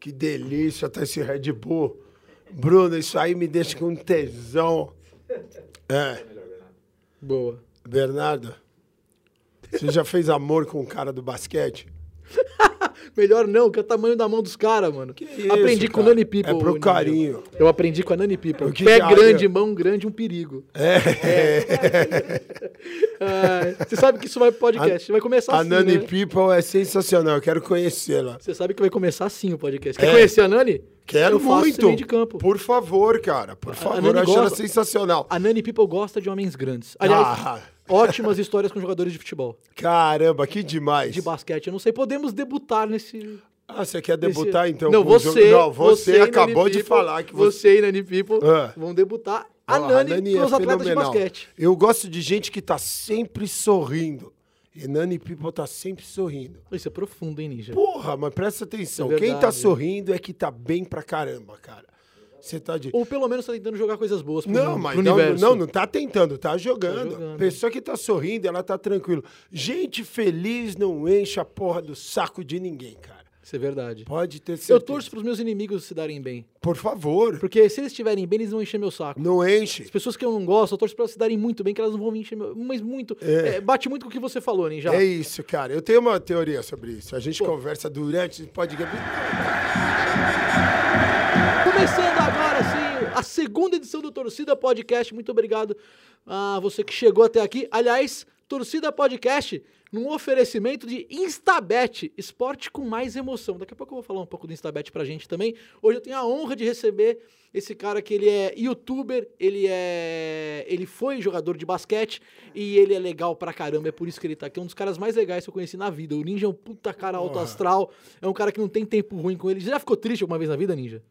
Que delícia tá esse Red Bull. Bruno, isso aí me deixa com tesão. Boa. Bernardo, você já fez amor com o cara do basquete? Melhor não, que é o tamanho da mão dos caras, mano. Que isso, aprendi com o cara? Nani People. É pro carinho. Eu aprendi com a Nani People. O que Pé que grande, é? mão grande, um perigo. É. Você sabe que isso vai pro podcast. Vai começar A assim, Nani né? People é sensacional, eu quero conhecê-la. Você sabe que vai começar assim o podcast. Quer conhecer a Nani? Quero Eu faço esse muito. meio de campo. Por favor, cara. Por favor, Nani eu acho ela gosta. sensacional. A Nani People gosta de homens grandes. Aliás, ótimas histórias com jogadores de futebol. Caramba, que demais. De basquete, eu não sei. Podemos debutar nesse... Ah, você quer debutar então? Não, com o você. jogo? Não, você e acabou Nani de People, falar que Você e Nani People vão debutar. A Ah, Nani pros atletas de basquete. Eu gosto de gente que tá sempre sorrindo. E Nani People tá sempre sorrindo. Isso é profundo, hein, Ninja? Porra, mas presta atenção. É Quem tá verdade. sorrindo é que tá bem pra caramba, cara. Você tá de... Ou pelo menos tá tentando jogar coisas boas pro, Não, mundo, mas pro universo. não tá tentando, tá jogando. Tá jogando. Pessoa que tá sorrindo, ela tá tranquilo. Gente feliz não enche a porra do saco de ninguém, cara. Isso é verdade. Pode ter certeza. Eu torço pros meus inimigos se darem bem. Por favor, Porque se eles estiverem bem, eles vão encher meu saco. não enche. As pessoas que eu não gosto, eu torço pra elas se darem muito bem, que elas não vão me encher meu... Mas muito... bate muito com o que você falou, Ninja. É isso, cara. Eu tenho uma teoria sobre isso. A gente conversa durante o podcast. Começando agora, sim, a segunda edição do Torcida Podcast. Muito obrigado a você que chegou até aqui. Aliás, Torcida Podcast num oferecimento de Instabet, esporte com mais emoção. Daqui a pouco eu vou falar um pouco do Instabet pra gente também. Hoje eu tenho a honra de receber esse cara que ele é youtuber, ele foi jogador de basquete e ele é legal pra caramba, é por isso que ele tá aqui. É um dos caras mais legais que eu conheci na vida. O Ninja é um puta cara alto astral, é um cara que não tem tempo ruim com ele. Você já ficou triste alguma vez na vida, Ninja?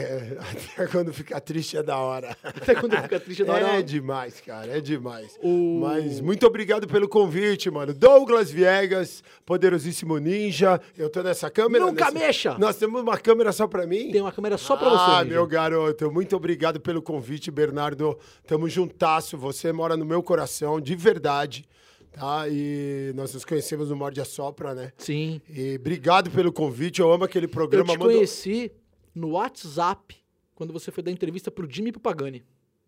Até quando ficar triste é da hora. Até quando fica triste é da hora. É demais, cara, é demais. Mas muito obrigado pelo convite, mano. Douglas Viegas, poderosíssimo Ninja. Eu tô nessa câmera. Nunca mexa! Nós temos uma câmera só pra mim? Tem uma câmera só pra você, Ninja. Meu garoto, muito obrigado pelo convite, Bernardo. Tamo juntasso, você mora no meu coração, de verdade, tá? E nós nos conhecemos no Morde a Sopra, né? Sim. E obrigado pelo convite, eu amo aquele Eu programa. te conheci no WhatsApp, quando você foi dar entrevista pro Jimmy e pro Pagani.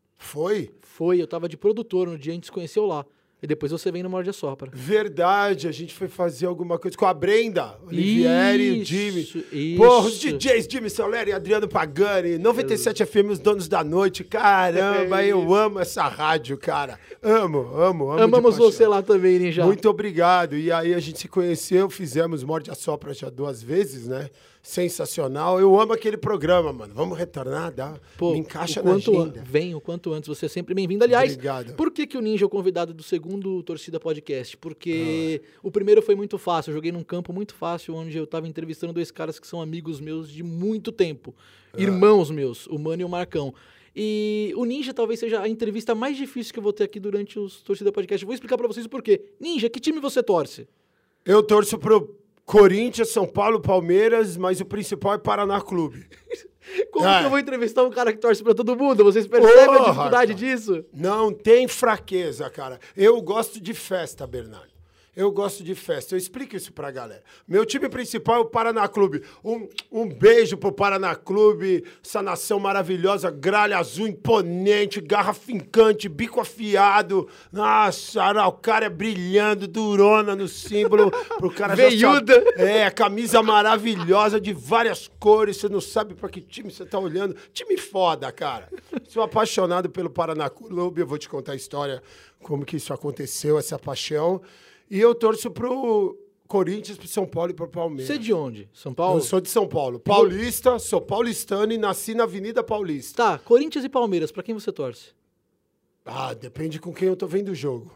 Foi? Foi, eu tava de produtor no dia, a gente se conheceu lá. E depois você vem no Morde a Sopra. Verdade, a gente foi fazer alguma coisa com a Brenda, Olivieri e o Jimmy. Isso. Porra, os DJs Jimmy Soler e Adriano Pagani, 97 FM, os donos da noite. Caramba, eu amo essa rádio, cara. Amo. Amamos de paixão. você lá também, Ninja. Muito obrigado. E aí a gente se conheceu, fizemos Morde a Sopra já 2 vezes, né? Sensacional. Eu amo aquele programa, mano. Vamos retornar, dá? Pô, Me encaixa o na quanto agenda. Vem o quanto antes, você é sempre bem-vindo. Aliás, Obrigado. por que o Ninja é o convidado do segundo Torcida Podcast? Porque o primeiro foi muito fácil, eu joguei num campo muito fácil, onde eu tava entrevistando 2 caras que são amigos meus de muito tempo. Irmãos meus, o Mano e o Marcão. E o Ninja talvez seja a entrevista mais difícil que eu vou ter aqui durante os Torcida Podcast. Eu vou explicar pra vocês o porquê. Ninja, que time você torce? Eu torço pro Corinthians, São Paulo, Palmeiras, mas o principal é Paraná Clube. Como que eu vou entrevistar um cara que torce pra todo mundo? Vocês percebem a Porra, dificuldade cara. disso? Não tem fraqueza, cara. Eu gosto de festa, Bernardo. Eu gosto de festa. Eu explico isso pra galera. Meu time principal é o Paraná Clube. Um beijo pro Paraná Clube. Essa nação maravilhosa, gralha azul imponente, garra fincante, bico afiado. Nossa, araucária brilhando, durona no símbolo. Pro cara já Veiuda. sabe. Camisa maravilhosa de várias cores. Você não sabe pra que time você tá olhando. Time foda, cara. Sou apaixonado pelo Paraná Clube. Eu vou te contar a história, como que isso aconteceu, essa paixão. E eu torço pro Corinthians, pro São Paulo e pro Palmeiras. Você é de onde? São Paulo? Eu sou de São Paulo. Paulista, sou paulistano e nasci na Avenida Paulista. Tá, Corinthians e Palmeiras, pra quem você torce? Depende com quem eu tô vendo o jogo.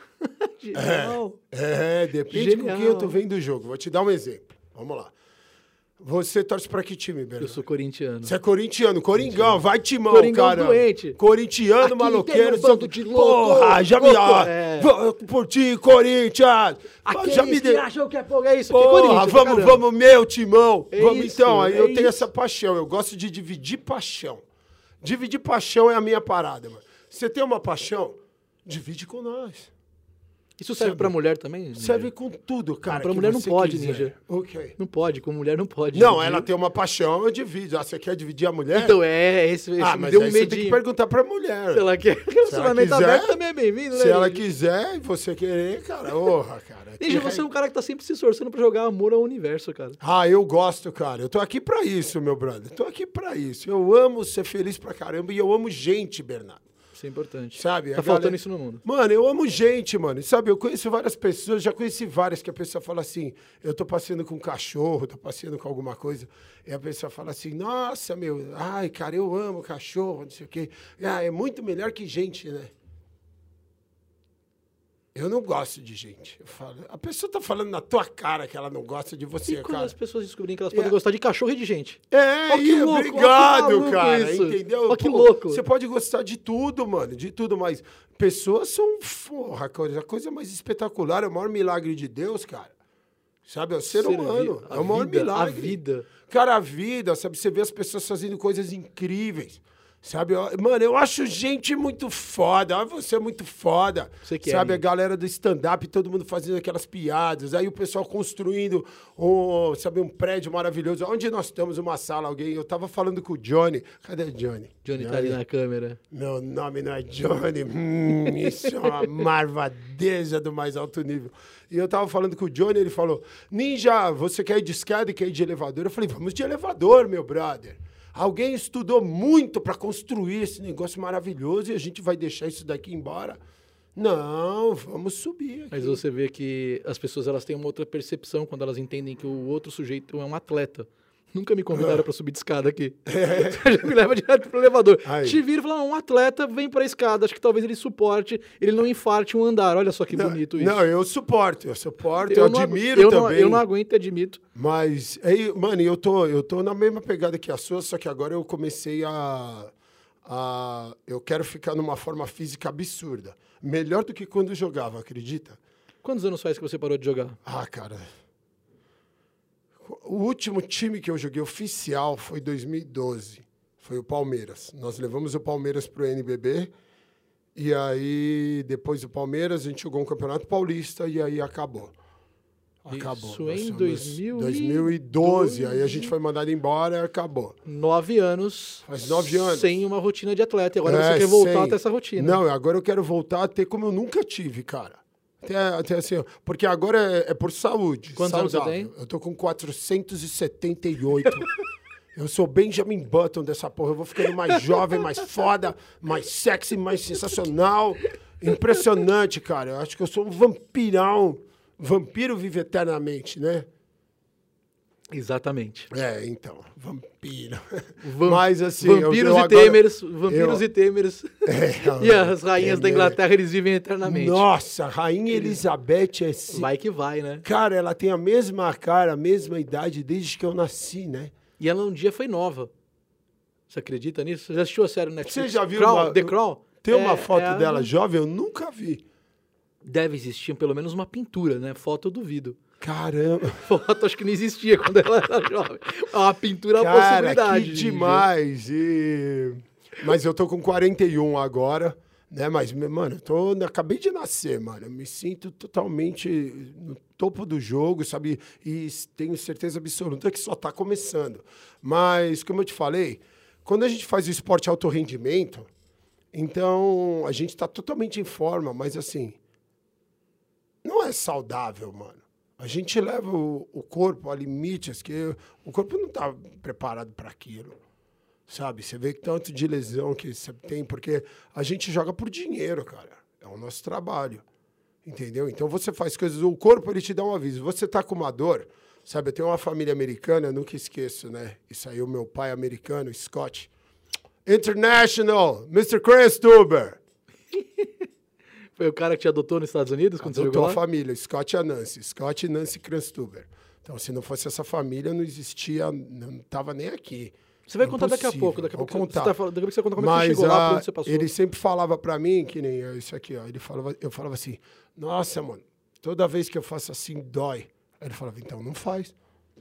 Genial. Depende Genial. com quem eu tô vendo o jogo. Vou te dar um exemplo. Vamos lá. Você torce pra que time, Bernardo? Eu sou corintiano. Você é corintiano, Coringão, vai timão, Coringão cara. doente. Corintiano, Aqui maloqueiro. tem um bando de louco, Porra, já me... louco, Vou por ti, Corinthians. Aqueles Já me que acham que é pouco, é isso, que é Porra, Corinthians. pra caramba. vamos, meu timão. É Vamos isso, então, aí é eu tenho isso. essa paixão. Eu gosto de dividir paixão. Dividir paixão é a minha parada, mano. Você tem uma paixão? Divide com nós. Isso serve pra mulher também? Ninja? Serve com tudo, cara. Pra mulher não pode, quiser. Ninja. Ok. Não pode, com mulher não pode. Não, dividir. ela tem uma paixão, eu divido. Ah, você quer dividir a mulher? Então, esse mas me deu um aí você tem que medinho. perguntar pra mulher. Se ela quer. Relacionamento quiser, aberto também é bem-vindo, né? Se ela Ninja? quiser e você querer, cara, porra, cara. Ninja, você é um cara que tá sempre se esforçando pra jogar amor ao universo, cara. Ah, eu gosto, cara. Eu tô aqui pra isso, meu brother. Tô aqui pra isso. Eu amo ser feliz pra caramba e eu amo gente, Bernardo. Isso é importante. Sabe? Tá faltando isso no mundo. Mano, eu amo gente, mano. Sabe, eu conheço várias pessoas, já conheci várias que a pessoa fala assim, eu tô passeando com um cachorro, tô passeando com alguma coisa, e a pessoa fala assim, nossa, meu, ai, cara, eu amo cachorro, não sei o quê. Ah, é muito melhor que gente, né? Eu não gosto de gente. Eu falo, a pessoa tá falando na tua cara que ela não gosta de você, E quando cara. as pessoas descobrirem que elas podem gostar de cachorro e de gente? É, Ó, que louco, ó, que obrigado, maluco cara, isso. entendeu? Ó, que Pô, louco. Você pode gostar de tudo, mano, de tudo, mas pessoas são, porra, a coisa mais espetacular, é o maior milagre de Deus, cara. Sabe, é o ser humano, é o maior milagre. A vida. Cara, a vida, sabe, você vê as pessoas fazendo coisas incríveis. Sabe, mano, eu acho gente muito foda. Você é muito foda. Você quer, sabe, né? a galera do stand-up, todo mundo fazendo aquelas piadas. Aí o pessoal construindo sabe, um prédio maravilhoso. Onde nós estamos, uma sala, alguém. Eu tava falando com o Johnny. Cadê o Johnny? Johnny tá ali na câmera. Meu nome não é Johnny. Isso é uma marvadeza do mais alto nível. E eu tava falando com o Johnny, ele falou, Ninja, você quer ir de escada e quer ir de elevador? Eu falei, vamos de elevador, meu brother. Alguém estudou muito para construir esse negócio maravilhoso e a gente vai deixar isso daqui embora? Não, vamos subir aqui. Mas você vê que as pessoas elas têm uma outra percepção quando elas entendem que o outro sujeito é um atleta. Nunca me convidaram para subir de escada aqui. Já me leva direto pro elevador. Aí. Te vira e fala, um atleta vem pra escada, acho que talvez ele suporte, ele não infarte um andar. Olha só que bonito isso. Não, eu suporto, eu não admiro eu também. Eu não aguento e admito. Mas, aí, mano, eu tô na mesma pegada que a sua, só que agora eu comecei eu quero ficar numa forma física absurda. Melhor do que quando eu jogava, acredita? Quantos anos faz que você parou de jogar? Ah, cara... O último time que eu joguei oficial foi 2012. Foi o Palmeiras. Nós levamos o Palmeiras pro NBB. E aí, depois do Palmeiras, a gente jogou um Campeonato Paulista e aí acabou. Acabou. Isso em 2012. Aí a gente foi mandado embora e acabou. 9 anos. Faz 9 anos. Sem uma rotina de atleta. E agora você quer voltar a ter essa rotina. Não, agora eu quero voltar a ter como eu nunca tive, cara. Até assim, porque agora é por saúde. Quantos anos você tem? Eu tô com 478. Eu sou Benjamin Button dessa porra. Eu vou ficando mais jovem, mais foda, mais sexy, mais sensacional. Impressionante, cara. Eu acho que eu sou um vampirão. Vampiro vive eternamente, né? Exatamente. É, então, vampiro. Mas assim... Vampiros e temers, vampiros e temers. E as rainhas da Inglaterra, eles vivem eternamente. Nossa, a Rainha Elizabeth é... Vai que vai, né? Cara, ela tem a mesma cara, a mesma idade desde que eu nasci, né? E ela um dia foi nova. Você acredita nisso? Você já assistiu a série Netflix? Você já viu The Crown? Tem uma foto dela jovem? Eu nunca vi. Deve existir pelo menos uma pintura, né? Foto eu duvido. Caramba. Foto acho que não existia quando ela era jovem. Uma pintura é uma Cara, possibilidade. que demais. Mas eu tô com 41 agora, né? Mas, mano, acabei de nascer, mano. Eu me sinto totalmente no topo do jogo, sabe? E tenho certeza absoluta que só tá começando. Mas, como eu te falei, quando a gente faz o esporte alto rendimento, então a gente tá totalmente em forma, mas assim, não é saudável, mano. A gente leva o corpo a limites que o corpo não está preparado para aquilo, sabe? Você vê que tanto de lesão que você tem, porque a gente joga por dinheiro, cara. É o nosso trabalho, entendeu? Então você faz coisas, o corpo ele te dá um aviso. Você tá com uma dor, sabe? Eu tenho uma família americana, eu nunca esqueço, né? Isso aí, o meu pai americano, Scott. International, Mr. Cranstuber. Foi o cara que te adotou nos Estados Unidos quando você jogou lá? Adotou a família, Scott e Nancy Cranstuber. Então, se não fosse essa família, não existia, não estava nem aqui. Você vai contar daqui a pouco. Daqui a pouco contar. daqui a pouco você conta como é que você chegou lá, por onde você passou. Ele sempre falava pra mim, que nem isso aqui, ó. Eu falava assim, nossa, mano, toda vez que eu faço assim, dói. Aí ele falava, então não faz.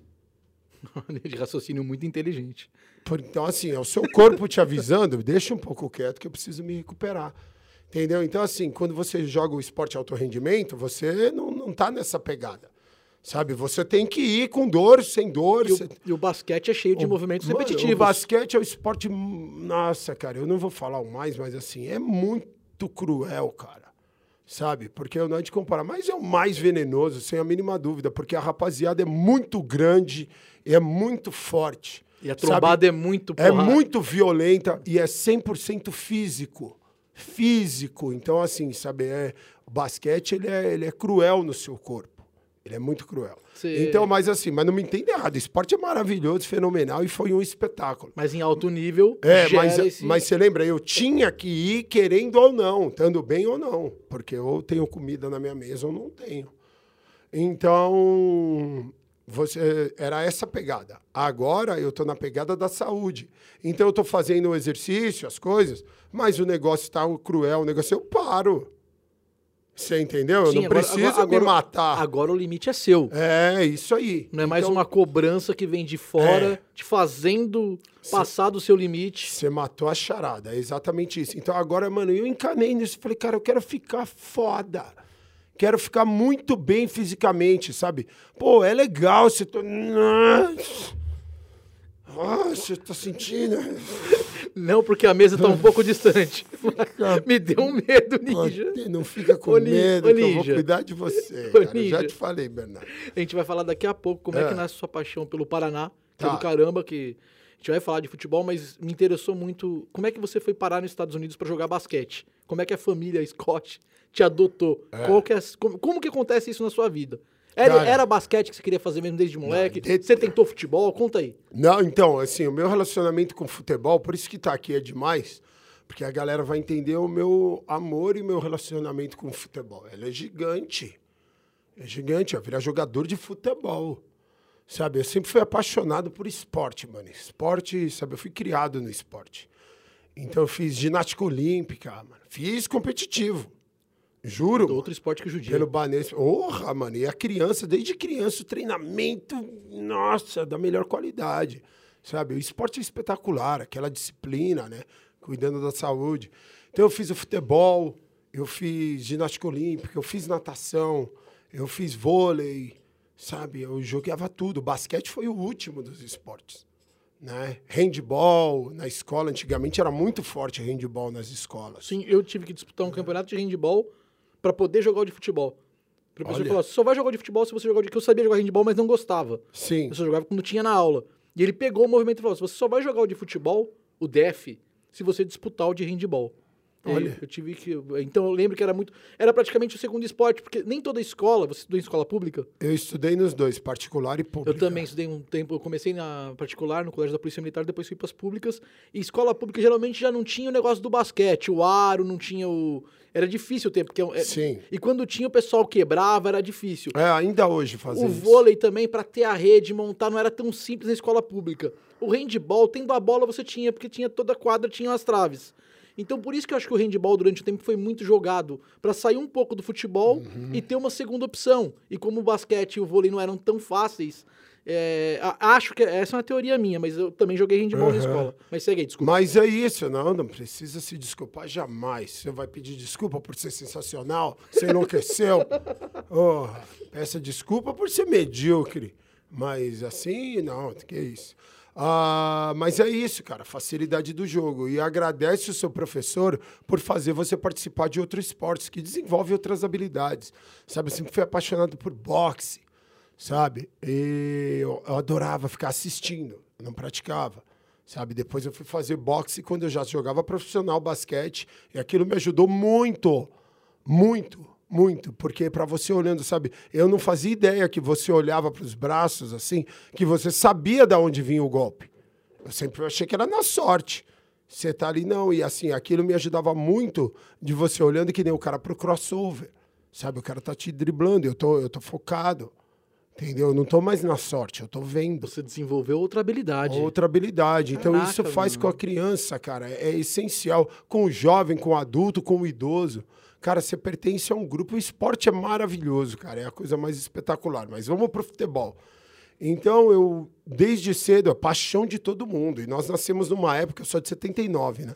De raciocínio muito inteligente. Então, assim, é o seu corpo te avisando, deixa um pouco quieto que eu preciso me recuperar. Entendeu? Então, assim, quando você joga o esporte alto rendimento, você não tá nessa pegada. Sabe? Você tem que ir com dor, sem dor. E o basquete é cheio de movimentos repetitivos. O basquete é o esporte... Nossa, cara, eu não vou falar o mais, mas assim, é muito cruel, cara. Sabe? Porque não é de comparar. Mas é o mais venenoso, sem a mínima dúvida. Porque a rapaziada é muito grande e é muito forte. E a trombada é muito porrada. É muito violenta e é 100% físico. Físico. Então, assim, sabe? O basquete, ele é cruel no seu corpo. Ele é muito cruel. Então, mas não me entenda errado. O esporte é maravilhoso, fenomenal e foi um espetáculo. Mas em alto nível... Mas você lembra, eu tinha que ir querendo ou não, estando bem ou não. Porque eu tenho comida na minha mesa ou não tenho. Então, era essa pegada. Agora eu tô na pegada da saúde. Então eu tô fazendo o exercício, as coisas, mas o negócio tá cruel, o negócio eu paro. Você entendeu? Sim, eu não preciso me matar. Agora o limite é seu. É, isso aí. Não é mais uma cobrança que vem de fora, te fazendo passar do seu limite. Você matou a charada, é exatamente isso. Então agora, mano, eu encanei nisso. Falei, cara, eu quero ficar foda. Quero ficar muito bem fisicamente, sabe? Pô, é legal, você tá... Você tá sentindo? Não, porque a mesa tá um pouco distante. Me deu um medo, Ninja. Não fica com medo, que eu vou cuidar de você, cara. Eu já te falei, Bernardo. A gente vai falar daqui a pouco como é que nasce sua paixão pelo Paraná, que é do caramba, que a gente vai falar de futebol, mas me interessou muito como é que você foi parar nos Estados Unidos para jogar basquete. Como é que a família Scott te adotou? Como que acontece isso na sua vida? Era basquete que você queria fazer mesmo desde moleque? Você tentou futebol? Conta aí. Não, então, assim, o meu relacionamento com futebol, por isso que tá aqui é demais, porque a galera vai entender o meu amor e meu relacionamento com futebol. Ele é gigante. É gigante, eu virar jogador de futebol. Sabe, eu sempre fui apaixonado por esporte, mano. Esporte, sabe, eu fui criado no esporte. Então eu fiz ginástica olímpica, mano. Fiz competitivo. Juro. Outro esporte que judia. Pelo Banespa. Porra, mano. E a criança, desde criança, o treinamento, nossa, da melhor qualidade. Sabe? O esporte é espetacular, aquela disciplina, né? Cuidando da saúde. Então eu fiz o futebol, eu fiz ginástica olímpica, eu fiz natação, eu fiz vôlei, sabe? Eu jogava tudo. O basquete foi o último dos esportes. Né? Handball na escola, antigamente era muito forte handball nas escolas. Sim, eu tive que disputar um campeonato de handball para poder jogar o de futebol. O professor falou, você só vai jogar o de futebol se você jogar o de... que eu sabia jogar handball, mas não gostava. Sim. Eu só jogava quando tinha na aula. E ele pegou o movimento e falou, você só vai jogar o de futebol, o DEF, se você disputar o de handball. Olha. Eu tive que... Então eu lembro que era praticamente o segundo esporte, porque nem toda escola... Você estudou em escola pública? Eu estudei nos dois, particular e pública. Eu também estudei um tempo, eu comecei na particular, no colégio da Polícia Militar, depois fui para as públicas. E escola pública geralmente já não tinha o negócio do basquete, o aro, não tinha o... Era difícil o tempo, porque... Sim. E quando tinha, o pessoal quebrava, era difícil. Ainda hoje fazer isso. O vôlei também, para ter a rede, montar, não era tão simples na escola pública. O handball, tendo a bola, você tinha, porque tinha toda a quadra, tinha as traves. Então, por isso que eu acho que o handball, durante o tempo, foi muito jogado. Para sair um pouco do futebol e ter uma segunda opção. E como o basquete e o vôlei não eram tão fáceis, acho que essa é uma teoria minha, mas eu também joguei handball na escola. Mas segue aí, desculpa. Mas é isso, não precisa se desculpar jamais. Você vai pedir desculpa por ser sensacional, você enlouqueceu. Peça desculpa por ser medíocre. Mas assim, não, que isso. Mas é isso, cara, facilidade do jogo. E agradece o seu professor por fazer você participar de outros esportes que desenvolvem outras habilidades. Sabe, eu sempre fui apaixonado por boxe, sabe? E eu adorava ficar assistindo, não praticava, sabe? Depois eu fui fazer boxe quando eu já jogava profissional basquete e aquilo me ajudou muito, muito. Muito, porque para você olhando, sabe, eu não fazia ideia que você olhava para os braços assim, que você sabia de onde vinha o golpe. Eu sempre achei que era na sorte. Você tá ali, não, e assim, aquilo me ajudava muito de você olhando que nem o cara pro crossover, sabe, o cara tá te driblando, eu tô focado, entendeu? Eu não tô mais na sorte, eu tô vendo. Você desenvolveu outra habilidade. Outra habilidade, então isso faz com a criança, cara, é essencial, com o jovem, com o adulto, com o idoso. Cara, você pertence a um grupo, o esporte é maravilhoso, cara, é a coisa mais espetacular. Mas vamos pro futebol. Então, eu, desde cedo, a paixão de todo mundo. E nós nascemos numa época, eu sou de 79, né?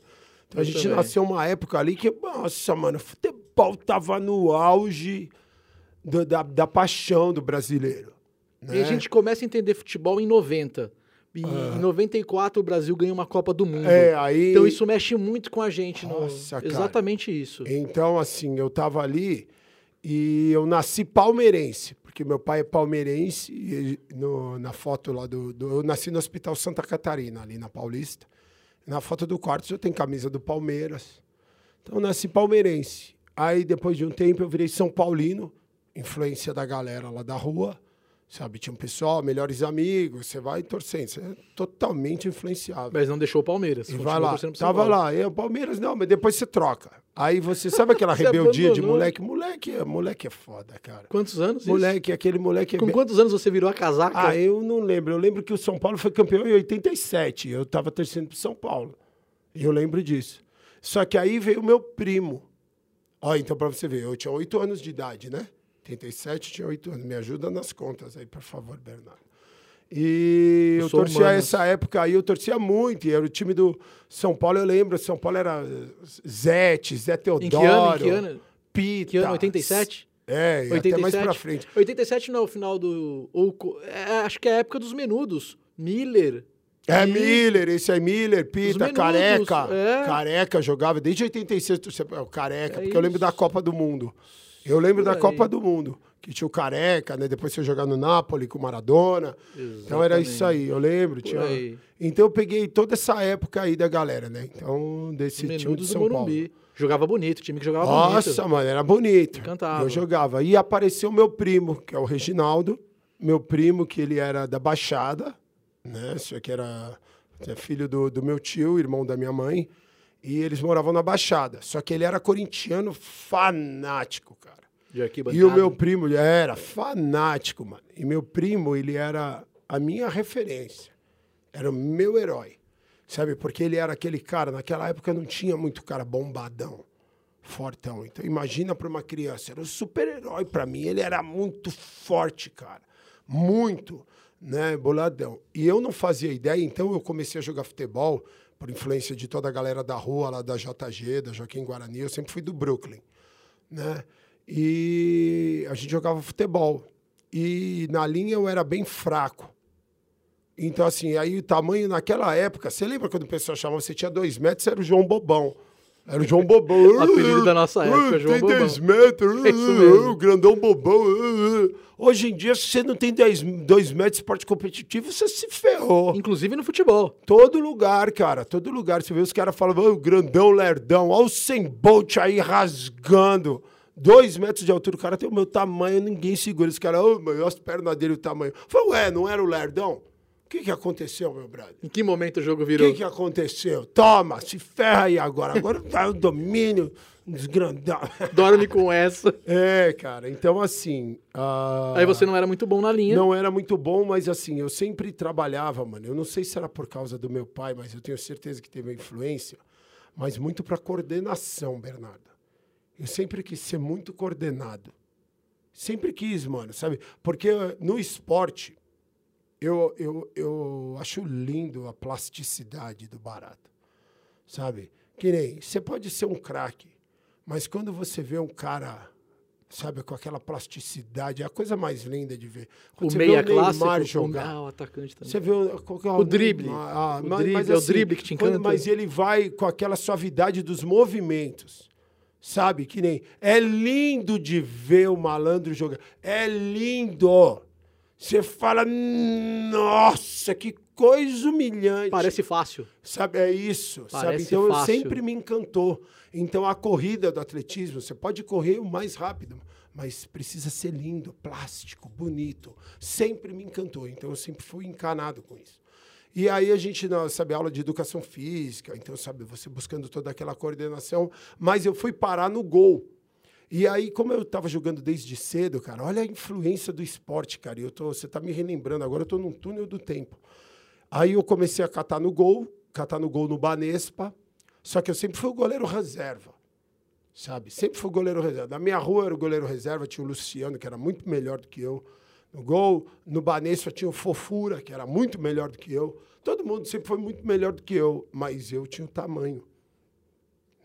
Então a gente nasceu uma época ali que, nossa, mano, futebol tava no auge da paixão do brasileiro. Né? E a gente começa a entender futebol em 90. E em 94 o Brasil ganha uma Copa do Mundo. Aí... Então isso mexe muito com a gente. Nossa, cara. Exatamente isso. Então, assim, eu tava ali e eu nasci palmeirense, porque meu pai é palmeirense e na foto lá eu nasci no Hospital Santa Catarina, ali na Paulista. Na foto do quarto eu tenho camisa do Palmeiras. Então eu nasci palmeirense. Aí depois de um tempo eu virei São Paulino, influência da galera lá da rua. Sabe, tinha um pessoal, melhores amigos, você vai torcendo, você é totalmente influenciável. Mas não deixou o Palmeiras. E vai lá, tava lá, Palmeiras não, mas depois você troca. Aí você sabe aquela rebeldia de moleque? Moleque é foda, cara. Quantos anos aquele moleque... Com quantos anos você virou a casaca? Eu não lembro. Eu lembro que o São Paulo foi campeão em 87. Eu tava torcendo pro São Paulo. E eu lembro disso. Só que aí veio o meu primo. Então pra você ver, eu tinha 8 anos de idade, né? 87, tinha 8 anos. Me ajuda nas contas aí, por favor, Bernardo. E eu torcia essa época aí, eu torcia muito. E era o time do São Paulo, eu lembro. São Paulo era Zé Teodoro. Em que ano? Pita. Que ano? 87? 87. Até mais pra frente. 87 não é o final do... acho que é a época dos menudos. Miller... Miller, esse aí, Miller, Pita, Careca. Careca jogava desde 86, o Careca, porque eu lembro da Copa do Mundo. Eu lembro da Copa do Mundo, que tinha o Careca, né? Depois você jogar no Napoli com o Maradona. Exatamente. Então era isso aí, eu lembro. Então eu peguei toda essa época aí da galera, né? Então, desse time de São Paulo. Jogava bonito, time que jogava bonito. Nossa, mano, era bonito. Cantava. Eu jogava. E apareceu meu primo, que é o Reginaldo. Meu primo, que ele era da Baixada, né? Isso aqui era filho do meu tio, irmão da minha mãe. E eles moravam na Baixada. Só que ele era corintiano fanático, cara. E o meu primo era fanático, mano. E meu primo, ele era a minha referência. Era o meu herói. Sabe? Porque ele era aquele cara... Naquela época não tinha muito cara bombadão, fortão. Então imagina para uma criança. Era um super-herói para mim. Ele era muito forte, cara. Muito, né? Boladão. E eu não fazia ideia. Então eu comecei a jogar futebol... por influência de toda a galera da rua, lá da JG, da Joaquim Guarani, eu sempre fui do Brooklyn, né? E a gente jogava futebol. E na linha eu era bem fraco. Então, assim, aí o tamanho naquela época... Você lembra quando o pessoal chamava, você tinha 2 metros, você era o João Bobão. Era o João Bobão. O apelido da nossa época, João Bobão. Tem 10 metros, o grandão Bobão. Hoje em dia, se você não tem 2 metros de esporte competitivo, você se ferrou. Inclusive no futebol. Todo lugar, cara. Todo lugar. Você vê os caras falando, grandão, lerdão. Olha o Usain Bolt aí rasgando. 2 metros de altura. O cara tem o meu tamanho, ninguém segura. Esse cara, olha as pernas dele, o tamanho. Eu falei, não era o lerdão? O que aconteceu, meu brother? Em que momento o jogo virou? O que aconteceu? Toma, se ferra aí agora. Agora tá o domínio desgrandado. Dorme com essa. Cara. Então, assim... Aí você não era muito bom na linha. Não era muito bom, mas assim, eu sempre trabalhava, mano. Eu não sei se era por causa do meu pai, mas eu tenho certeza que teve uma influência. Mas muito pra coordenação, Bernardo. Eu sempre quis ser muito coordenado. Sempre quis, mano, sabe? Porque no esporte... Eu acho lindo a plasticidade do barato, sabe? Que nem, você pode ser um craque, mas quando você vê um cara, sabe, com aquela plasticidade, é a coisa mais linda de ver. Quando o meia clássico, o atacante também. Você vê o drible. Mas é o drible que te encanta. Mas ele vai com aquela suavidade dos movimentos, sabe? Que nem, é lindo de ver o malandro jogar, é lindo. Você fala, nossa, que coisa humilhante. Parece fácil. Sabe, é isso. Parece sabe? Então, fácil. Sempre me encantou. Então, a corrida do atletismo, você pode correr o mais rápido, mas precisa ser lindo, plástico, bonito. Sempre me encantou. Então, eu sempre fui encanado com isso. E aí, a gente, sabe, aula de educação física. Então, sabe, você buscando toda aquela coordenação. Mas eu fui parar no gol. E aí, como eu estava jogando desde cedo, cara, olha a influência do esporte, cara. Você está me relembrando, agora eu estou num túnel do tempo. Aí eu comecei a catar no gol no Banespa, só que eu sempre fui o goleiro reserva, sabe? Sempre fui o goleiro reserva. Na minha rua era o goleiro reserva, tinha o Luciano, que era muito melhor do que eu. No gol, no Banespa tinha o Fofura, que era muito melhor do que eu. Todo mundo sempre foi muito melhor do que eu, mas eu tinha o tamanho.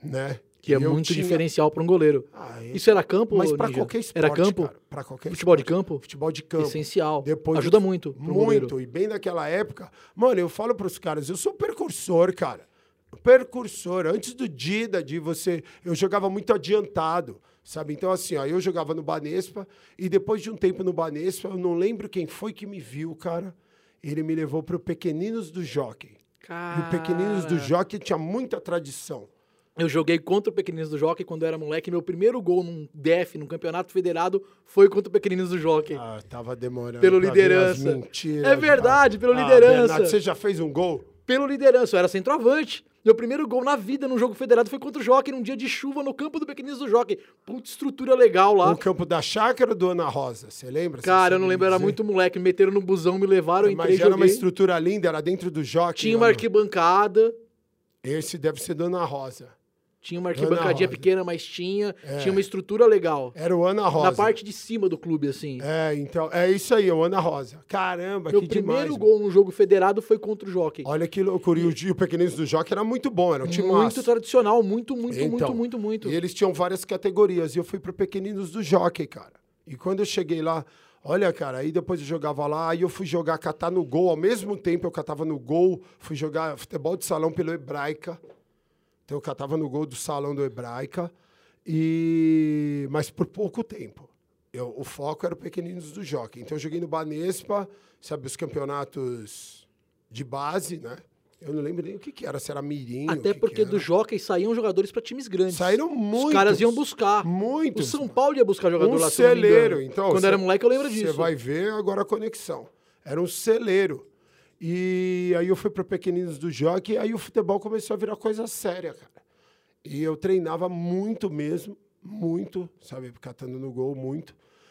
né? Que é muito diferencial para um goleiro. Isso era campo, mas para qualquer esporte, era campo? Para qualquer futebol esporte. de campo? Futebol de campo. Essencial. Depois ajuda muito pro muito. goleiro. E bem naquela época, mano, eu falo pros caras, eu sou precursor, cara. Precursor. Antes do Dida, eu jogava muito adiantado, sabe? Então, assim, ó, eu jogava no Banespa e depois de um tempo no Banespa, eu não lembro quem foi que me viu, cara. Ele me levou pro Pequeninos do Jockey. Cara... E o Pequeninos do Jockey tinha muita tradição. Eu joguei contra o Pequeninos do Jockey quando eu era moleque. Meu primeiro gol num DF, num campeonato federado, foi contra o Pequeninos do Jockey. Ah, tava demorando. Pelo liderança. Mentiras, é verdade, pelo Bernardo, liderança. você já fez um gol? Pelo liderança. Eu era centroavante. Meu primeiro gol na vida num jogo federado foi contra o Jockey, num dia de chuva no campo do Pequeninos do Jockey. Puta estrutura legal lá. O campo da Chácara do Ana Rosa, você lembra? Cara, eu não lembro, era muito moleque. Me meteram no busão, me levaram, eu entrei e joguei. Mas era uma estrutura linda, era dentro do Jockey. Tinha uma arquibancada. Esse deve ser do Ana Rosa. Tinha uma arquibancadinha pequena, mas tinha uma estrutura legal. Era o Ana Rosa. Na parte de cima do clube, assim. Então, é isso aí, o Ana Rosa. Caramba, que demais. Meu primeiro gol num jogo federado foi contra o Jockey. Olha que loucura. E o Pequeninos do Jockey era muito bom, era um time muito tradicional, muito. E eles tinham várias categorias. E eu fui pro Pequeninos do Jockey, cara. E quando eu cheguei lá, olha, cara, aí depois eu jogava lá, aí eu fui jogar, catar no gol. Ao mesmo tempo eu catava no gol, fui jogar futebol de salão pelo Hebraica. Então eu catava no gol do salão do Hebraica, mas por pouco tempo. O foco era o Pequeninos do Jockey. Então eu joguei no Banespa, sabe, os campeonatos de base, né? Eu não lembro nem o que era, se era mirim. Até porque do Jockey saíam jogadores para times grandes. Saíram muitos. Os caras iam buscar. Muitos. O São Paulo ia buscar jogador lá, se não me engano. Então, quando era moleque eu lembro disso. Você vai ver agora a conexão. Era um celeiro. E aí eu fui para Pequeninos do Jockey, e aí o futebol começou a virar coisa séria, cara. E eu treinava muito mesmo, muito, sabe, catando no gol, muito.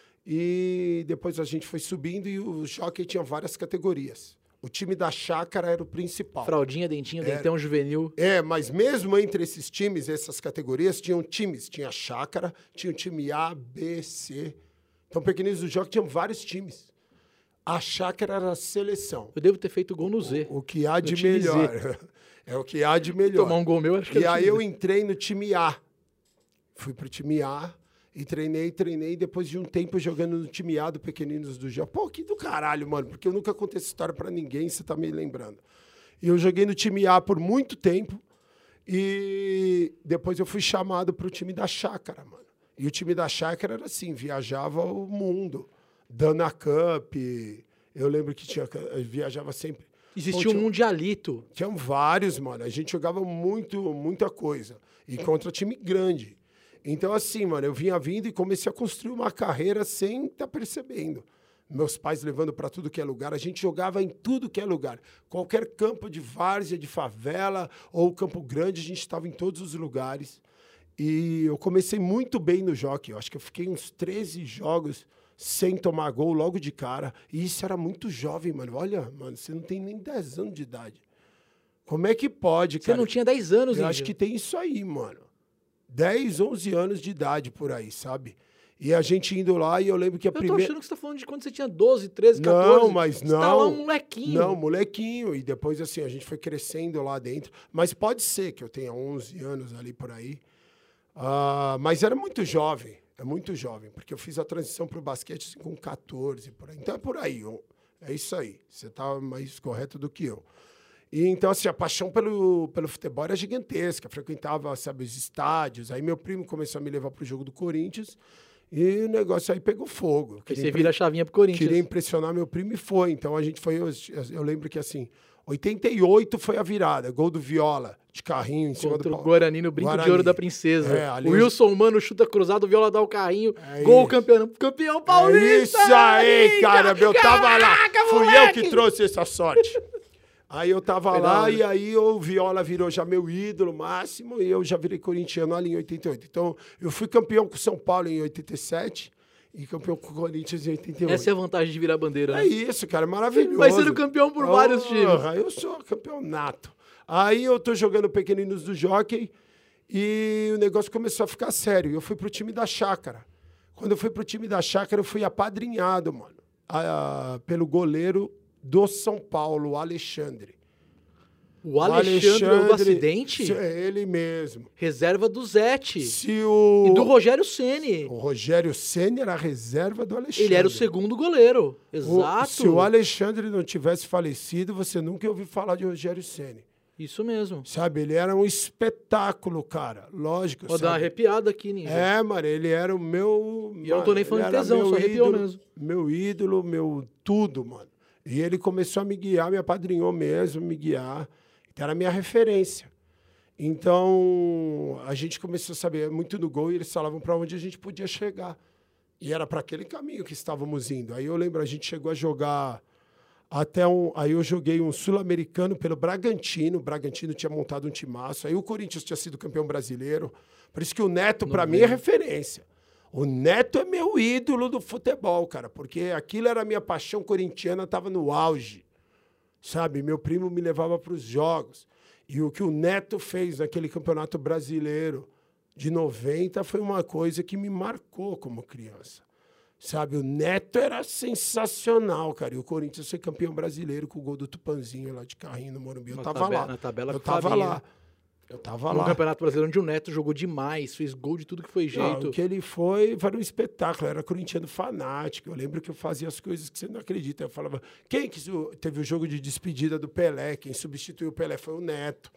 E depois a gente foi subindo e o Jockey tinha várias categorias. O time da Chácara era o principal. Fraldinha, dentinho, dentão, juvenil. Mas mesmo entre esses times, essas categorias, tinham times. Tinha a Chácara, tinha o time A, B, C. Então, Pequeninos do Jockey tinham vários times. A Chácara era a seleção. Eu devo ter feito gol no Z. O que há de melhor. É o que há de melhor. Tomar um gol meu, acho que E aí eu entrei no time A. Fui pro time A e treinei. Depois de um tempo jogando no time A do Pequeninos do Jockey. Pô, que do caralho, mano. Porque eu nunca contei essa história pra ninguém, você tá me lembrando. E eu joguei no time A por muito tempo. E depois eu fui chamado pro time da Chácara, mano. E o time da Chácara era assim, viajava o mundo. Dana Cup, eu lembro que viajava sempre. Existia um mundialito. Tinham vários, mano. A gente jogava muita coisa. E contra time grande. Então, assim, mano, eu vinha vindo e comecei a construir uma carreira sem estar percebendo. Meus pais levando para tudo que é lugar. A gente jogava em tudo que é lugar. Qualquer campo de várzea, de favela ou campo grande, a gente estava em todos os lugares. E eu comecei muito bem no Jockey. Eu acho que eu fiquei uns 13 jogos sem tomar gol logo de cara. E isso era muito jovem, mano. Olha, mano, você não tem nem 10 anos de idade. Como é que pode, cara? Você não tinha 10 anos, Eu acho que tem isso aí, mano. 10, 11 anos de idade por aí, sabe? E a gente indo lá e eu lembro que a primeira... Eu tô achando que você tá falando de quando você tinha 12, 13, 14. Não, mas não. Você tá lá um molequinho. Não, molequinho. E depois, assim, a gente foi crescendo lá dentro. Mas pode ser que eu tenha 11 anos ali por aí. Mas era muito jovem. É muito jovem, porque eu fiz a transição para o basquete assim, com 14, por aí. Então é por aí, é isso aí. Você está mais correto do que eu. E então, assim, a paixão pelo futebol era gigantesca. Frequentava, sabe, os estádios. Aí meu primo começou a me levar para o jogo do Corinthians e o negócio aí pegou fogo. Aí você vira a chavinha pro Corinthians. Queria impressionar meu primo e foi. Então a gente foi, eu lembro que assim, 88 foi a virada, gol do Viola, de carrinho em cima do pau. Guarani no brinco de ouro da princesa. Ali o Wilson Mano chuta cruzado, o Viola dá o carrinho, gol campeão paulista! Isso aí, cara, eu tava lá. Fui eu que trouxe essa sorte. Aí eu tava lá e aí o Viola virou já meu ídolo máximo e eu já virei corintiano ali em 88. Então eu fui campeão com o São Paulo em 87. E campeão com o Corinthians em 88. Essa é a vantagem de virar bandeira, né? É isso, cara, maravilhoso. Vai sendo campeão por vários times. Eu sou campeão nato. Aí eu tô jogando Pequeninos do Jockey e o negócio começou a ficar sério. Eu fui pro time da Chácara. Quando eu fui pro time da Chácara, eu fui apadrinhado, mano, pelo goleiro do São Paulo, Alexandre. O Alexandre houve acidente? Ele mesmo. Reserva do Zete. Se o... E do Rogério Ceni. O Rogério Ceni era a reserva do Alexandre. Ele era o segundo goleiro. Exato. Se o Alexandre não tivesse falecido, você nunca ouviu falar de Rogério Ceni. Isso mesmo. Sabe, ele era um espetáculo, cara. Lógico, Vou dar uma arrepiada aqui, Ninja. É, mano, ele era o meu... E eu não tô nem falando de tesão, só arrepiou mesmo. Meu ídolo, meu tudo, mano. E ele começou a me guiar, me apadrinhou mesmo, me guiar. Então, era a minha referência. Então, a gente começou a saber muito do gol e eles falavam para onde a gente podia chegar. E era para aquele caminho que estávamos indo. Aí eu lembro, a gente chegou a jogar até um... Aí eu joguei um sul-americano pelo Bragantino. O Bragantino tinha montado um timaço. Aí o Corinthians tinha sido campeão brasileiro. Por isso que o Neto, para mim, é referência. O Neto é meu ídolo do futebol, cara. Porque aquilo era a minha paixão corintiana, estava no auge. Sabe? Meu primo me levava para os jogos. E o que o Neto fez naquele campeonato brasileiro de 90 foi uma coisa que me marcou como criança. Sabe? O Neto era sensacional, cara. E o Corinthians foi campeão brasileiro com o gol do Tupanzinho lá de carrinho no Morumbi. Eu tava lá. Na tabela eu tava lá. Eu tava lá. No Campeonato Brasileiro, onde o Neto jogou demais, fez gol de tudo que foi jeito. Não, o que ele foi um espetáculo, era corintiano fanático. Eu lembro que eu fazia as coisas que você não acredita. Eu falava, quem que teve o jogo de despedida do Pelé? Quem substituiu o Pelé foi o Neto.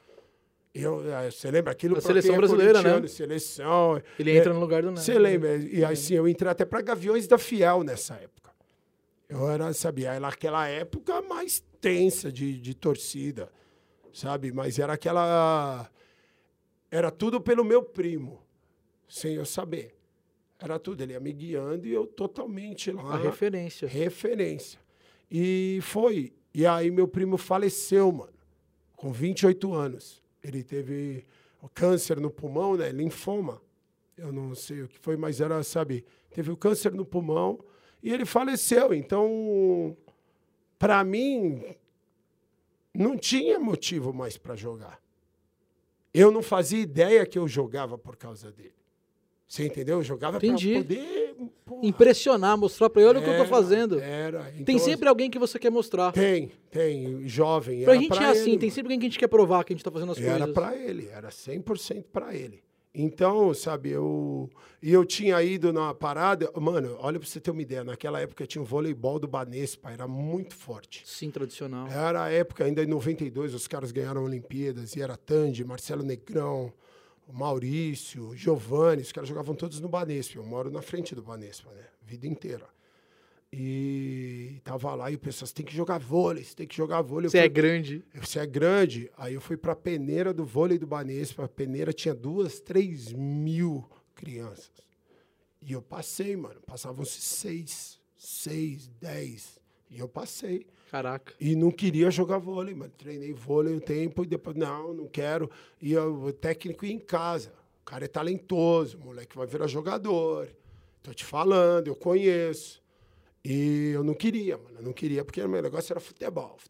Você lembra aquilo? A seleção brasileira, né? Seleção. Ele entra no lugar do Neto. Você lembra? E assim, eu entrei até para Gaviões da Fiel nessa época. Eu era, sabia, aquela época mais tensa de torcida, sabe? Mas era aquela... Era tudo pelo meu primo, sem eu saber. Era tudo, ele ia me guiando e eu totalmente lá. A referência. Referência. E foi. E aí meu primo faleceu, mano, com 28 anos. Ele teve câncer no pulmão, né? Linfoma. Eu não sei o que foi, mas era, sabe, teve o câncer no pulmão e ele faleceu. Então, para mim, não tinha motivo mais para jogar. Eu não fazia ideia que eu jogava por causa dele. Você entendeu? Eu jogava para poder... Porra. Impressionar, mostrar para ele, olha o que eu tô fazendo. Então, tem sempre alguém que você quer mostrar. Tem, jovem. Pra gente é assim, tem sempre alguém que a gente quer provar que a gente tá fazendo as coisas. Era para ele, era 100% para ele. Então, sabe, eu tinha ido na parada... Mano, olha para você ter uma ideia, naquela época tinha o voleibol do Banespa, era muito forte. Sim, tradicional. Era a época, ainda em 92, os caras ganharam Olimpíadas, e era Tandy, Marcelo Negrão, o Maurício, Giovanni, os caras jogavam todos no Banespa. Eu moro na frente do Banespa, né? Vida inteira. E tava lá e o pessoal, você tem que jogar vôlei, você tem que jogar vôlei. Você é grande. Você é grande. Aí eu fui pra peneira do vôlei do Banespa. A peneira tinha 2.000, 3.000 crianças. E eu passei, mano. Passavam-se 6, 10. E eu passei. Caraca. E não queria jogar vôlei, mano. Treinei vôlei um tempo e depois, não quero. E o técnico ia em casa. O cara é talentoso, o moleque vai virar jogador. Tô te falando, eu conheço. E eu não queria, mano. Eu não queria, porque o meu negócio era futebol.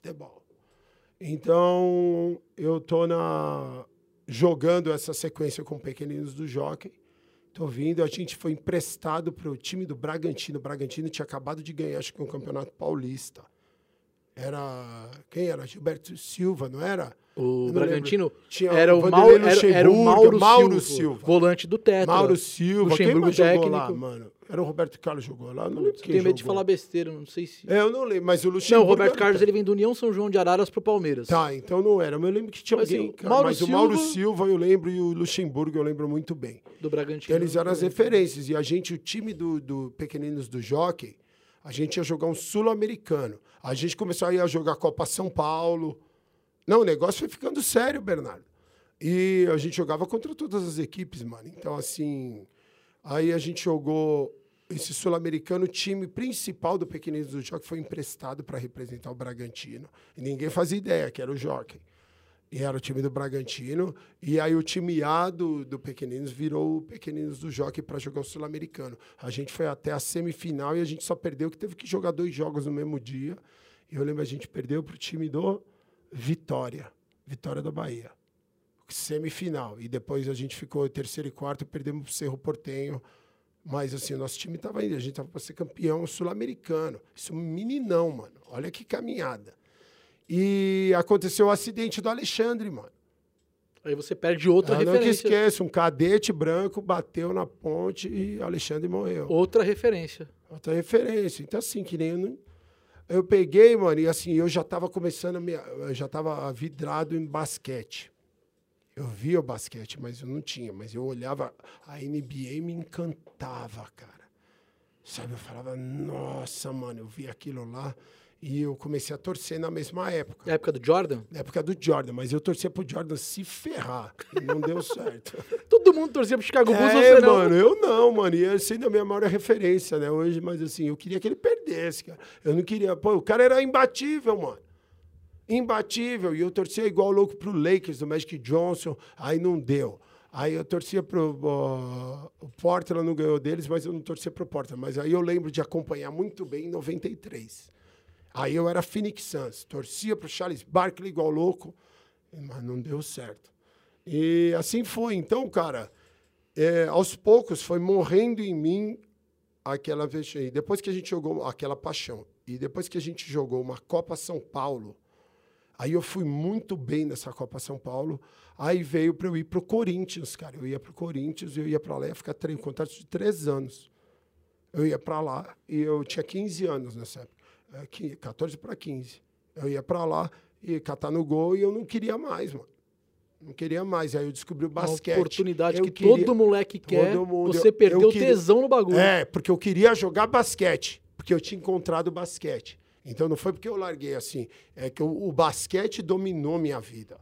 Então, eu tô jogando essa sequência com Pequeninos do Jockey. Tô vindo, a gente foi emprestado pro time do Bragantino. O Bragantino tinha acabado de ganhar, acho que um campeonato paulista. Quem era? Gilberto Silva, não era? O Bragantino era o Mauro Silva, volante do Tetra. Mauro Silva, quem mais jogou lá, mano? Era o Roberto Carlos jogou lá, não lembro quem tenho medo de falar besteira, não sei se... eu não lembro, mas o Luxemburgo... Não, o Roberto Carlos, ele vem do União São João de Araras pro Palmeiras. Tá, então não era, mas eu lembro que tinha alguém... Mas o Mauro Silva eu lembro e o Luxemburgo eu lembro muito bem. Do Bragantino. Eles eram as referências, e a gente, o time do Pequeninos do Jockey, a gente ia jogar um sul-americano. A gente começou a ir a jogar Copa São Paulo. Não, o negócio foi ficando sério, Bernardo. E a gente jogava contra todas as equipes, mano. Então, assim... Aí a gente jogou esse sul-americano, o time principal do Pequeninos do Jockey foi emprestado para representar o Bragantino. E ninguém fazia ideia que era o Jockey. E era o time do Bragantino. E aí o time A do Pequeninos virou o Pequeninos do Jockey para jogar o sul-americano. A gente foi até a semifinal e a gente só perdeu, que teve que jogar 2 jogos no mesmo dia. E eu lembro, a gente perdeu para o time do Vitória da Bahia. Semifinal. E depois a gente ficou terceiro e quarto, perdemos para o Cerro Porteño. Mas, assim, o nosso time estava indo. A gente estava para ser campeão sul-americano. Isso é um meninão, mano. Olha que caminhada. E aconteceu o acidente do Alexandre, mano. Aí você perde outra Eu nunca referência. esqueço, um cadete branco bateu na ponte e Alexandre morreu. Outra referência. Outra referência. Então, assim, que nem eu não... Eu peguei, mano, e assim, eu já tava começando eu já tava vidrado em basquete. Eu via o basquete, mas eu não tinha. Mas eu olhava, a NBA e me encantava, cara. Sabe, eu falava, nossa, mano, eu vi aquilo lá e eu comecei a torcer na mesma época. Na época do Jordan? Na época do Jordan, mas eu torcia pro Jordan se ferrar. E não deu certo. Todo mundo torcia pro Chicago Bulls, você não. Mano, eu não, mano. E essa ainda é a minha maior referência, né? Hoje, mas assim, eu queria que ele perdesse, cara. Eu não queria... Pô, o cara era imbatível, mano. Imbatível. E eu torcia igual louco pro Lakers, do Magic Johnson. Aí não deu. Aí eu torcia pro... o Portland não ganhou deles, mas eu não torcia pro Portland. Mas aí eu lembro de acompanhar muito bem em 93. Aí eu era Phoenix Suns. Torcia pro Charles Barkley igual louco, mas não deu certo. E assim foi. Então, cara, aos poucos foi morrendo em mim aquela vez. Depois que a gente jogou aquela paixão, e depois que a gente jogou uma Copa São Paulo, aí eu fui muito bem nessa Copa São Paulo. Aí veio para eu ir pro Corinthians, cara. Eu ia pro Corinthians, eu ia para lá, ia ficar em contrato de 3 anos. Eu ia para lá e eu tinha 15 anos nessa época. 14 para 15. Eu ia para lá e catar no gol e eu não queria mais, mano. Não queria mais. Aí eu descobri o basquete. Uma oportunidade que todo moleque quer. Você perdeu o tesão no bagulho. Porque eu queria jogar basquete. Porque eu tinha encontrado o basquete. Então não foi porque eu larguei assim. É que o basquete dominou minha vida.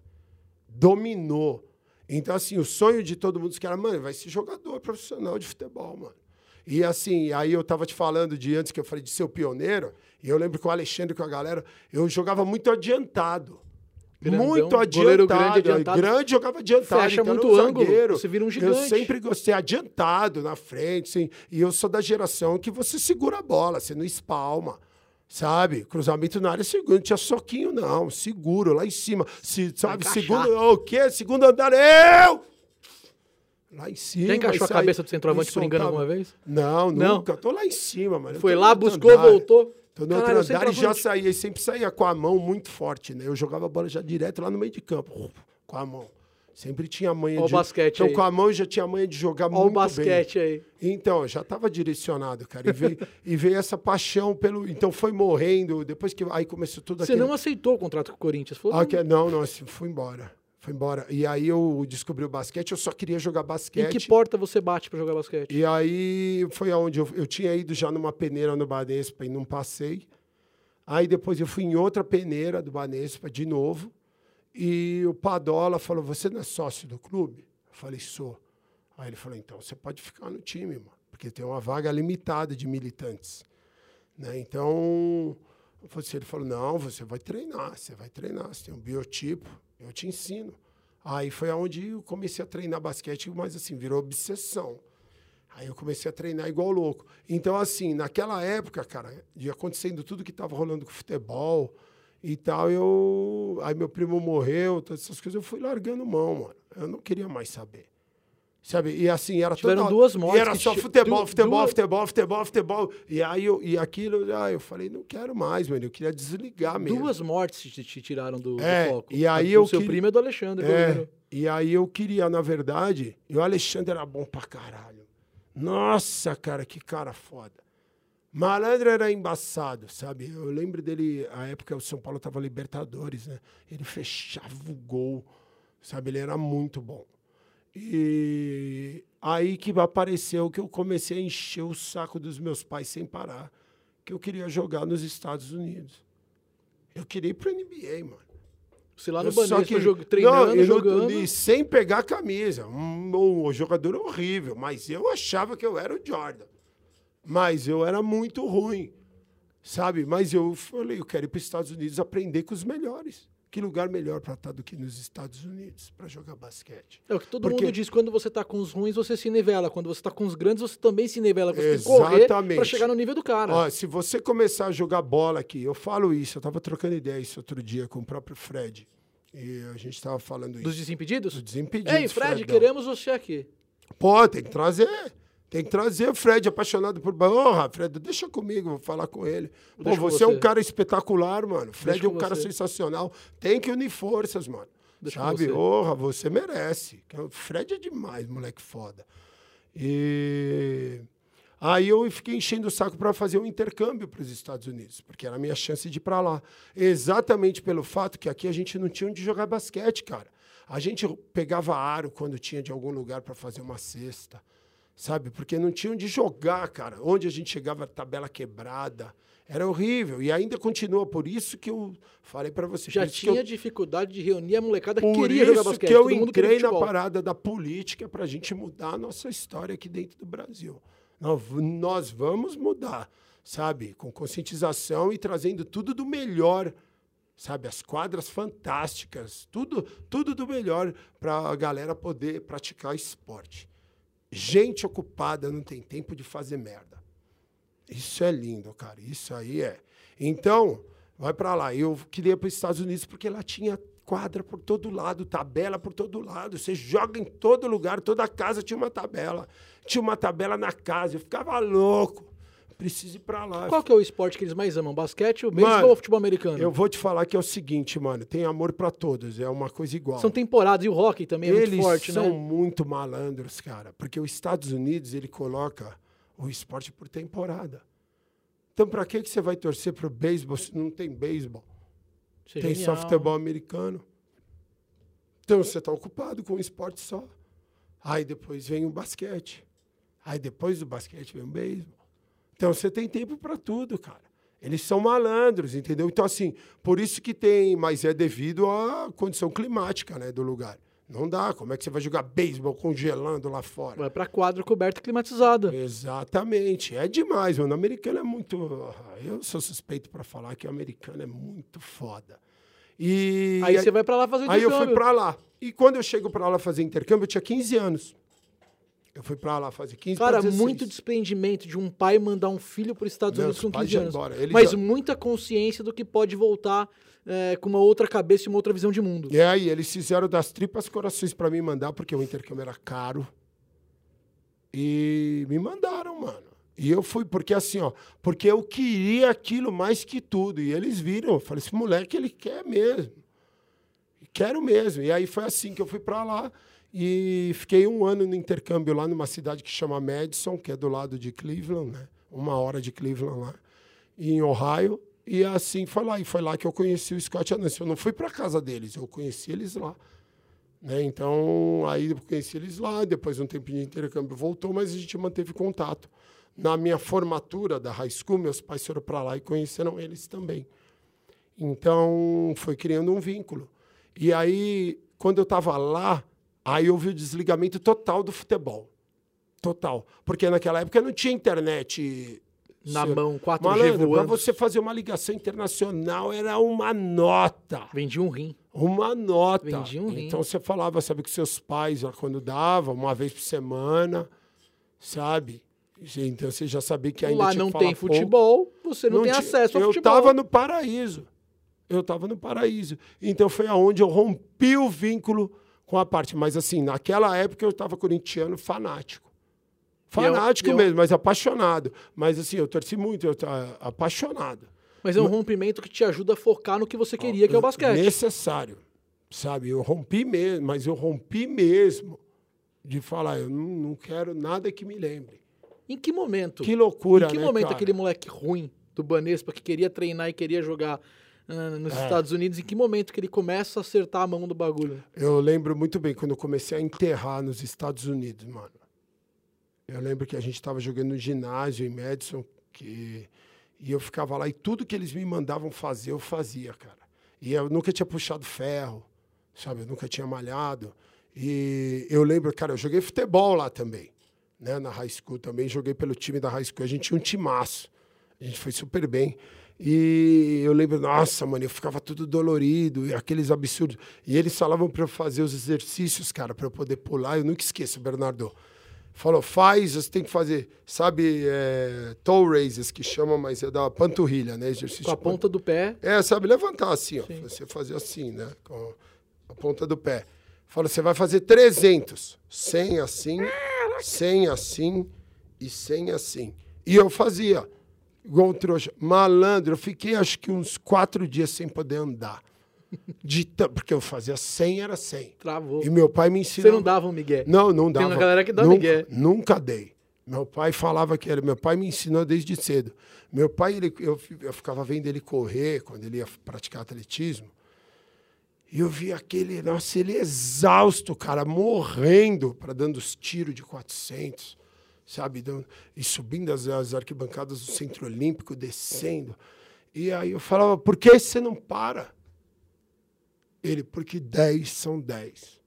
Dominou. Então, assim, o sonho de todo mundo que era, mano, vai ser jogador profissional de futebol, mano. E assim, aí eu tava te falando de antes que eu falei de ser o pioneiro, e eu lembro que o Alexandre com a galera, eu jogava muito adiantado. Grandão, muito adiantado. Grande, jogava adiantado. Fecha então muito ângulo, zagueiro. você vira um gigante. Eu sempre gostei adiantado na frente, assim, e eu sou da geração que você segura a bola, você não espalma. Sabe? Cruzamento na área seguro. Não tinha soquinho, não. Seguro, lá em cima. Sabe? Segundo. O quê? Segundo andar. Eu! Lá em cima. Já encaixou a cabeça do centroavante por engano alguma vez? Não, nunca. Tô lá em cima, mano. Foi lá, buscou, voltou. Tô no outro andar e já saía. E sempre saía com a mão muito forte, né? Eu jogava a bola já direto lá no meio de campo. Com a mão. Sempre tinha a manha de... o basquete então, aí. com a mão, eu já tinha a manha de jogar muito bem. Olha o basquete aí. Então, eu já estava direcionado, cara. E veio essa paixão pelo... Então, foi morrendo. Depois que... Aí começou tudo aquilo... Você não aceitou o contrato com o Corinthians? Falou, não, assim, fui embora. Fui embora. E aí eu descobri o basquete. Eu só queria jogar basquete. Em que porta você bate para jogar basquete? E aí foi aonde eu tinha ido já numa peneira no Banespa e não passei. Aí depois eu fui em outra peneira do Banespa de novo. E o Padola falou, você não é sócio do clube? Eu falei, sou. Aí ele falou, então, você pode ficar no time, mano, porque tem uma vaga limitada de militantes. Né? Então, ele falou, não, você vai treinar, você tem um biotipo, eu te ensino. Aí foi onde eu comecei a treinar basquete, mas assim, virou obsessão. Aí eu comecei a treinar igual louco. Então, assim, naquela época, cara, de acontecendo tudo que estava rolando com o futebol... E tal, aí meu primo morreu, todas essas coisas, eu fui largando mão, mano. Eu não queria mais saber. Sabe? E assim, era Tiveram duas mortes. E era só futebol. E aí eu falei, não quero mais, mano. Eu queria desligar mesmo. 2 mortes te tiraram do foco. E aí o seu primo é do Alexandre. E aí eu queria, na verdade, e o Alexandre era bom pra caralho. Nossa, cara, que cara foda. Malandro era embaçado, sabe? Eu lembro dele, a época o São Paulo tava Libertadores, né? Ele fechava o gol, sabe? Ele era muito bom. E aí que apareceu que eu comecei a encher o saco dos meus pais sem parar, que eu queria jogar nos Estados Unidos. Eu queria ir pro NBA, mano. Você lá no Banespa treinando, jogando... E sem pegar a camisa. Um jogador horrível, mas eu achava que eu era o Jordan. Mas eu era muito ruim, sabe? Mas eu falei, eu quero ir para os Estados Unidos aprender com os melhores. Que lugar melhor para estar do que nos Estados Unidos para jogar basquete? É o que todo mundo diz, quando você está com os ruins, você se nivela. Quando você está com os grandes, você também se nivela. Você tem que correr para chegar no nível do cara. Ó, se você começar a jogar bola aqui, eu falo isso, eu estava trocando ideia isso outro dia com o próprio Fred. E a gente estava falando isso. Dos Desimpedidos? Dos Desimpedidos. Ei, Fred, queremos você aqui. Pô, tem que trazer. Tem que trazer o Fred, apaixonado por... Porra, Fred, deixa comigo, vou falar com ele. Pô, Deixa com você é um você. cara espetacular, mano. Fred Deixa é um com cara você. sensacional. Tem que unir forças, mano. Deixa com Sabe? você. Porra, você merece. O Fred é demais, moleque foda. E... Aí eu fiquei enchendo o saco para fazer um intercâmbio para os Estados Unidos, porque era a minha chance de ir para lá. Exatamente pelo fato que aqui a gente não tinha onde jogar basquete, cara. A gente pegava aro quando tinha de algum lugar para fazer uma cesta, sabe? Porque não tinha onde jogar, cara. Onde a gente chegava, tabela quebrada. Era horrível. E ainda continua. Por isso que eu falei para você. Já por isso que tinha dificuldade de reunir a molecada que por queria jogar isso basquete. que eu todo mundo queria entrei na futebol. parada da política para a gente mudar a nossa história aqui dentro do Brasil. Nós vamos mudar, sabe? Com conscientização e trazendo tudo do melhor, sabe? As quadras fantásticas, tudo do melhor para a galera poder praticar esporte. Gente ocupada não tem tempo de fazer merda. Isso é lindo, cara. Isso aí é. Então, vai para lá. Eu queria ir para os Estados Unidos porque lá tinha quadra por todo lado, tabela por todo lado. Você joga em todo lugar, toda casa tinha uma tabela. Tinha uma tabela na casa. Eu ficava louco. Preciso ir para lá. Qual que é o esporte que eles mais amam? Basquete, o beisebol Mano, ou o futebol americano? Eu vou te falar que é o seguinte, mano. Tem amor para todos. É uma coisa igual. São temporadas. E o hockey também é Eles muito forte, são né? muito malandros, cara. Porque os Estados Unidos, ele coloca o esporte por temporada. Então, para que você vai torcer pro beisebol se não tem beisebol? Isso é Tem genial. só futebol americano. Então, você está ocupado com um esporte só. Aí depois vem o basquete. Aí depois do basquete vem o beisebol. Então, você tem tempo para tudo, cara. Eles são malandros, entendeu? Então, assim, por isso que tem... Mas é devido à condição climática, né, do lugar. Não dá. Como é que você vai jogar beisebol congelando lá fora? Vai pra quadra coberta e climatizada. Exatamente. É demais, mano. O americano é muito... Eu sou suspeito para falar que o americano é muito foda. E Aí você vai pra lá fazer Aí eu intercâmbio. fui para lá. E quando eu chego para lá fazer intercâmbio, eu tinha 15 anos. Eu fui para lá fazer 15 Cara, para 16. muito desprendimento de um pai mandar um filho para os Estados Não, Unidos os com pais 15 já anos. embora. Eles Mas já- muita consciência do que pode voltar com uma outra cabeça e uma outra visão de mundo. E aí, eles fizeram das tripas corações para me mandar, porque o intercâmbio era caro. E me mandaram, mano. E eu fui, porque assim, ó, porque eu queria aquilo mais que tudo. E eles viram, eu falei, esse moleque, ele quer mesmo. Quero mesmo. E aí foi assim que eu fui para lá e fiquei um ano no intercâmbio lá numa cidade que chama Madison, que é do lado de Cleveland, né? 1 hora de Cleveland lá, em Ohio. E assim foi lá. E foi lá que eu conheci o Scott Anansi. Eu não fui para casa deles, eu conheci eles lá. Né? Então, aí eu conheci eles lá, depois um tempinho de intercâmbio voltou, mas a gente manteve contato. Na minha formatura da high school, meus pais foram para lá e conheceram eles também. Então, foi criando um vínculo. E aí, quando eu estava lá, aí houve o desligamento total do futebol. Total. Porque naquela época não tinha internet... Na mão, 4G Malandro, para voando. você fazer uma ligação internacional era uma nota. Vendi um rim. Uma nota. Vendi um rim. Então você falava, sabe, com seus pais, ó, quando dava, uma vez por semana, sabe? Então você já sabia que ainda Lá tinha não que falar tem pouco. futebol, você não tem tinha- acesso ao eu futebol. estava no paraíso. Eu estava no paraíso. Então foi aonde eu rompi o vínculo com a parte. Mas assim, naquela época eu estava corintiano fanático. Fanático eu- mesmo, mas apaixonado. Mas assim, eu torci muito, eu estava apaixonado. Mas é um rompimento que te ajuda a focar no que você queria, que é o basquete. Necessário, sabe? Eu rompi mesmo, mas eu rompi mesmo de falar, eu não quero nada que me lembre. Em que momento? Que loucura, Em que né, momento cara? aquele moleque ruim do Banespa que queria treinar e queria jogar nos É. Estados Unidos, em que momento que ele começa a acertar a mão do bagulho? Eu lembro muito bem quando eu comecei a enterrar nos Estados Unidos, mano. Eu lembro que a gente estava jogando no ginásio em Madison, e eu ficava lá e tudo que eles me mandavam fazer, eu fazia, cara. E eu nunca tinha puxado ferro, sabe? Eu nunca tinha malhado. E eu lembro, cara, eu joguei futebol lá também, né? Na high school também, joguei pelo time da high school. A gente tinha um timaço, a gente foi super bem. E eu lembro, nossa, mano, eu ficava tudo dolorido, e aqueles absurdos. E eles falavam para eu fazer os exercícios, cara, para eu poder pular. Eu nunca esqueço, Bernardo. Falou, faz, você tem que fazer, sabe, toe raises, que chama, mas é da panturrilha, né? Exercício Com a de ponta do pé. sabe, levantar assim, ó. Sim. Você fazer assim, né? Com a ponta do pé. Fala, você vai fazer 300. 100 assim, 100 assim e 100 assim. E eu fazia, igual um trouxa. Malandro, eu fiquei acho que uns 4 dias sem poder andar. Porque eu fazia 100, era 100. Travou. E meu pai me ensinou. Você não dava um migué? Não dava. Tem uma galera que dá migué. Nunca dei. Meu pai falava que era. Meu pai me ensinou desde cedo. Meu pai, eu ficava vendo ele correr quando ele ia praticar atletismo. E eu via aquele, nossa, ele exausto, cara, morrendo, dando os tiros de 400, sabe? E subindo as arquibancadas do Centro Olímpico, descendo. E aí eu falava, por que você não para? Ele, porque 10 são 10.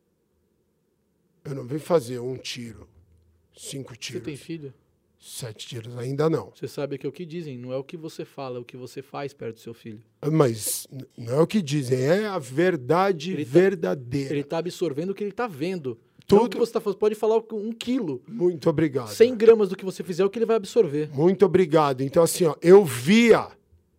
Eu não venho fazer um tiro, 5 tiros. Você tem filho? 7 tiros, ainda não. Você sabe que é o que dizem, não é o que você fala, é o que você faz perto do seu filho. Mas não é o que dizem, é a verdade verdadeira. Ele está absorvendo o que ele está vendo. Tudo. Não o que você está falando. Pode falar 1 quilo. Muito obrigado. 100 gramas do que você fizer é o que ele vai absorver. Muito obrigado. Então, assim, ó, eu via.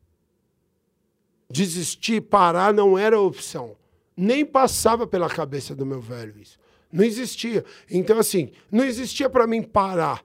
Desistir, parar não era opção. Nem passava pela cabeça do meu velho isso. Não existia. Então, assim, não existia para mim parar.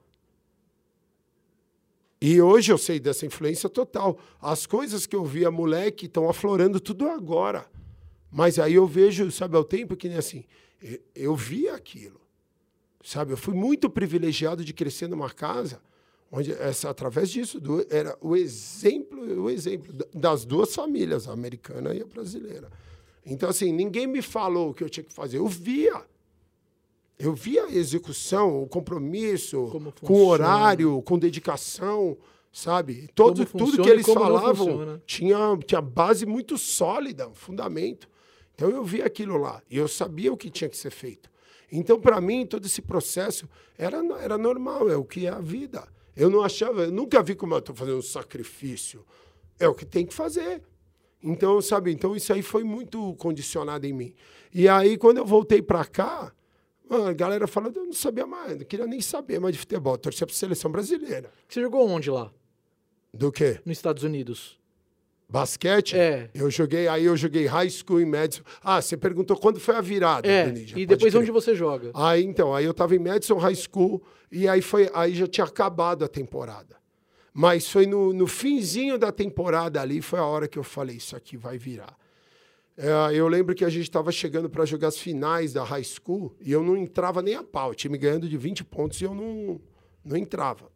E hoje eu sei dessa influência total. As coisas que eu via moleque estão aflorando tudo agora. Mas aí eu vejo, sabe, ao tempo que nem assim, eu via aquilo. Sabe, eu fui muito privilegiado de crescer numa casa onde, através disso, era o exemplo das 2 famílias, a americana e a brasileira. Então, assim, ninguém me falou o que eu tinha que fazer. Eu via. Eu via a execução, o compromisso, com horário, com dedicação, sabe? Tudo que eles falavam tinha base muito sólida, um fundamento. Então, eu via aquilo lá e eu sabia o que tinha que ser feito. Então, para mim, todo esse processo era normal, é o que é a vida. Eu nunca vi como eu estou fazendo um sacrifício. É o que tem que fazer. Então, sabe? Então, isso aí foi muito condicionado em mim. E aí, quando eu voltei para cá, a galera falando, eu não sabia mais, não queria nem saber mais de futebol. Torcia para a seleção brasileira. Você jogou onde lá? Do quê? Nos Estados Unidos. Basquete? É. Eu joguei high school em Madison. Ah, você perguntou quando foi a virada, Ninja. E depois onde você joga? Aí eu estava em Madison High School e aí já tinha acabado a temporada. Mas foi no finzinho da temporada ali, foi a hora que eu falei, isso aqui vai virar. Eu lembro que a gente estava chegando para jogar as finais da high school e eu não entrava nem a pau. O time ganhando de 20 pontos e eu não entrava.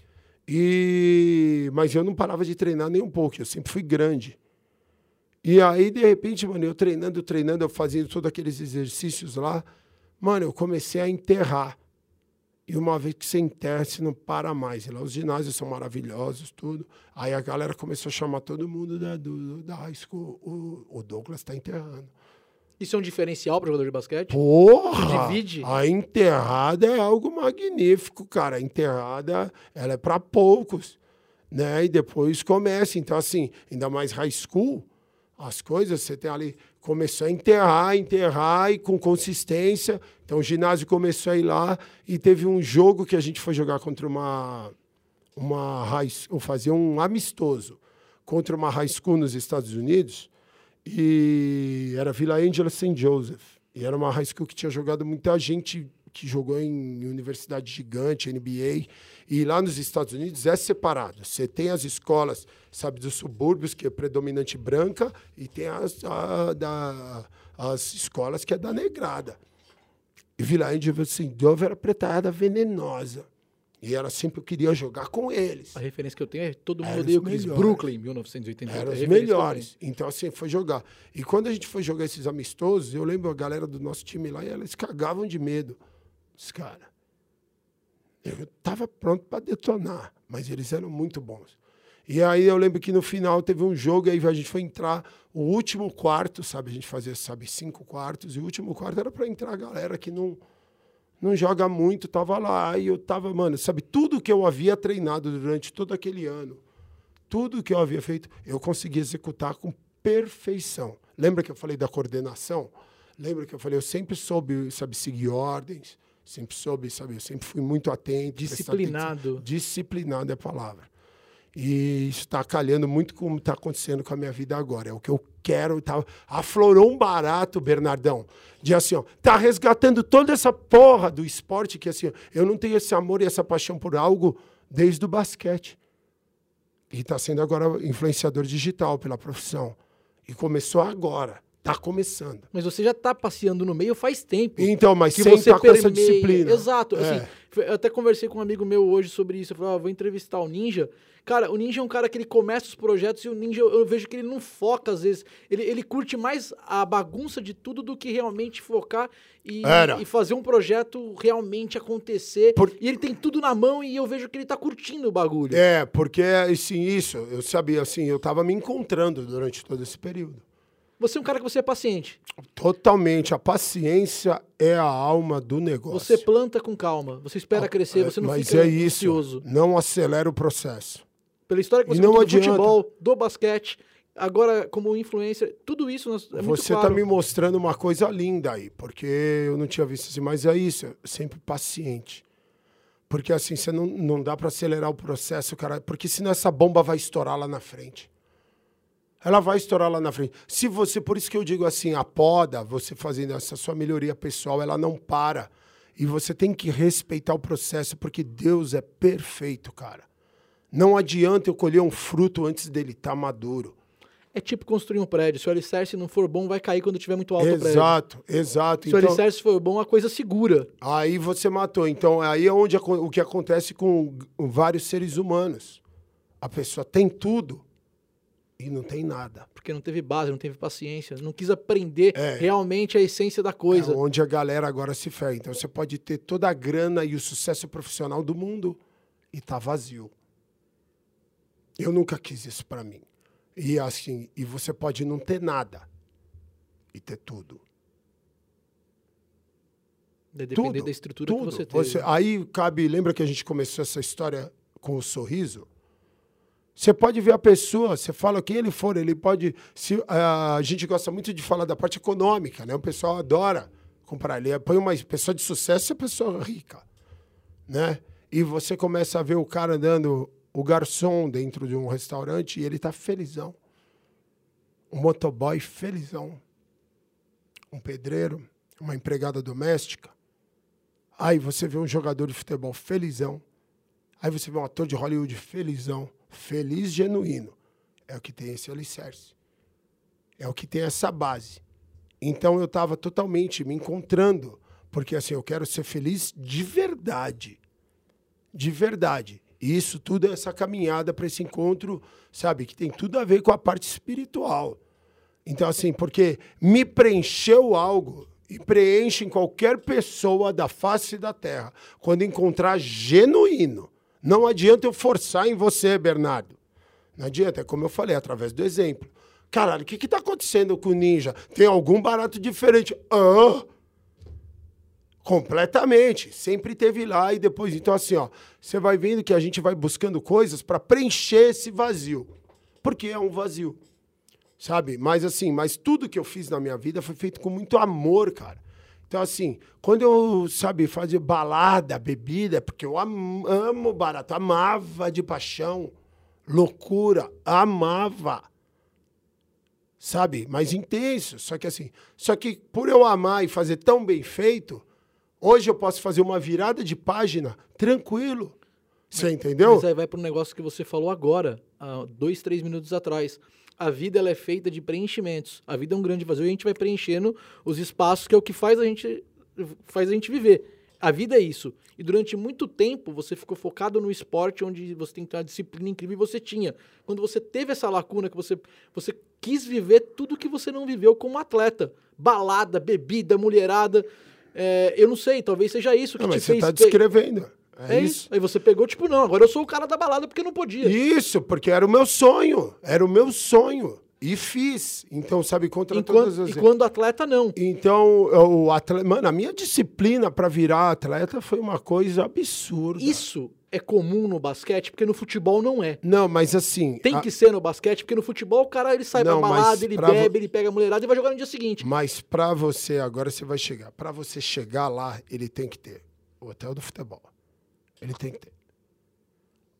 Mas eu não parava de treinar nem um pouco, eu sempre fui grande. E aí, de repente, mano, eu treinando, eu fazendo todos aqueles exercícios lá, mano, eu comecei a enterrar. E uma vez que você enterra, você não para mais. E lá os ginásios são maravilhosos, tudo. Aí a galera começou a chamar todo mundo da high school. O Douglas está enterrando. Isso é um diferencial para jogador de basquete? Porra! Divide? A enterrada é algo magnífico, cara. A enterrada, ela é para poucos, né? E depois começa. Então, assim, ainda mais high school, as coisas, você tem ali... Começou a enterrar e com consistência. Então, o ginásio começou a ir lá e teve um jogo que a gente foi jogar contra uma high school, fazer um amistoso contra uma high school nos Estados Unidos. E era Villa Angela St. Joseph. E era uma high school que tinha jogado muita gente que jogou em universidade gigante, NBA. E lá nos Estados Unidos é separado. Você tem as escolas, sabe, dos subúrbios, que é predominante branca, e tem as escolas que é da negrada. E Villa Angela St. Joseph era pretada venenosa. E ela sempre queria jogar com eles. A referência que eu tenho é todo mundo odeia o Chris Brooklyn, 1988. Eram os melhores. Então, assim, foi jogar. E quando a gente foi jogar esses amistosos, eu lembro a galera do nosso time lá, e eles cagavam de medo. Os caras. Eu estava pronto para detonar, mas eles eram muito bons. E aí eu lembro que no final teve um jogo, e aí a gente foi entrar o último quarto, sabe? A gente fazia, 5 quartos, e o último quarto era para entrar a galera que não joga muito, tava lá, e eu tava, mano, sabe, tudo que eu havia treinado durante todo aquele ano, tudo que eu havia feito, eu consegui executar com perfeição. Lembra que eu falei da coordenação? Lembra que eu falei, eu sempre soube, sabe, seguir ordens, sempre soube, sabe, eu sempre fui muito atento. Disciplinado. Disciplinado é a palavra. E isso está calhando muito com o que está acontecendo com a minha vida agora. É o que eu quero. Tá... Aflorou um barato, Bernardão, de assim, ó, tá resgatando toda essa porra do esporte que assim, eu não tenho esse amor e essa paixão por algo desde o basquete. E está sendo agora influenciador digital pela profissão. E começou agora. Tá começando. Mas você já tá passeando no meio faz tempo. Então, mas que sem você estar com essa disciplina. Exato. Assim, eu até conversei com um amigo meu hoje sobre isso. Eu falei, vou entrevistar o Ninja. Cara, o Ninja é um cara que ele começa os projetos e o Ninja, eu vejo que ele não foca às vezes. Ele curte mais a bagunça de tudo do que realmente focar e fazer um projeto realmente acontecer. E ele tem tudo na mão e eu vejo que ele tá curtindo o bagulho. Porque, assim, isso, eu sabia, assim, eu tava me encontrando durante todo esse período. Você é um cara que você é paciente. Totalmente. A paciência é a alma do negócio. Você planta com calma. Você espera crescer, você não fica ansioso. Não acelera o processo. Pela história que você contou do futebol, do basquete, agora como influencer, tudo isso é muito Você claro. tá me mostrando uma coisa linda aí, porque eu não tinha visto assim, mas é isso, sempre paciente. Porque assim, você não dá para acelerar o processo, cara, porque senão essa bomba vai estourar lá na frente. Ela vai estourar lá na frente. Se você, por isso que eu digo assim, a poda, você fazendo essa sua melhoria pessoal, ela não para. E você tem que respeitar o processo, porque Deus é perfeito, cara. Não adianta eu colher um fruto antes dele estar maduro. É tipo construir um prédio. Se o alicerce não for bom, vai cair quando estiver muito alto o prédio. Exato. Se o alicerce for bom, a coisa segura. Aí você matou. Então, aí é onde o que acontece com vários seres humanos. A pessoa tem tudo. E não tem nada. Porque não teve base, não teve paciência, não quis aprender realmente a essência da coisa. É onde a galera agora se ferra. Então você pode ter toda a grana e o sucesso profissional do mundo e tá vazio. Eu nunca quis isso pra mim. E assim, e você pode não ter nada e ter tudo. Depender da estrutura que você tem. Aí cabe, lembra que a gente começou essa história com o sorriso? Você pode ver a pessoa, você fala quem ele for, ele pode... a gente gosta muito de falar da parte econômica, né? O pessoal adora comprar. Ele põe uma pessoa de sucesso e a pessoa rica, né? E você começa a ver o cara andando, o garçom dentro de um restaurante e ele tá felizão. Um motoboy felizão. Um pedreiro, uma empregada doméstica. Aí você vê um jogador de futebol felizão. Aí você vê um ator de Hollywood felizão. Feliz, genuíno. É o que tem esse alicerce. É o que tem essa base. Então eu estava totalmente me encontrando, porque assim, eu quero ser feliz de verdade. De verdade. E isso tudo é essa caminhada para esse encontro, sabe, que tem tudo a ver com a parte espiritual. Então assim, porque me preencheu algo e preenche em qualquer pessoa da face da terra, quando encontrar genuíno. Não adianta eu forçar em você, Bernardo. Não adianta, é como eu falei, através do exemplo. Caralho, o que está acontecendo com o Ninja? Tem algum barato diferente? Completamente. Sempre teve lá e depois... Então, assim, ó, você vai vendo que a gente vai buscando coisas para preencher esse vazio. Porque é um vazio. Sabe? Mas, assim, tudo que eu fiz na minha vida foi feito com muito amor, cara. Então, assim, quando eu, sabe, fazia balada, bebida, porque eu amo barato, amava de paixão, loucura, amava, sabe? Mas intenso, só que por eu amar e fazer tão bem feito, hoje eu posso fazer uma virada de página tranquilo, você entendeu? Mas aí vai para um negócio que você falou agora, há 2, 3 minutos atrás. A vida ela é feita de preenchimentos. A vida é um grande vazio e a gente vai preenchendo os espaços, que é o que faz a gente viver. A vida é isso. E durante muito tempo você ficou focado no esporte, onde você tem uma disciplina incrível e você tinha. Quando você teve essa lacuna, que você quis viver tudo que você não viveu como atleta. Balada, bebida, mulherada. Eu não sei, talvez seja isso que te fez... Mas você está descrevendo. É isso. Aí você pegou, tipo, não, agora eu sou o cara da balada porque não podia. Isso, porque era o meu sonho. Era o meu sonho. E fiz. Então, sabe, todas as... E quando atleta, não. Então, o atleta... Mano, a minha disciplina para virar atleta foi uma coisa absurda. Isso é comum no basquete, porque no futebol não é. Não, mas assim... Tem que ser no basquete, porque no futebol o cara ele sai pra balada, ele bebe, ele pega a mulherada e vai jogar no dia seguinte. Mas pra você, agora você vai chegar. Pra você chegar lá, ele tem que ter o hotel do futebol. Ele tem que ter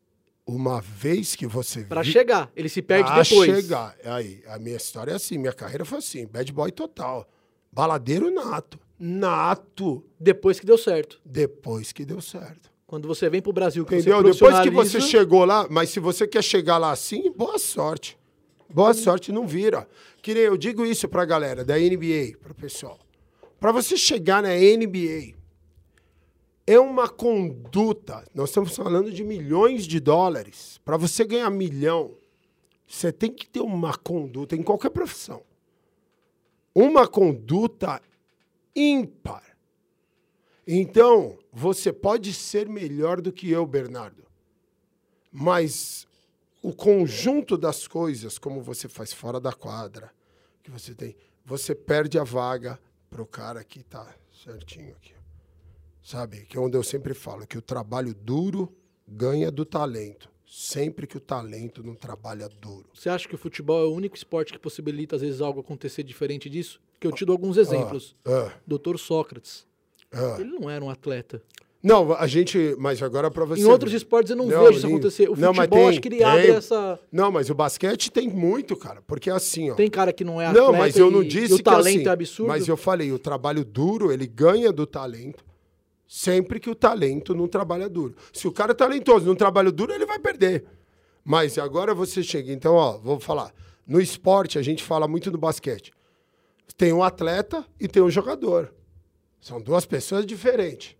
uma vez que você... Pra chegar, ele se perde pra depois. chegar. Aí, a minha história é assim, minha carreira foi assim, bad boy total. Baladeiro nato. Nato. Depois que deu certo. Depois que deu certo. Quando você vem pro Brasil, que Entendeu? você Depois que profissionaliza... você chegou lá, mas se você quer chegar lá assim, boa sorte. Boa sorte, não vira. Que nem eu digo isso pra galera da NBA, pro pessoal. Pra você chegar na NBA, é uma conduta. Nós estamos falando de milhões de dólares. Pra você ganhar 1 milhão, você tem que ter uma conduta em qualquer profissão. Uma conduta ímpar. Então, você pode ser melhor do que eu, Bernardo. Mas o conjunto das coisas, como você faz fora da quadra, que você tem, você perde a vaga pro cara que tá certinho aqui. Sabe? Que é onde eu sempre falo, que o trabalho duro ganha do talento. Sempre que o talento não trabalha duro. Você acha que o futebol é o único esporte que possibilita, às vezes, algo acontecer diferente disso? Que eu te dou alguns exemplos. Dr. Sócrates. Ele não era um atleta. Não, a gente... Mas agora para você... Em outros esportes eu não vejo isso acontecer. O futebol, acho que ele abre essa... Não, mas o basquete tem muito, cara. Porque assim, ó... Tem cara que não é atleta mas eu não disse e o talento assim, é absurdo. Mas eu falei, o trabalho duro, ele ganha do talento. Sempre que o talento não trabalha duro. Se o cara é talentoso não trabalha duro, ele vai perder. Mas agora você chega... Então, ó, vou falar. No esporte, a gente fala muito no basquete. Tem um atleta e tem um jogador. São duas pessoas diferentes.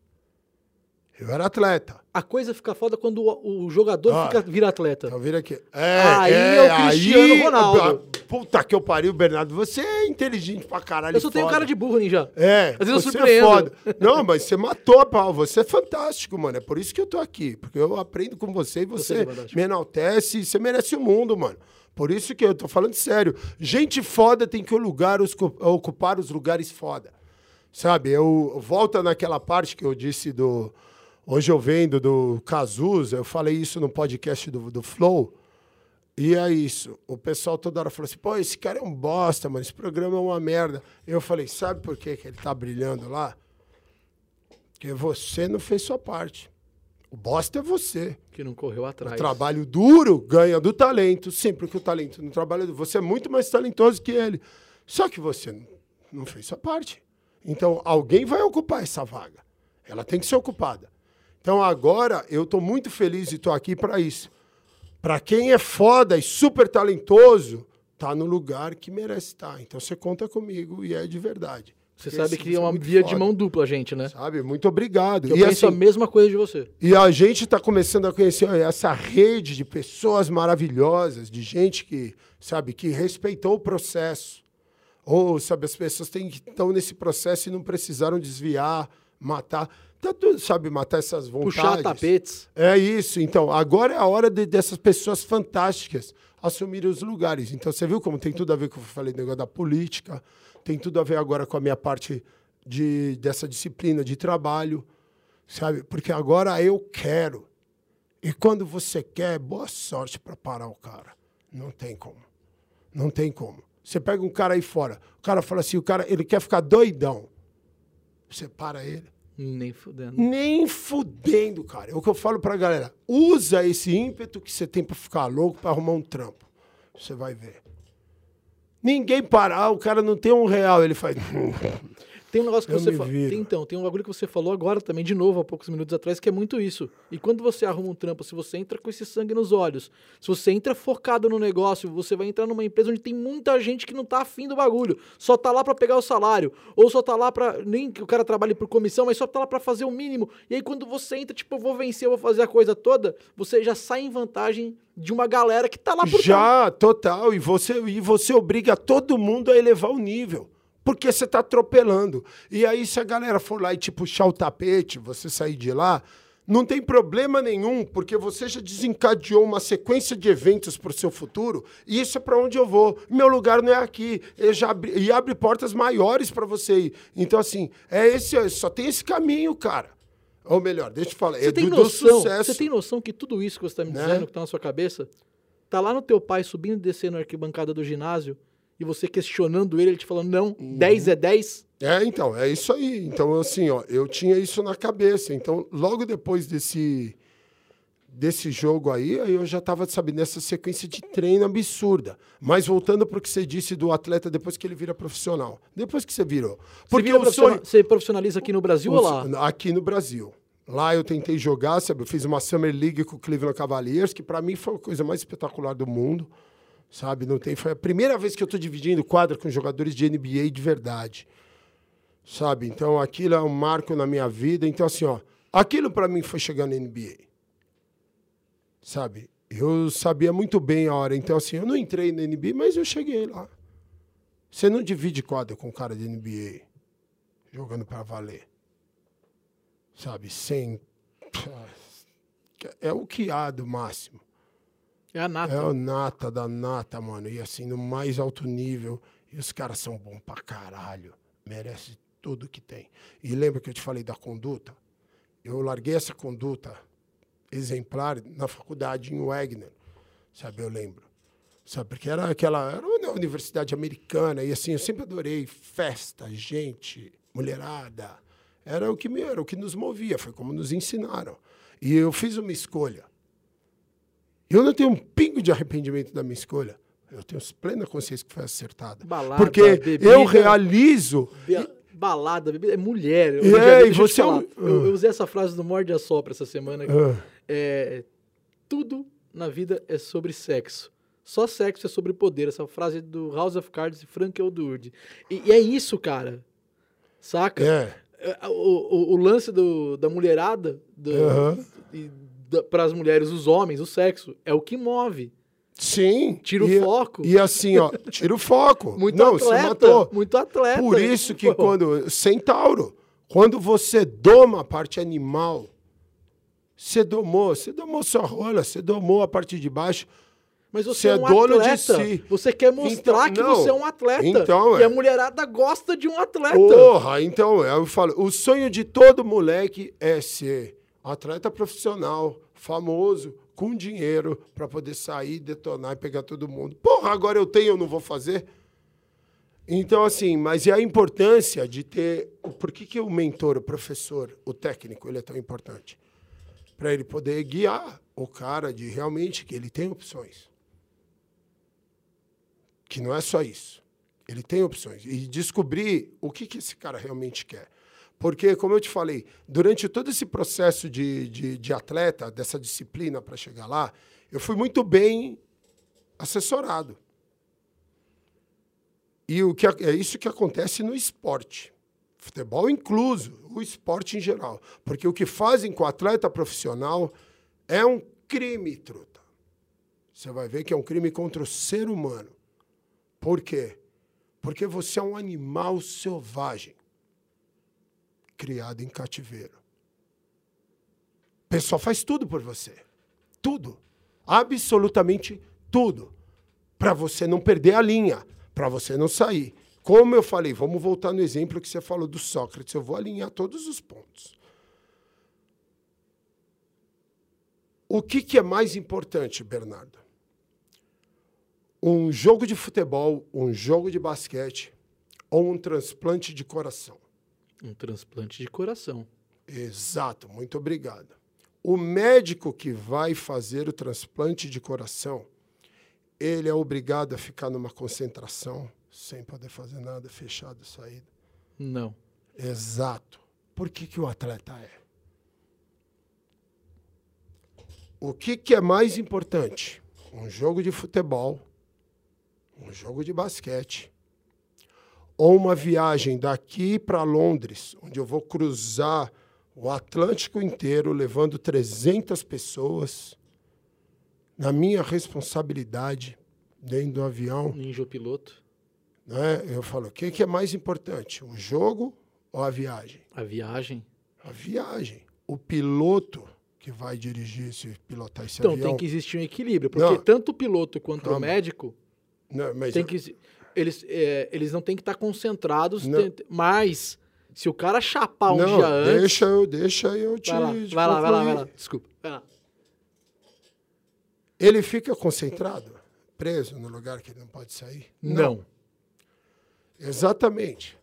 Eu era atleta. A coisa fica foda quando o jogador vira atleta. Então vira aqui. Aí é o Cristiano Ronaldo. Puta que eu pariu, Bernardo. Você é inteligente pra caralho. Eu só tenho cara de burro, Ninja. Às vezes eu você surpreendo. É foda. Não, mas você matou, pau. Você é fantástico, mano. É por isso que eu tô aqui. Porque eu aprendo com você e você me enaltece. E você merece o mundo, mano. Por isso que eu tô falando sério. Gente foda tem que ocupar os lugares foda. Sabe? Eu volto naquela parte que eu disse do... Hoje eu vendo do Cazuza, eu falei isso no podcast do Flow, e é isso. O pessoal toda hora falou assim, pô, esse cara é um bosta, mano, esse programa é uma merda. Eu falei, sabe por que ele tá brilhando lá? Porque você não fez sua parte. O bosta é você. Que não correu atrás. O trabalho duro ganha do talento, sempre que o talento não trabalha duro. Você é muito mais talentoso que ele. Só que você não fez sua parte. Então, alguém vai ocupar essa vaga. Ela tem que ser ocupada. Então, agora, eu estou muito feliz e estou aqui para isso. Para quem é foda e super talentoso, tá no lugar que merece estar. Então, você conta comigo e é de verdade. Você sabe que é uma via de mão dupla, gente, né? Sabe? Muito obrigado. Eu penso a mesma coisa de você. E a gente está começando a conhecer essa rede de pessoas maravilhosas, de gente que, sabe, que respeitou o processo. Ou, sabe, as pessoas estão nesse processo e não precisaram desviar, matar... Tanto, sabe, matar essas vontades. Puxar tapetes. É isso. Então, agora é a hora dessas pessoas fantásticas assumirem os lugares. Então, você viu como tem tudo a ver com o que eu falei, do negócio da política, tem tudo a ver agora com a minha parte dessa disciplina de trabalho, sabe? Porque agora eu quero. E quando você quer, boa sorte para parar o cara. Não tem como. Não tem como. Você pega um cara aí fora, o cara fala assim, ele quer ficar doidão. Você para ele. Nem fudendo. Nem fudendo, cara. É o que eu falo pra galera. Usa esse ímpeto que você tem pra ficar louco pra arrumar um trampo. Você vai ver. Ninguém parar, o cara não tem R$1, ele faz... Tem um negócio que você falou. Então, tem um bagulho que você falou agora também, de novo, há poucos minutos atrás, que é muito isso. E quando você arruma um trampo, se você entra com esse sangue nos olhos, se você entra focado no negócio, você vai entrar numa empresa onde tem muita gente que não tá afim do bagulho, só tá lá pra pegar o salário, ou só tá lá pra... Nem que o cara trabalhe por comissão, mas só tá lá pra fazer o mínimo. E aí quando você entra, tipo, eu vou vencer, eu vou fazer a coisa toda, você já sai em vantagem de uma galera que tá lá por Já, total. E você obriga todo mundo a elevar o nível. Porque você tá atropelando. E aí, se a galera for lá e te puxar o tapete, você sair de lá, não tem problema nenhum, porque você já desencadeou uma sequência de eventos para o seu futuro, e isso é para onde eu vou. Meu lugar não é aqui. E abre portas maiores para você ir. Então, assim, só tem esse caminho, cara. Ou melhor, deixa eu falar, do sucesso. Você tem noção que tudo isso que você tá me dizendo, que tá na sua cabeça, tá lá no teu pai subindo e descendo a arquibancada do ginásio, e você questionando ele te falando, não, 10 é 10? Então, é isso aí. Então, assim, ó, eu tinha isso na cabeça. Então, logo depois desse jogo aí eu já estava, sabe, nessa sequência de treino absurda. Mas voltando para o que você disse do atleta depois que ele vira profissional. Depois que você virou. Porque você profissionaliza aqui no Brasil ou lá? Aqui no Brasil. Lá eu tentei jogar, sabe? Eu fiz uma Summer League com o Cleveland Cavaliers, que para mim foi a coisa mais espetacular do mundo. Sabe? Foi a primeira vez que eu estou dividindo quadra com jogadores de NBA de verdade. Sabe? Então aquilo é um marco na minha vida. Então assim, ó, aquilo para mim foi chegar na NBA. Sabe? Eu sabia muito bem a hora. Então, assim, eu não entrei na NBA, mas eu cheguei lá. Você não divide quadra com um cara de NBA jogando para valer. Sabe? É o que há do máximo. É a nata. É o nata da nata, mano. E assim, no mais alto nível. E os caras são bons pra caralho. Merece tudo que tem. E lembra que eu te falei da conduta? Eu larguei essa conduta exemplar na faculdade em Wagner, sabe, eu lembro. Sabe, porque era uma universidade americana, e assim, eu sempre adorei festa, gente, mulherada. Era o que nos movia, foi como nos ensinaram. E eu fiz uma escolha. Eu não tenho um pingo de arrependimento da minha escolha. Eu tenho plena consciência que foi acertada. Balada, porque bebida, eu realizo... Balada, bebida, é mulher. Eu usei essa frase do Morde a Sopra essa semana. Tudo na vida é sobre sexo. Só sexo é sobre poder. Essa frase do House of Cards de Frank Underwood. E é isso, cara. Saca? O lance da mulherada para as mulheres, os homens, o sexo, é o que move. Sim. Tira o foco. E assim, ó, tira o foco. Muito atleta. Você matou. Muito atleta. Por isso que Centauro, quando você doma a parte animal, você domou sua rola, você domou a parte de baixo. Mas você é um dono atleta. De si. Você quer mostrar que você é um atleta. Então, e a mulherada gosta de um atleta. Porra, então, eu falo, o sonho de todo moleque é ser atleta profissional, famoso, com dinheiro, para poder sair, detonar e pegar todo mundo. Porra, agora eu não vou fazer? Então, assim, mas e a importância de ter... Por que o mentor, o professor, o técnico, ele é tão importante? Para ele poder guiar o cara de realmente que ele tem opções. Que não é só isso. Ele tem opções. E descobrir o que esse cara realmente quer. Porque, como eu te falei, durante todo esse processo de atleta, dessa disciplina para chegar lá, eu fui muito bem assessorado. E é isso que acontece no esporte. Futebol incluso, o esporte em geral. Porque o que fazem com o atleta profissional é um crime, truta. Você vai ver que é um crime contra o ser humano. Por quê? Porque você é um animal selvagem. Criado em cativeiro. O pessoal faz tudo por você. Tudo. Absolutamente tudo. Para você não perder a linha. Para você não sair. Como eu falei, vamos voltar no exemplo que você falou do Sócrates. Eu vou alinhar todos os pontos. O que é mais importante, Bernardo? Um jogo de futebol, um jogo de basquete ou um transplante de coração? Um transplante de coração. Exato, muito obrigado. O médico que vai fazer o transplante de coração, ele é obrigado a ficar numa concentração, sem poder fazer nada, fechado, saída? Não. Exato. Por que o atleta é? O que é mais importante? Um jogo de futebol, um jogo de basquete, ou uma viagem daqui para Londres, onde eu vou cruzar o Atlântico inteiro, levando 300 pessoas, na minha responsabilidade, dentro do avião. Ninja piloto. Né? Eu falo, o que é mais importante, o jogo ou a viagem? A viagem. A viagem. O piloto que vai dirigir, pilotar esse avião... Então, tem que existir um equilíbrio, porque tanto o piloto quanto o médico... Não, mas tem que... Eles não têm que estar concentrados, mas se o cara chapar um dia antes... Deixa eu te... Vai lá. Desculpa. Vai lá. Ele fica concentrado, preso no lugar que ele não pode sair? Não. Exatamente.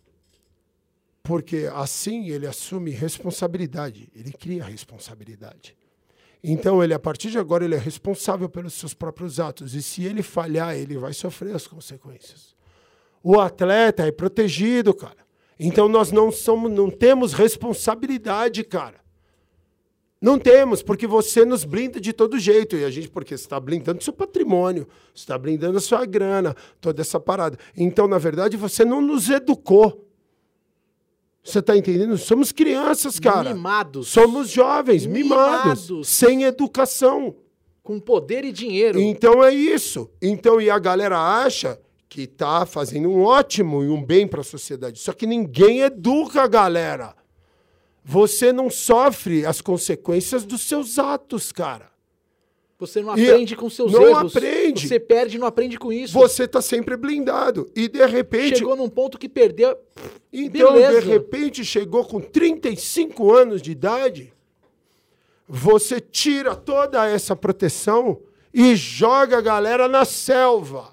Porque assim ele assume responsabilidade, ele cria responsabilidade. Então, ele, a partir de agora, ele é responsável pelos seus próprios atos. E se ele falhar, ele vai sofrer as consequências. O atleta é protegido, cara. Então, nós não temos responsabilidade, cara. Não temos, porque você nos blinda de todo jeito. E a gente, porque você está blindando seu patrimônio, você está blindando a sua grana, toda essa parada. Então, na verdade, você não nos educou. Você está entendendo? Somos crianças, cara. Mimados. Somos jovens, mimados. Sem educação. Com poder e dinheiro. Então é isso. Então, e a galera acha que está fazendo um ótimo e um bem para a sociedade. Só que ninguém educa a galera. Você não sofre as consequências dos seus atos, cara. Você não aprende com seus não erros. Não aprende. Você perde e não aprende com isso. Você está sempre blindado. E, de repente... Chegou num ponto que perdeu... Então, beleza. De repente, chegou com 35 anos de idade, você tira toda essa proteção e joga a galera na selva.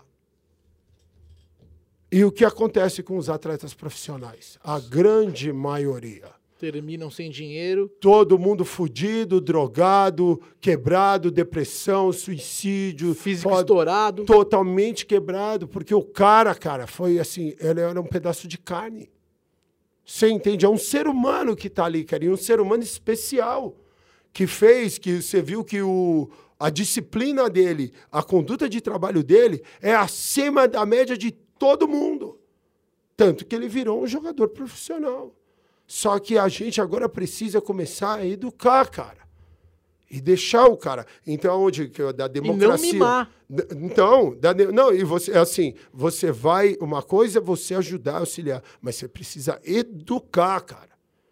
E o que acontece com os atletas profissionais? A grande maioria. Terminam sem dinheiro. Todo mundo fudido, drogado, quebrado, depressão, suicídio. Físico estourado. Totalmente quebrado, porque o cara, foi assim, ele era um pedaço de carne. Você entende? É um ser humano que está ali, cara, e um ser humano especial, que você viu que a disciplina dele, a conduta de trabalho dele é acima da média de todo mundo. Tanto que ele virou um jogador profissional. Só que a gente agora precisa começar a educar, cara. E deixar o cara. Então, onde da democracia. E não mimar. Então, não, e você, assim, você vai. Uma coisa é você ajudar, auxiliar, mas você precisa educar, cara.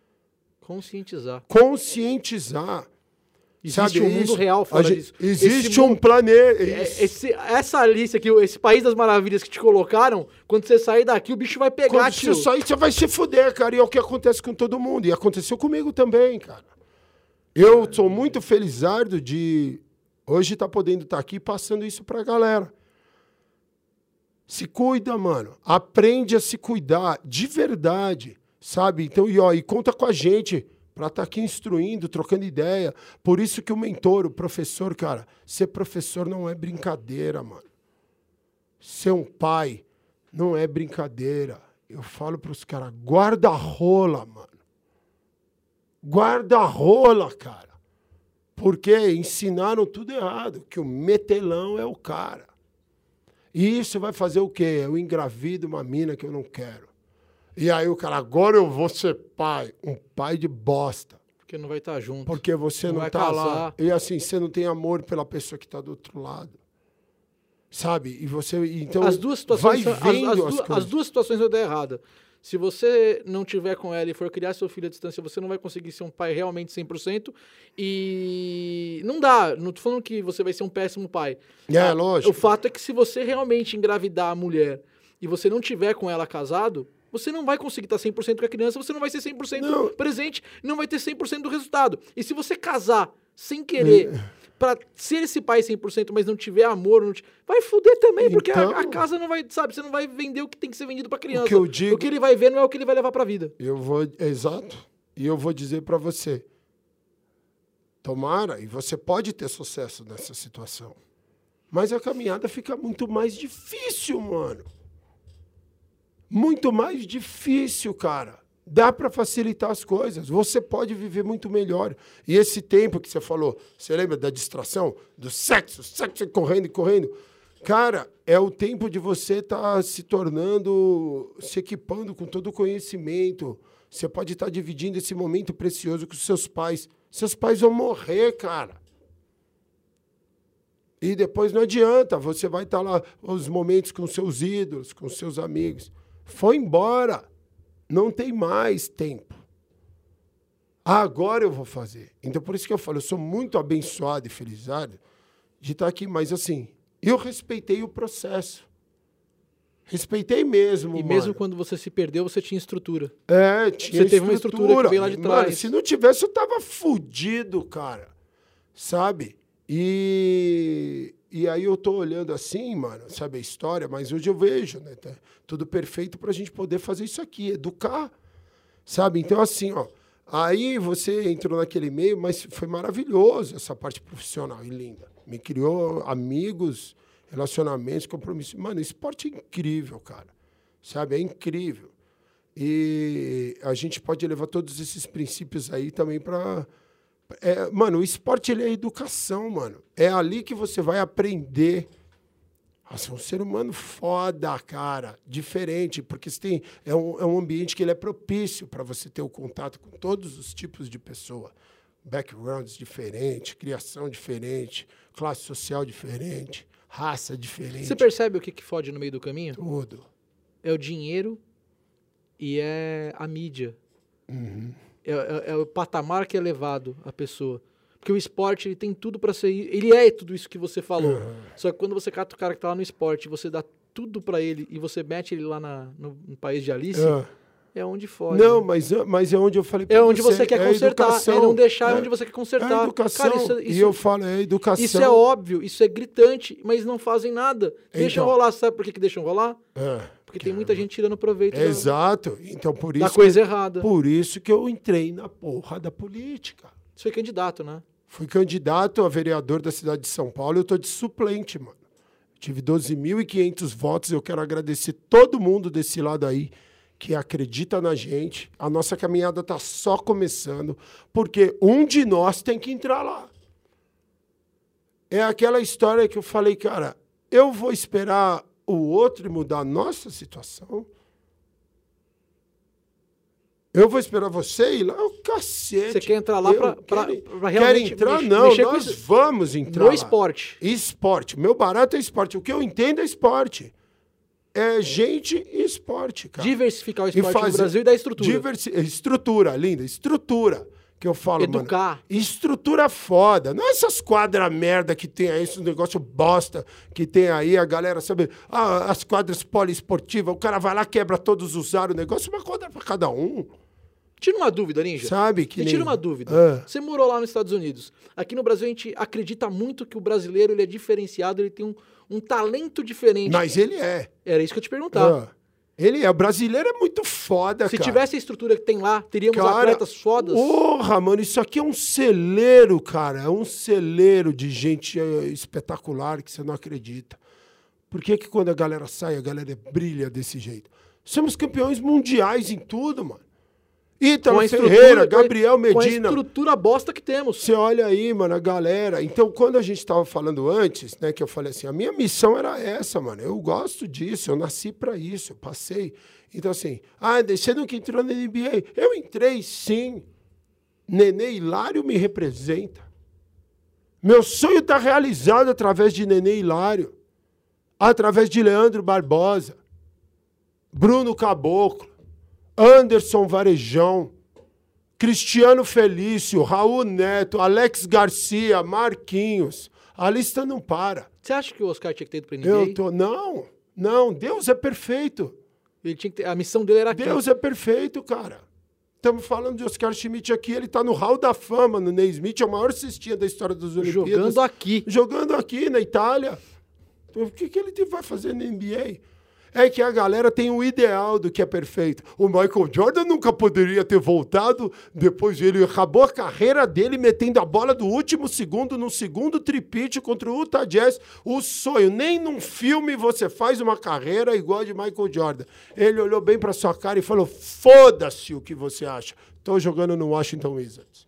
Conscientizar. Existe um mundo real fora disso. Existe um planeta. Essa lista aqui, esse País das Maravilhas que te colocaram, quando você sair daqui, o bicho vai pegar, quando você sair, você vai se fuder, cara. E é o que acontece com todo mundo. E aconteceu comigo também, cara. Eu sou muito felizardo de hoje estar podendo estar aqui passando isso pra galera. Se cuida, mano. Aprende a se cuidar de verdade, sabe? Então, e conta com a gente para estar aqui instruindo, trocando ideia. Por isso que o mentor, o professor, cara, ser professor não é brincadeira, mano. Ser um pai não é brincadeira. Eu falo pros caras, guarda a rola, mano. Guarda a rola, cara. Porque ensinaram tudo errado, que o metelão é o cara. E isso vai fazer o quê? Eu engravido uma mina que eu não quero. E aí o cara, agora eu vou ser pai. Um pai de bosta. Porque não vai estar junto. Porque você não tá lá. E assim, você não tem amor pela pessoa que está do outro lado. Sabe? E você, então, as duas situações vai vendo as duas situações vão dar errada. Se você não tiver com ela e for criar seu filho à distância, você não vai conseguir ser um pai realmente 100%. E não dá. Não tô falando que você vai ser um péssimo pai. Lógico. O fato é que se você realmente engravidar a mulher e você não tiver com ela casado, você não vai conseguir estar 100% com a criança, você não vai ser 100% presente, não vai ter 100% do resultado. E se você casar sem querer, pra ser esse pai 100%, mas não tiver amor, vai foder também, porque a casa não vai, sabe, você não vai vender o que tem que ser vendido pra criança. O que ele vai ver não é o que ele vai levar pra vida. Exato. E eu vou dizer pra você, tomara, e você pode ter sucesso nessa situação, mas a caminhada fica muito mais difícil, mano. Muito mais difícil, cara. Dá para facilitar as coisas. Você pode viver muito melhor. E esse tempo que você falou, você lembra da distração? Do sexo correndo e correndo? Cara, é o tempo de você estar se tornando, se equipando com todo o conhecimento. Você pode estar dividindo esse momento precioso com seus pais. Seus pais vão morrer, cara. E depois não adianta. Você vai estar lá os momentos com seus ídolos, com seus amigos. Foi embora. Não tem mais tempo. Agora eu vou fazer. Então, por isso que eu falo, eu sou muito abençoado e felizardo de estar aqui. Mas, assim, eu respeitei o processo. Respeitei mesmo, E mesmo quando você se perdeu, você tinha estrutura. Tinha Você teve uma estrutura que veio lá de trás. Mano, se não tivesse, eu tava fudido, cara. Sabe? E aí eu tô olhando assim, mano, sabe a história? Mas hoje eu vejo, né? Tá tudo perfeito pra gente poder fazer isso aqui, educar, sabe? Então, assim, ó, Aí você entrou naquele meio, mas foi maravilhoso essa parte profissional e linda. Me criou amigos, relacionamentos, compromissos. Mano, esporte é incrível, cara. Sabe? É incrível. E a gente pode levar todos esses princípios aí também para... mano, o esporte ele é educação, mano. É ali que você vai aprender a ser um ser humano foda, cara. Diferente, porque você tem, é um ambiente que ele é propício para você ter o contato com todos os tipos de pessoa. Backgrounds diferentes, criação diferente, classe social diferente, raça diferente. Você percebe o que fode no meio do caminho? Tudo. É o dinheiro e é a mídia. Uhum. É o patamar que é levado à pessoa. Porque o esporte, ele tem tudo pra ser... Ele é tudo isso que você falou. Uhum. Só que quando você cata o cara que tá lá no esporte, você dá tudo pra ele e você mete ele lá no país de Alice, é onde fode. Não, mas é onde eu falei pra você. É onde você quer consertar. Educação. É não deixar onde você quer consertar. É educação. Cara, e eu falo, é educação. Isso é óbvio, isso é gritante, mas não fazem nada. Deixam rolar. Sabe por que deixam rolar? Porque tem muita gente tirando proveito exato. Então, por isso da coisa errada. Por isso que eu entrei na porra da política. Você foi candidato, né? Fui candidato a vereador da cidade de São Paulo. Eu tô de suplente, mano. Tive 12.500 votos. Eu quero agradecer todo mundo desse lado aí que acredita na gente. A nossa caminhada tá só começando, porque um de nós tem que entrar lá. É aquela história que eu falei, cara, eu vou esperar o outro mudar a nossa situação? Eu vou esperar você ir lá? O cacete. Você quer entrar lá pra Quer realmente entrar? Não, nós vamos entrar no lá. Esporte. Esporte. Meu barato é esporte. O que eu entendo é esporte. É gente e esporte, cara. Diversificar o esporte no Brasil e dar estrutura. Estrutura, linda. Estrutura. Que eu falo, educar. Mano, estrutura foda. Não essas quadras merda que tem aí, esse negócio bosta que tem aí, a galera, sabe? As quadras poliesportivas, o cara vai lá, quebra todos os aros, o negócio, uma quadra pra cada um. Tira uma dúvida, Ninja. Sabe que tira uma dúvida. Você morou lá nos Estados Unidos. Aqui no Brasil a gente acredita muito que o brasileiro ele é diferenciado, ele tem um talento diferente. Mas ele é. Era isso que eu te perguntar. Ele é. O brasileiro é muito foda, Se cara. tivesse a estrutura que tem lá, teríamos atletas fodas. Porra, mano, isso aqui é um celeiro, cara. É um celeiro de gente espetacular que você não acredita. Por que quando a galera sai, a galera brilha desse jeito? Somos campeões mundiais em tudo, mano. Ítalo Ferreira, Gabriel Medina. Com a estrutura bosta que temos. Você olha aí, mano, a galera. Então, quando a gente tava falando antes, né, que eu falei assim, a minha missão era essa, mano. Eu gosto disso, eu nasci pra isso, eu passei. Então, assim, você nunca entrou na NBA? Eu entrei, sim. Nenê Hilário me representa. Meu sonho tá realizado através de Nenê Hilário. Através de Leandro Barbosa. Bruno Caboclo. Anderson Varejão, Cristiano Felício, Raul Neto, Alex Garcia, Marquinhos. A lista não para. Você acha que o Oscar tinha que ter ido pra NBA? Não, Deus é perfeito. Ele tinha que ter, a missão dele era aqui. Deus é perfeito, cara. Estamos falando de Oscar Schmidt aqui, ele tá no Hall da Fama, no Naismith, é o maior cestinha da história das Olimpíadas. Jogando aqui na Itália. O que ele vai fazer na NBA? É que a galera tem um ideal do que é perfeito. O Michael Jordan nunca poderia ter voltado depois ele acabou a carreira dele metendo a bola do último segundo no segundo tripite contra o Utah Jazz. O sonho. Nem num filme você faz uma carreira igual a de Michael Jordan. Ele olhou bem pra sua cara e falou, foda-se o que você acha. Tô jogando no Washington Wizards.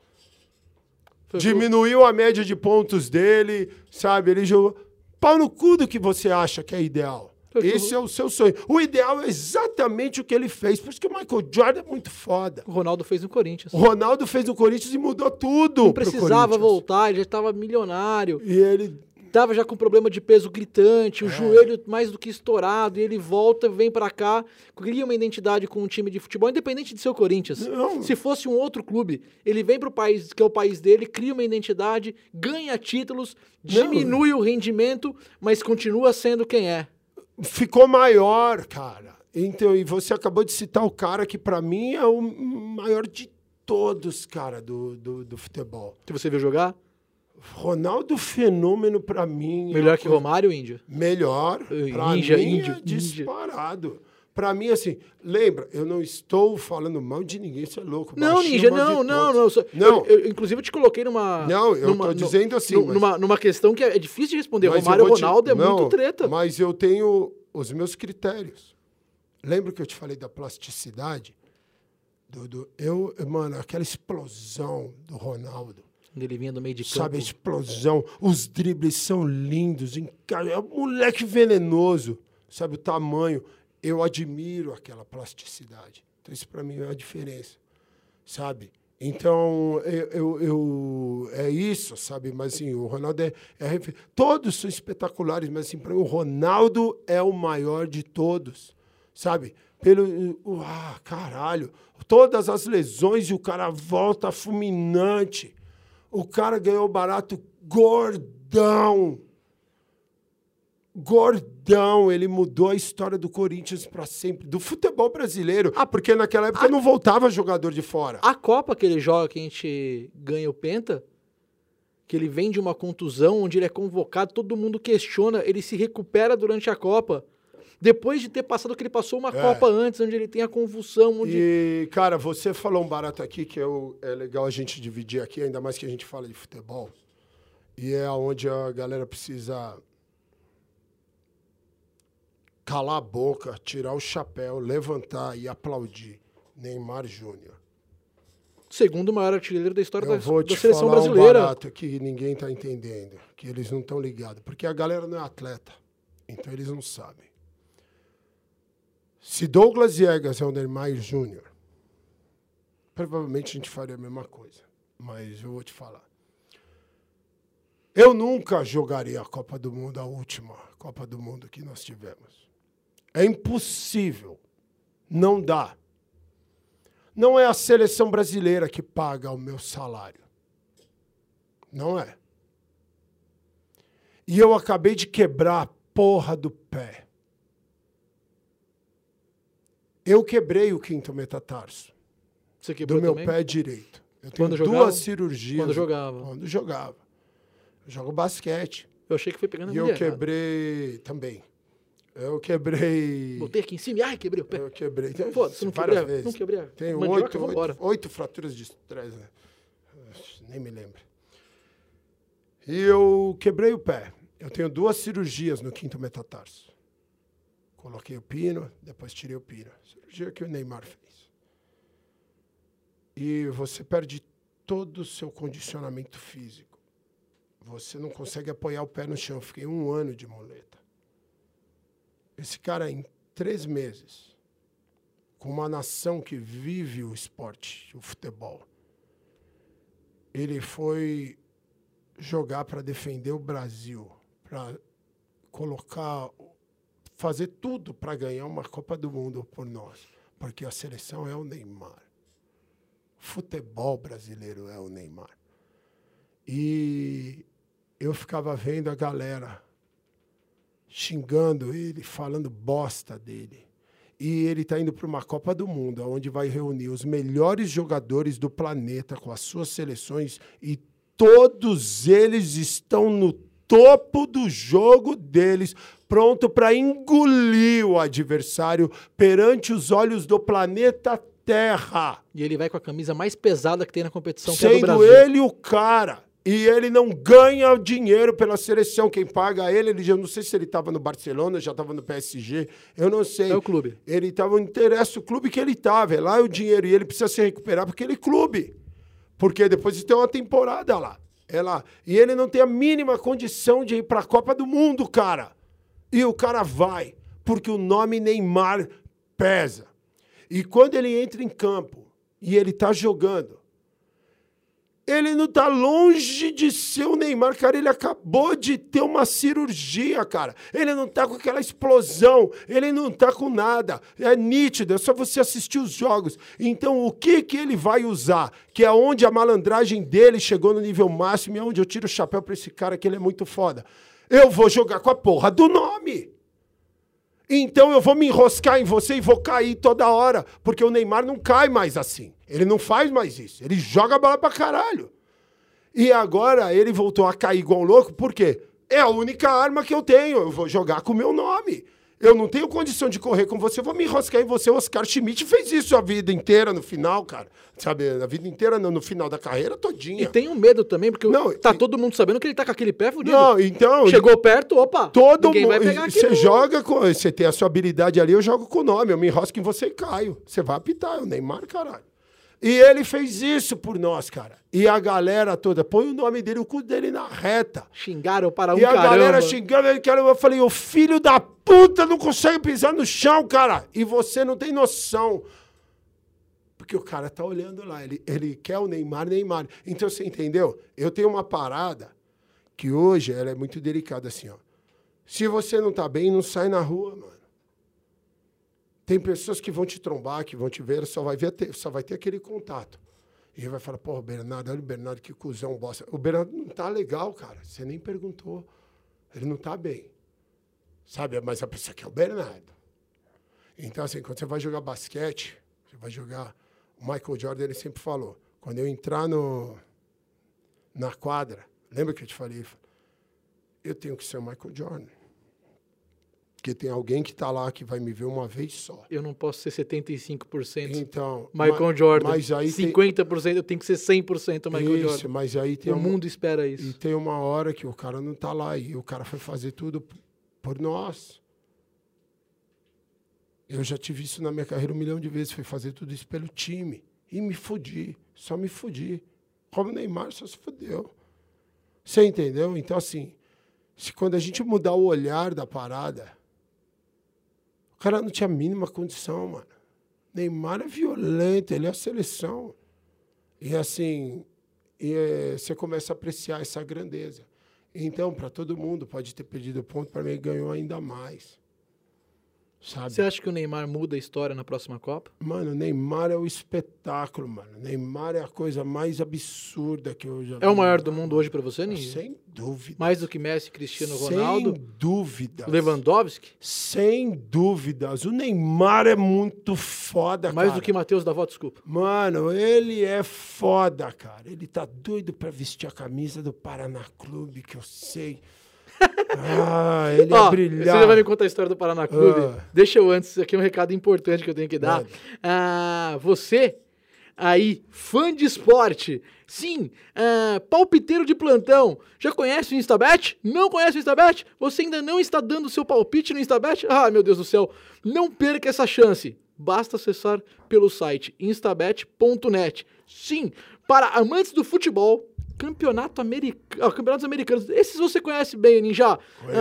Diminuiu a média de pontos dele, sabe? Ele jogou... Pau no cu do que você acha que é ideal. Esse é o seu sonho. O ideal é exatamente o que ele fez. Por isso que o Michael Jordan é muito foda. O Ronaldo fez no Corinthians. O Ronaldo fez no Corinthians e mudou tudo. Não precisava voltar, ele já estava milionário. E ele... Tava já com problema de peso gritante, o joelho mais do que estourado, e ele volta, vem pra cá, cria uma identidade com um time de futebol, independente de ser o Corinthians. Não. Se fosse um outro clube, ele vem pro país, que é o país dele, cria uma identidade, ganha títulos, diminui o rendimento, mas continua sendo quem é. Ficou maior, cara. Então, e você acabou de citar o cara que, pra mim, é o maior de todos, cara, do futebol. Que você viu jogar? Ronaldo Fenômeno, pra mim... Melhor que Romário, Índio? Melhor. Pra mim, Índio. disparado. Pra mim, assim, lembra, eu não estou falando mal de ninguém, isso é louco. Não, Baixinho, Ninja, mal de não. todos. Inclusive, eu te coloquei numa... Não, eu tô dizendo assim, mas- numa questão que é difícil de responder. Mas Romário eu e vou te- Ronaldo é não, muito treta. Mas eu tenho os meus critérios. Lembra que eu te falei da plasticidade? Mano, aquela explosão do Ronaldo. Ele vinha do meio de campo. Sabe, a explosão. Os dribles são lindos. É um moleque venenoso. Sabe, o tamanho. Eu admiro aquela plasticidade. Então, isso para mim é a diferença. Sabe? Então, é isso, sabe? Mas, assim, o Ronaldo todos são espetaculares, mas, assim, para mim, o Ronaldo é o maior de todos, sabe? Caralho. Todas as lesões e o cara volta fulminante. O cara ganhou barato gordão. Gordão, ele mudou a história do Corinthians para sempre, do futebol brasileiro, porque naquela época não voltava jogador de fora. A Copa que ele joga, que a gente ganha o Penta, que ele vem de uma contusão, onde ele é convocado, todo mundo questiona, ele se recupera durante a Copa, depois de ter passado o que ele passou uma Copa antes, onde ele tem a convulsão. Onde... E, cara, você falou um barato aqui, que é legal a gente dividir aqui, ainda mais que a gente fala de futebol, e é onde a galera precisa... calar a boca, tirar o chapéu, levantar e aplaudir Neymar Júnior. Segundo maior artilheiro da história da vou te seleção falar brasileira. Um barato que ninguém está entendendo, que eles não estão ligados, porque a galera não é atleta, então eles não sabem. Se Douglas Viegas é o Neymar Júnior, provavelmente a gente faria a mesma coisa, mas eu vou te falar. Eu nunca jogaria a Copa do Mundo, a última Copa do Mundo que nós tivemos. É impossível. Não dá. Não é a seleção brasileira que paga o meu salário. Não é. E eu acabei de quebrar a porra do pé. Eu quebrei o quinto metatarso. Você quebrou do meu também? pé direito. Eu tenho Quando jogava? 2 cirurgias. Quando jogava? Quando jogava. Eu jogo basquete. Eu achei que foi pegando a E eu mulher. quebrei também. Eu quebrei... Botei aqui em cima e ai, quebrei o pé. Eu quebrei. Foda-se, não várias quebrei. vezes. Não quebrei. Tenho Mandioca, vambora. 8 fraturas de estresse. Né? Nem me lembro. E eu quebrei o pé. Eu tenho 2 cirurgias no quinto metatarso. Coloquei o pino, depois tirei o pino. Cirurgia que o Neymar fez. E você perde todo o seu condicionamento físico. Você não consegue apoiar o pé no chão. Fiquei 1 ano de muleta. Esse cara, em 3 meses, com uma nação que vive o esporte, o futebol, ele foi jogar para defender o Brasil, para fazer tudo para ganhar uma Copa do Mundo por nós, porque a seleção é o Neymar. O futebol brasileiro é o Neymar. E eu ficava vendo a galera xingando ele, falando bosta dele. E ele está indo para uma Copa do Mundo, onde vai reunir os melhores jogadores do planeta com as suas seleções, e todos eles estão no topo do jogo deles, pronto para engolir o adversário perante os olhos do planeta Terra. E ele vai com a camisa mais pesada que tem na competição, que é do Sendo Brasil. ele o cara. E ele não ganha dinheiro pela seleção. Quem paga ele já não sei se ele estava no Barcelona, já estava no PSG, eu não sei. É o clube. Ele estava, interessa o clube que ele estava, é lá o dinheiro, e ele precisa se recuperar porque ele é clube. Porque depois tem uma temporada lá. É lá. E ele não tem a mínima condição de ir para a Copa do Mundo, cara. E o cara vai, porque o nome Neymar pesa. E quando ele entra em campo e ele está jogando, ele não está longe de ser o Neymar, cara. Ele acabou de ter uma cirurgia, cara. Ele não está com aquela explosão. Ele não está com nada. É nítido, é só você assistir os jogos. Então, o que ele vai usar? Que é onde a malandragem dele chegou no nível máximo e é onde eu tiro o chapéu para esse cara, que ele é muito foda. Eu vou jogar com a porra do nome. Então eu vou me enroscar em você e vou cair toda hora, porque o Neymar não cai mais assim. Ele não faz mais isso. Ele joga a bola pra caralho. E agora ele voltou a cair igual um louco, por quê? É a única arma que eu tenho. Eu vou jogar com o meu nome. Eu não tenho condição de correr com você, vou me enroscar em você. O Oscar Schmidt fez isso a vida inteira no final, cara. Sabe, a vida inteira não, no final da carreira todinha. E tem um medo também, porque todo mundo sabendo que ele tá com aquele pé fudido. Não, então... Chegou perto, opa, ninguém vai pegar aqui. Você joga com... Você tem a sua habilidade ali, eu jogo com o nome. Eu me enrosco em você e caio. Você vai apitar, o Neymar, caralho. E ele fez isso por nós, cara. E a galera toda, põe o nome dele, o cu dele na reta. Xingaram para um caramba. E a caramba. galera xingando ele, eu falei, o filho da puta não consegue pisar no chão, cara. E você não tem noção. Porque o cara tá olhando lá, ele quer o Neymar. Então, você entendeu? Eu tenho uma parada que hoje ela é muito delicada, assim, ó. Se você não tá bem, não sai na rua, mano. Tem pessoas que vão te trombar, que vão te ver, só vai ter aquele contato. E ele vai falar, porra, Bernardo, olha o Bernardo, que cuzão, bosta. O Bernardo não tá legal, cara. Você nem perguntou. Ele não tá bem. Sabe? Mas a pessoa quer o Bernardo. Então, assim, quando você vai jogar basquete, você vai jogar... O Michael Jordan, ele sempre falou, quando eu entrar na quadra, lembra que eu te falei? Eu tenho que ser o Michael Jordan. Porque tem alguém que está lá que vai me ver uma vez só. Eu não posso ser 75% então, Michael Jordan. Mas aí 50% eu tenho que ser 100% Michael Jordan. Isso, mas aí tem o mundo espera isso. E tem uma hora que o cara não está lá e o cara foi fazer tudo por nós. Eu já tive isso na minha carreira 1 milhão de vezes. Foi fazer tudo isso pelo time. E me fudi. Só me fudi. Como o Neymar só se fudeu. Você entendeu? Então, assim, quando a gente mudar o olhar da parada... O cara não tinha a mínima condição, mano. Neymar é violento, ele é a seleção. E assim, você começa a apreciar essa grandeza. Então, para todo mundo, pode ter perdido ponto, para mim ganhou ainda mais. Sabe? Você acha que o Neymar muda a história na próxima Copa? Mano, o Neymar é o espetáculo, mano. Neymar é a coisa mais absurda que eu já vi. É o maior do mundo hoje pra você, Ninja? Sem dúvida. Mais do que Messi, Cristiano Ronaldo? Sem dúvidas. Lewandowski? Sem dúvidas. O Neymar é muito foda, Mais cara. do que Matheus Davó, desculpa. Mano, ele é foda, cara. Ele tá doido pra vestir a camisa do Paraná Clube, que eu sei. Ele ia brilhar. Você já vai me contar a história do Paraná Clube? Deixa eu antes, aqui é um recado importante que eu tenho que dar. Você, aí, fã de esporte, sim, palpiteiro de plantão, já conhece o Instabet? Não conhece o Instabet? Você ainda não está dando o seu palpite no Instabet? Ah, meu Deus do céu, não perca essa chance. Basta acessar pelo site instabet.net. Sim, para amantes do futebol... Campeonatos americanos. Esses você conhece bem, Ninja.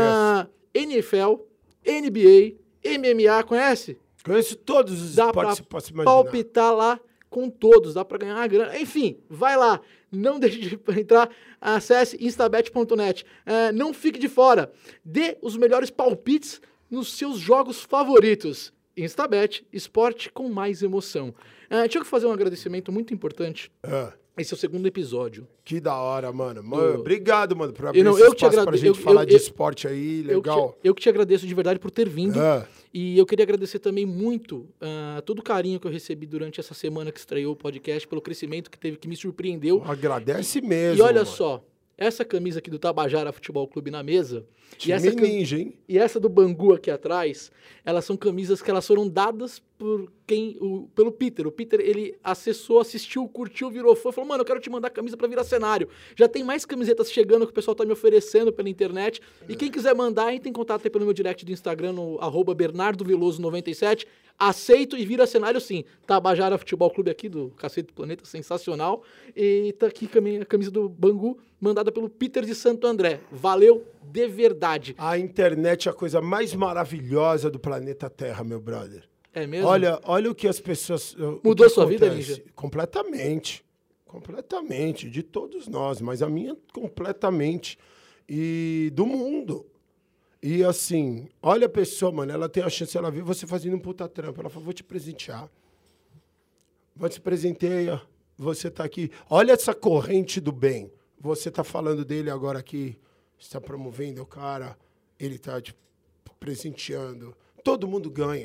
NFL, NBA, MMA, conhece? Conheço todos os esportes que posso imaginar. Palpitar lá com todos, dá pra ganhar uma grana. Enfim, vai lá. Não deixe de entrar, acesse instabet.net. Não fique de fora. Dê os melhores palpites nos seus jogos favoritos. Instabet, esporte com mais emoção. Deixa eu fazer um agradecimento muito importante. Esse é o 2º episódio. Que da hora, mano. Obrigado, mano, por abrir esse espaço pra gente falar de esporte aí, legal. Eu que te agradeço de verdade por ter vindo. E eu queria agradecer também muito todo o carinho que eu recebi durante essa semana que estreou o podcast, pelo crescimento que teve, que me surpreendeu. Agradece mesmo, E olha mano. Só, essa camisa aqui do Tabajara Futebol Clube na mesa... Time ninja, hein? E essa do Bangu aqui atrás, elas são camisas que elas foram dadas pelo Peter. O Peter, ele acessou, assistiu, curtiu, virou fã, falou, mano, eu quero te mandar camisa pra virar cenário. Já tem mais camisetas chegando que o pessoal tá me oferecendo pela internet. E quem quiser mandar, entre em contato aí pelo meu direct do Instagram, no @BernardoVeloso97. Aceito e vira cenário sim. Tabajara Futebol Clube aqui, do Cacete do Planeta, sensacional. E tá aqui a camisa do Bangu, mandada pelo Peter de Santo André. Valeu de verdade. A internet é a coisa mais maravilhosa do planeta Terra, meu brother. É mesmo? Olha o que as pessoas... Mudou sua vida, Ninja? Completamente. Completamente. De todos nós, mas a minha completamente. E do mundo. E assim, olha a pessoa, mano, ela tem a chance, ela vê você fazendo um puta trampo. Ela fala, vou te presentear. Vou te presentear. Você tá aqui. Olha essa corrente do bem. Você tá falando dele agora aqui. Está promovendo o cara. Ele tá te presenteando. Todo mundo ganha.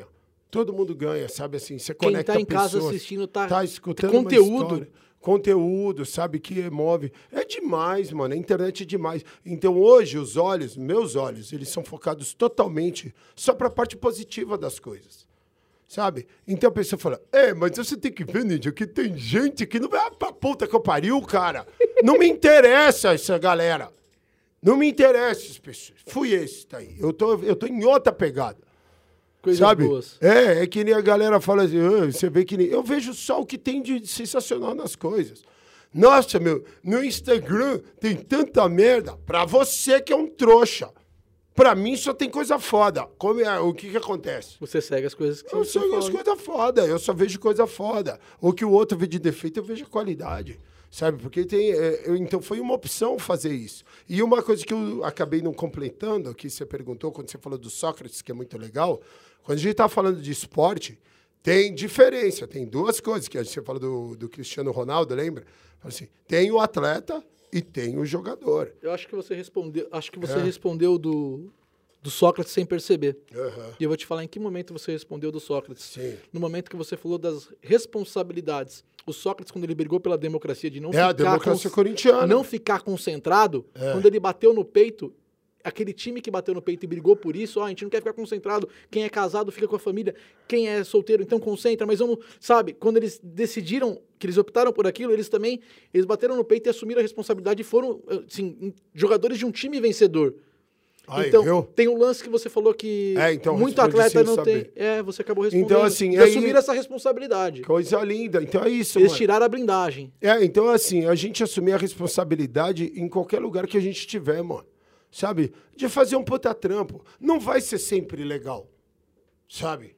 Todo mundo ganha, sabe assim? Você Quem conecta tá em casa pessoas, assistindo tá escutando conteúdo. uma história. Conteúdo, sabe, que move. É demais, mano. A internet é demais. Então, hoje, meus olhos, eles são focados totalmente só pra parte positiva das coisas. Sabe? Então a pessoa fala, mas você tem que ver, Ninja, que tem gente que não vai pra puta que eu pariu, cara. Não me interessa essa galera. Não me interessa essas pessoas. Fui esse, tá aí. Eu tô em outra pegada. Coisas sabe? boas. É que nem a galera fala assim, você vê que nem... Eu vejo só o que tem de sensacional nas coisas. Nossa, meu, no Instagram tem tanta merda pra você que é um trouxa. Pra mim só tem coisa foda. O que acontece? Você segue as coisas que Eu só vejo as coisas foda. Eu só vejo coisa foda. O que o outro vê de defeito, eu vejo qualidade. Sabe? Porque então foi uma opção fazer isso. E uma coisa que eu acabei não completando, que você perguntou, quando você falou do Sócrates, que é muito legal, quando a gente tá falando de esporte, tem diferença. Tem duas coisas, que você fala do Cristiano Ronaldo, lembra? Assim, tem o atleta e tem o jogador. Eu acho que você respondeu, respondeu do Sócrates sem perceber. Uhum. E eu vou te falar em que momento você respondeu do Sócrates. Sim. No momento que você falou das responsabilidades. O Sócrates, quando ele brigou pela democracia, de não a democracia corintiana. Não ficar concentrado, quando ele bateu no peito, aquele time que bateu no peito e brigou por isso, a gente não quer ficar concentrado, quem é casado fica com a família, quem é solteiro então concentra, mas vamos, sabe, quando eles decidiram, que eles optaram por aquilo, eles bateram no peito e assumiram a responsabilidade e foram, assim, jogadores de um time vencedor. Então, viu? Tem um lance que você falou que então, muito atleta não saber. tem... você acabou respondendo. Então, assim... Eles assumiram essa responsabilidade. Coisa linda. Então, é isso, Eles tiraram a blindagem. Então, assim, a gente assumir a responsabilidade em qualquer lugar que a gente estiver, mano. Sabe? De fazer um puta trampo. Não vai ser sempre legal. Sabe?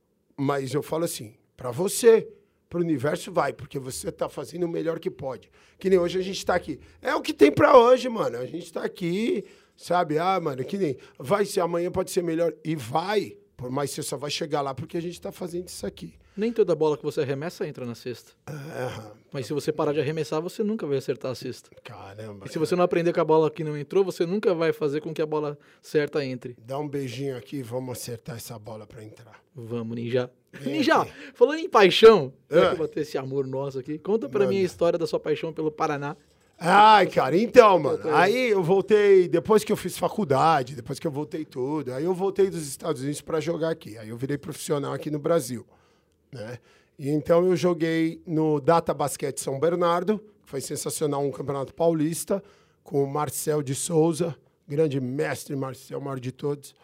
Mas eu falo assim, pra você, pro universo vai, porque você tá fazendo o melhor que pode. Que nem hoje a gente tá aqui. É o que tem pra hoje, mano. A gente tá aqui... Sabe? Mano, que nem... Vai ser, amanhã pode ser melhor. E vai. Mas você só vai chegar lá porque a gente tá fazendo isso aqui. Nem toda bola que você arremessa entra na cesta. Mas se você parar de arremessar, você nunca vai acertar a cesta. Caramba. E se você não aprender com a bola que não entrou, você nunca vai fazer com que a bola certa entre. Dá um beijinho aqui e vamos acertar essa bola pra entrar. Vamos, Ninja. Ninja, falando em paixão, eu bater esse amor nosso aqui, conta pra mim a história da sua paixão pelo Paraná. Ai, cara, então, mano, aí eu voltei, depois que eu fiz faculdade, depois que eu voltei tudo, aí eu voltei dos Estados Unidos pra jogar aqui, aí eu virei profissional aqui no Brasil, né? E então eu joguei no Data Basquete São Bernardo, que foi sensacional, um campeonato paulista, com o Marcel de Souza, grande mestre Marcel, maior de todos.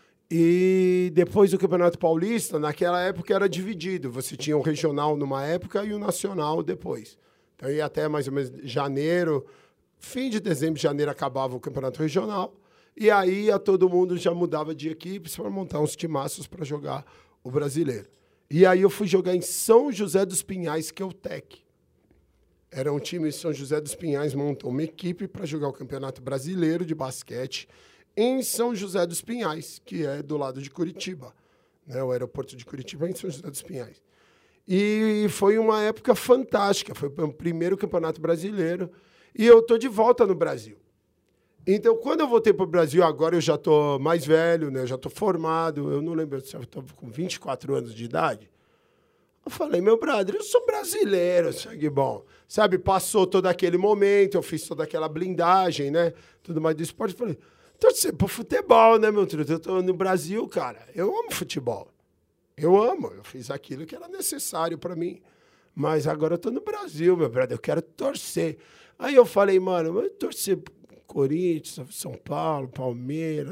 E depois do Campeonato Paulista, naquela época era dividido, você tinha o regional numa época e o nacional depois. Então, ia até mais ou menos janeiro, fim de dezembro, janeiro, acabava o campeonato regional. E aí, todo mundo já mudava de equipes para montar uns timaços para jogar o brasileiro. E aí, eu fui jogar em São José dos Pinhais, que é o TEC. Era um time de São José dos Pinhais, montou uma equipe para jogar o Campeonato Brasileiro de Basquete em São José dos Pinhais, que é do lado de Curitiba. Né? O aeroporto de Curitiba é em São José dos Pinhais. E foi uma época fantástica. Foi o primeiro campeonato brasileiro. E eu tô de volta no Brasil. Então, quando eu voltei para o Brasil, agora eu já tô mais velho, né? Eu já tô formado. Eu não lembro se eu estava com 24 anos de idade. Eu falei, meu brother, eu sou brasileiro, sangue bom. Sabe, passou todo aquele momento, eu fiz toda aquela blindagem, né? Tudo mais do esporte. Eu falei, torcer pro futebol, né, meu truto? Eu tô no Brasil, cara. Eu amo futebol. Eu amo, eu fiz aquilo que era necessário para mim. Mas agora eu tô no Brasil, meu brother, eu quero torcer. Aí eu falei, mano, eu torcer Corinthians, São Paulo, Palmeiras.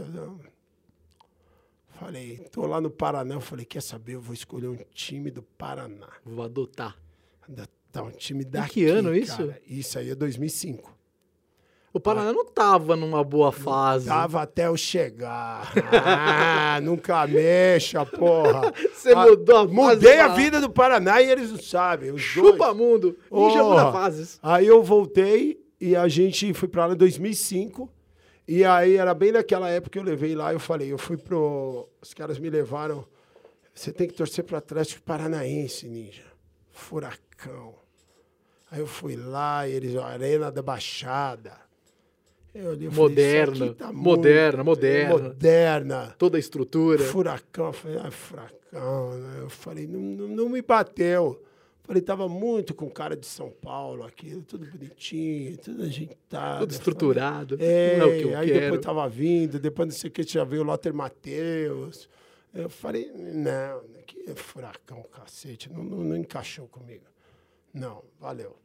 Falei, tô lá no Paraná. Eu falei, quer saber? Eu vou escolher um time do Paraná. Vou adotar. Adotar um time daqui. Em que ano isso? Cara. Isso aí é 2005. O Paraná não tava numa boa fase. Tava até eu chegar. Nunca mexa, porra. Você mudou a fase. Mudei a vida do Paraná e eles não sabem. Os Chupa dois. mundo. Ninja muda fases. Aí eu voltei e a gente foi pra lá em 2005. E aí era bem naquela época que eu levei lá. Eu falei, eu fui pro... Os caras me levaram. Você tem que torcer pro Atlético Paranaense, Ninja. Furacão. Aí eu fui lá, eles, Arena da Baixada. Eu olhei, Moderna, tá moderna. Toda a estrutura. Furacão, eu falei, furacão, né? Eu falei, não me bateu. Falei, tava muito com cara de São Paulo, aquilo, tudo bonitinho, tudo ajeitado. Tudo estruturado. Falei, não é o que eu aí quero. depois tava vindo, depois não sei o que, já veio o Lothar Matheus. Eu falei, não, que furacão, cacete, não encaixou comigo. Não, valeu.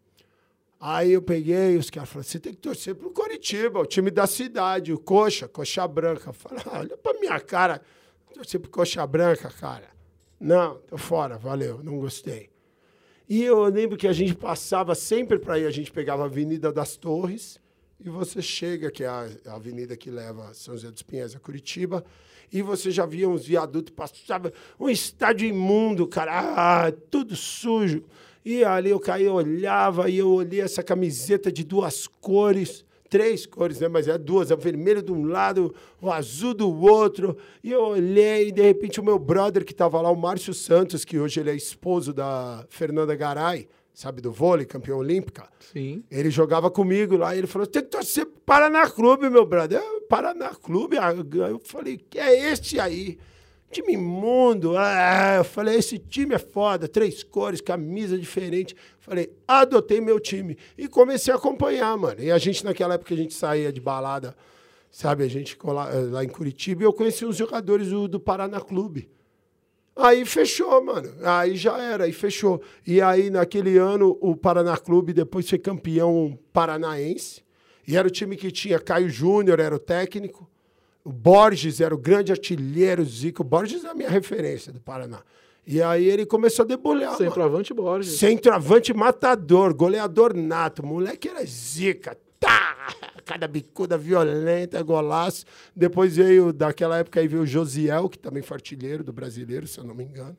Aí eu peguei, os caras falaram, você tem que torcer pro Coritiba, o time da cidade, o Coxa Branca. Eu falei, olha pra minha cara, torcer pro Coxa Branca, cara. Não, tô fora, valeu, não gostei. E eu lembro que a gente passava sempre para ir, a gente pegava a Avenida das Torres, e você chega, que é a avenida que leva São José dos Pinhais a Curitiba, e você já via uns viadutos, passava um estádio imundo, cara, tudo sujo. E ali eu caí, eu olhava, e eu olhei essa camiseta de 2 cores, 3 cores, né? Mas é 2, é o vermelho de um lado, o azul do outro. E eu olhei, e de repente o meu brother que estava lá, o Márcio Santos, que hoje ele é esposo da Fernanda Garay, sabe, do vôlei, campeã olímpica. Sim. Ele jogava comigo lá, e ele falou, tem que torcer pro Paraná Clube, meu brother. Paraná Clube? Eu falei, que é este aí? Time imundo. Eu falei, esse time é foda, 3 cores, camisa diferente. Falei, adotei meu time. E comecei a acompanhar, mano. E a gente, naquela época, a gente saía de balada, sabe? A gente lá em Curitiba, e eu conheci uns jogadores do Paraná Clube. Aí fechou, mano. Aí já era, aí fechou. E aí, naquele ano, o Paraná Clube depois foi campeão paranaense. E era o time que tinha Caio Júnior, era o técnico. O Borges era o grande artilheiro, Zico. O Borges é a minha referência do Paraná. E aí ele começou a debulhar. Centroavante Borges. Centroavante matador, goleador nato. Moleque era zica. Tá! Cada bicuda violenta, golaço. Depois veio, daquela época, aí veio o Josiel, que também foi artilheiro do Brasileiro, se eu não me engano.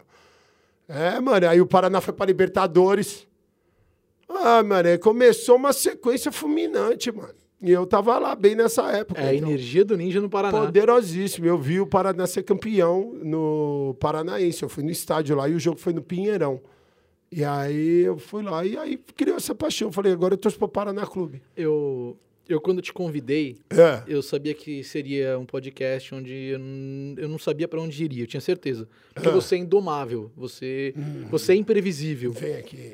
Mano, aí o Paraná foi para Libertadores. Mano, aí começou uma sequência fulminante, mano. E eu tava lá bem nessa época. A energia do Ninja no Paraná. Poderosíssimo. Eu vi o Paraná ser campeão no Paranaense. Eu fui no estádio lá e o jogo foi no Pinheirão. E aí eu fui lá e aí criou essa paixão. Eu falei, agora eu torço pro Paraná Clube. Eu quando te convidei, eu sabia que seria um podcast onde eu não sabia para onde iria, eu tinha certeza. Porque você é indomável, você é imprevisível. Vem aqui.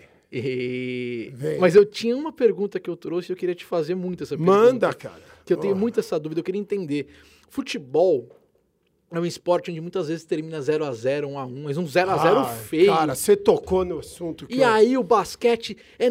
Mas eu tinha uma pergunta que eu trouxe e eu queria te fazer muito essa pergunta. Manda, cara. Que eu tenho muito essa dúvida, eu queria entender. Futebol é um esporte onde muitas vezes termina 0x0, 1x1, mas um 0x0 feio. Cara, você tocou no assunto. E aí o basquete é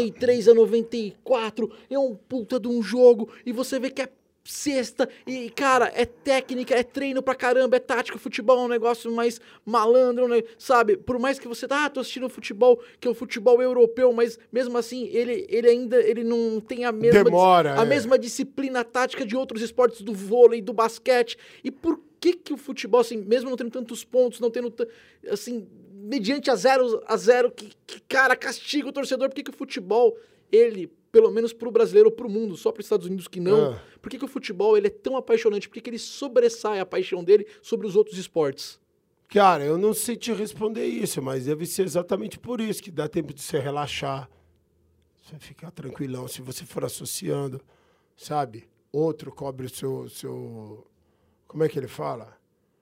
93-94, é um puta de um jogo, e você vê que é sexta, e, cara, é técnica, é treino pra caramba, é tática, futebol é um negócio mais malandro, né? Sabe? Por mais que você tô assistindo futebol, que é o futebol europeu, mas mesmo assim, ele não tem a mesma, mesma disciplina tática de outros esportes, do vôlei, do basquete. E por que o futebol, assim, mesmo não tendo tantos pontos, não tendo, assim, mediante a 0x0, que cara, castiga o torcedor, por que o futebol, ele, pelo menos pro brasileiro ou pro mundo, só pros Estados Unidos que não, por que o futebol ele é tão apaixonante? Por que ele sobressai a paixão dele sobre os outros esportes? Cara, eu não sei te responder isso, mas deve ser exatamente por isso que dá tempo de você relaxar, você ficar tranquilão, se você for associando, sabe? Outro cobre o seu como é que ele fala?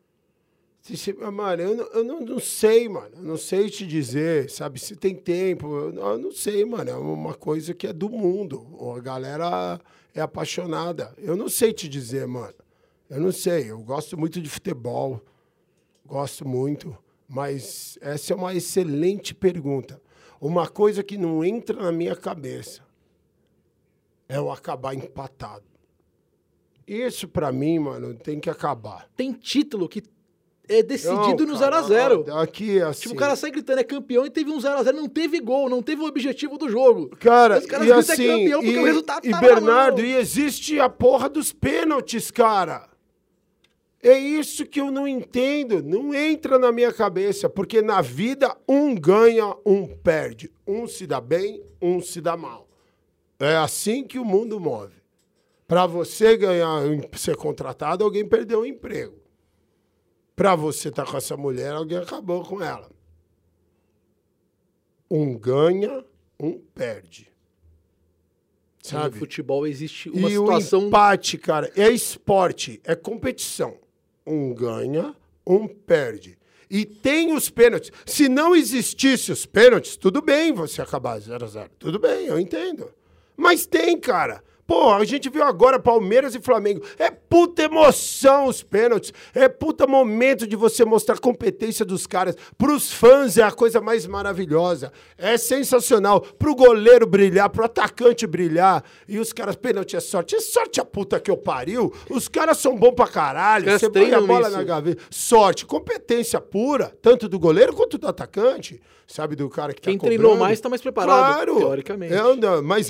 Mano, eu não sei, mano. Eu não sei te dizer, sabe? Se tem tempo. Eu não sei, mano. É uma coisa que é do mundo. A galera é apaixonada. Eu não sei te dizer, mano. Eu não sei. Eu gosto muito de futebol. Gosto muito. Mas essa é uma excelente pergunta. Uma coisa que não entra na minha cabeça é eu acabar empatado. Isso, pra mim, mano, tem que acabar. Tem título que é decidido no 0x0. Aqui, assim... Tipo, o cara sai gritando, é campeão, e teve um 0x0, não teve gol, não teve o objetivo do jogo. Cara, os caras e assim... é campeão porque o resultado e Bernardo, e existe a porra dos pênaltis, cara. É isso que eu não entendo. Não entra na minha cabeça, porque na vida um ganha, um perde. Um se dá bem, um se dá mal. É assim que o mundo move. Para você ganhar, ser contratado, alguém perdeu o emprego. Para você estar com essa mulher, alguém acabou com ela. Um ganha, um perde. sabe? No futebol existe uma E situação... o empate, cara, é esporte, é competição. Um ganha, um perde. E tem os pênaltis. Se não existisse os pênaltis, tudo bem você acabar 0-0. Tudo bem, eu entendo. Mas tem, cara. Pô, a gente viu agora Palmeiras e Flamengo. É puta emoção os pênaltis. É puta momento de você mostrar a competência dos caras. Pros fãs é a coisa mais maravilhosa. É sensacional. Pro goleiro brilhar, pro atacante brilhar. E os caras, pênalti é sorte. É sorte a puta que eu pariu. Os caras são bons pra caralho. Você põe a bola na gaveta. Sorte, competência pura. Tanto do goleiro quanto do atacante. Sabe, do cara que tá Quem cobrando. treinou mais tá mais preparado, claro, teoricamente. Mas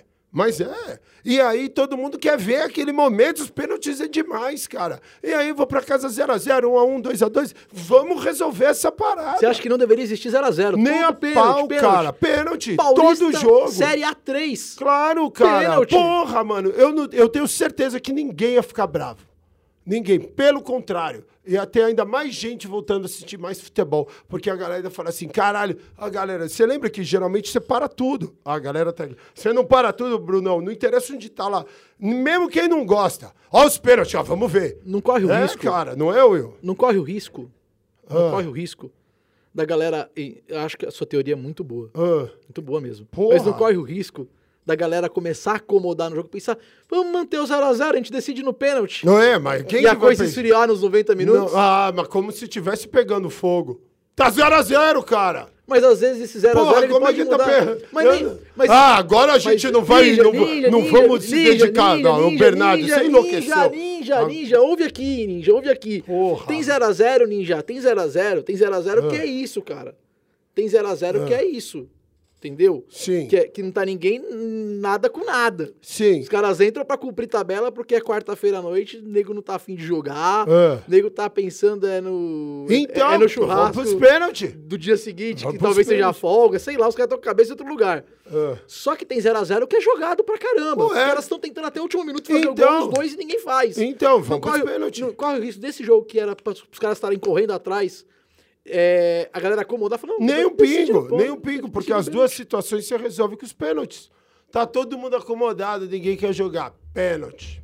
é. E aí todo mundo quer ver aquele momento, os pênaltis é demais, cara. E aí vou pra casa 0-0, 1-1, 2-2, vamos resolver essa parada. Você acha que não deveria existir 0-0? Nem a pau, cara. Pênalti, Paulista, todo jogo. Série A3. Claro, cara. Pênalti. Porra, mano, eu tenho certeza que ninguém ia ficar bravo. Ninguém. Pelo contrário. Ia ter ainda mais gente voltando a assistir mais futebol. Porque a galera fala assim, caralho, a galera... Você lembra que geralmente você para tudo. A galera tá... Você não para tudo, Brunão. Não interessa onde tá lá. Mesmo quem não gosta. Ó os pênaltis, ó, vamos ver. Não corre o risco. Cara, não é, Will? Não corre o risco. Não corre o risco da galera... Eu acho que a sua teoria é muito boa. Muito boa mesmo. Porra. Mas não corre o risco da galera começar a acomodar no jogo, pensar, vamos manter o 0-0, a gente decide no pênalti. Não é, mas quem e a coisa se esfriar nos 90 minutos. Não, mas como se estivesse pegando fogo. Tá 0-0, cara. Mas às vezes esse 0-0 ele pode mudar. Agora a gente não vai... Não vamos se dedicar. Não, Bernardo, você enlouqueceu. Ninja, ouve aqui. Porra. Tem 0-0, Ninja, tem 0-0, que é isso, cara. Tem 0-0, que é isso. Entendeu? Sim. Que não tá ninguém nada com nada. Sim. Os caras entram pra cumprir tabela porque é quarta-feira à noite, o nego não tá afim de jogar, o nego tá pensando então, no churrasco vamos pros pênalti. do dia seguinte, Vamos que talvez pênalti. seja folga, sei lá, os caras estão com a cabeça em outro lugar. Só que tem 0-0 que é jogado pra caramba. Os caras estão tentando até o último minuto fazer o gol, os dois e ninguém faz. Então, vamos pros pênalti. Corre o risco desse jogo que era para os caras estarem correndo atrás, a galera acomodar, falando... Nem um pingo, porque as duas situações você resolve com os pênaltis. Tá todo mundo acomodado, ninguém quer jogar. Pênalti.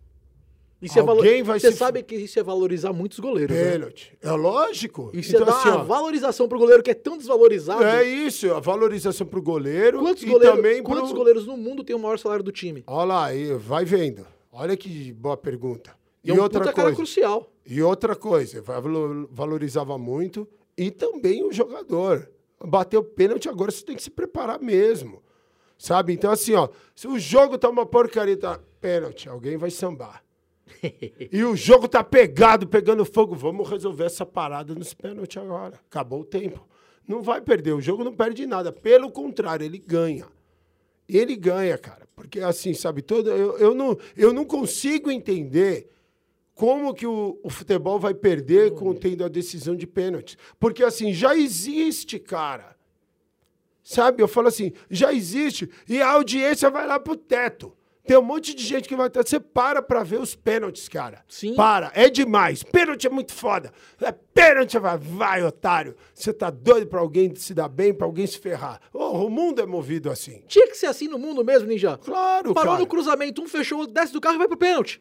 Você sabe que isso é valorizar muitos goleiros, pênalti. Né? É lógico. Isso então, é dar uma valorização pro goleiro que é tão desvalorizado. É isso, a valorização pro goleiro. Quantos goleiros no mundo tem o maior salário do time? Olha lá, aí, vai vendo. Olha que boa pergunta. E outra coisa, cara crucial. E outra coisa, valorizava muito, e também o jogador. Bateu pênalti, agora você tem que se preparar mesmo. Sabe? Então, assim, ó, se o jogo tá uma porcaria, tá pênalti, alguém vai sambar. E o jogo tá pegando fogo, vamos resolver essa parada nos pênaltis agora. Acabou o tempo. Não vai perder, o jogo não perde nada. Pelo contrário, ele ganha. Ele ganha, cara. Porque, assim, sabe, eu não consigo entender como que o futebol vai perder tendo a decisão de pênalti. Porque, assim, já existe, cara. Sabe? Eu falo assim, já existe. E a audiência vai lá pro teto. Tem um monte de gente que vai... Você para ver os pênaltis, cara. Sim. Para. É demais. Pênalti é muito foda. Pênalti, vai, otário. Você tá doido pra alguém se dar bem, pra alguém se ferrar. O mundo é movido assim. Tinha que ser assim no mundo mesmo, Ninja. Claro, Parou cara. no cruzamento, um fechou, desce do carro e vai pro pênalti.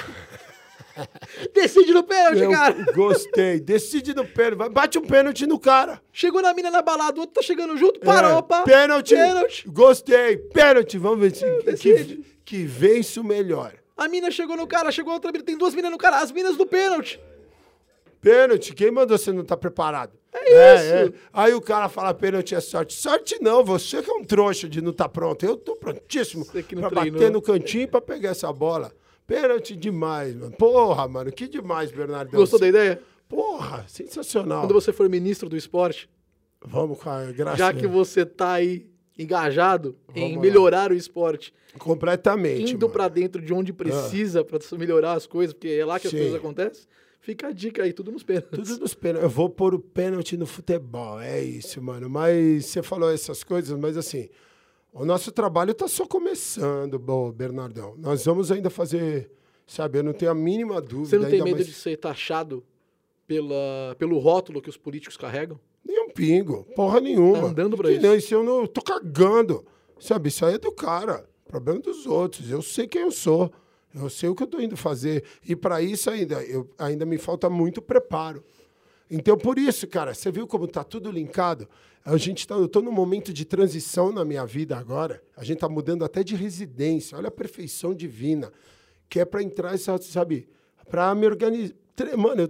Decide no pênalti, cara. Gostei. Decide no pênalti. Bate um pênalti no cara. Chegou na mina na balada, o outro tá chegando junto, parou, opa. Pênalti. Gostei. Pênalti. Vamos ver se que vence o melhor. A mina chegou no cara, chegou outra mina, tem duas minas no cara, as minas do pênalti. Pênalti. Quem mandou você não tá preparado? É isso. Aí o cara fala pênalti é sorte. Sorte não, você que é um trouxa de não estar pronto. Eu tô prontíssimo pra bater no cantinho e pra pegar essa bola. Pênalti demais, mano. Porra, mano, que demais, Bernardo. Gostou da ideia? Porra, sensacional. Quando você for ministro do esporte, vamos, cara, graças já que você tá aí engajado em melhorar o esporte. Completamente. Indo pra dentro de onde precisa pra melhorar as coisas, porque é lá que as coisas acontecem. Fica a dica aí, tudo nos pênaltis. Tudo nos pênaltis. Eu vou pôr o pênalti no futebol, é isso, mano. Mas você falou essas coisas, mas assim... O nosso trabalho está só começando, Bernardão. Nós vamos ainda fazer, sabe, eu não tenho a mínima dúvida. Você não tem medo de ser taxado pelo rótulo que os políticos carregam? Nenhum pingo, porra nenhuma. Tá andando pra isso? Não, isso eu não tô cagando, sabe, isso aí é do cara. Problema dos outros. Eu sei quem eu sou. Eu sei o que eu estou indo fazer. E para isso ainda me falta muito preparo. Então, por isso, cara, você viu como tá tudo linkado? Eu estou num momento de transição na minha vida agora. A gente está mudando até de residência. Olha a perfeição divina. Que é para entrar, sabe? Para me organizar. Mano,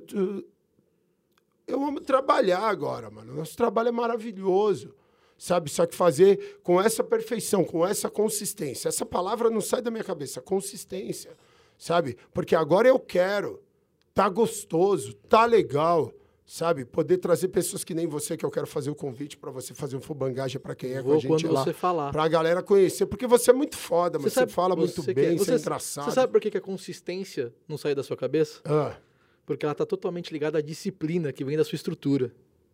eu amo trabalhar agora, mano. Nosso trabalho é maravilhoso. Sabe? Só que fazer com essa perfeição, com essa consistência. Essa palavra não sai da minha cabeça. Consistência. Sabe? Porque agora eu quero. Tá gostoso. Tá legal. Sabe? Poder trazer pessoas que nem você, que eu quero fazer o convite para você fazer um fubangagem para quem é com a gente quando lá. você falar. Pra galera conhecer. Porque você é muito foda, mas você fala muito bem, você é engraçado. Você sabe por que a consistência não sai da sua cabeça? Ah. Porque ela tá totalmente ligada à disciplina que vem da sua estrutura.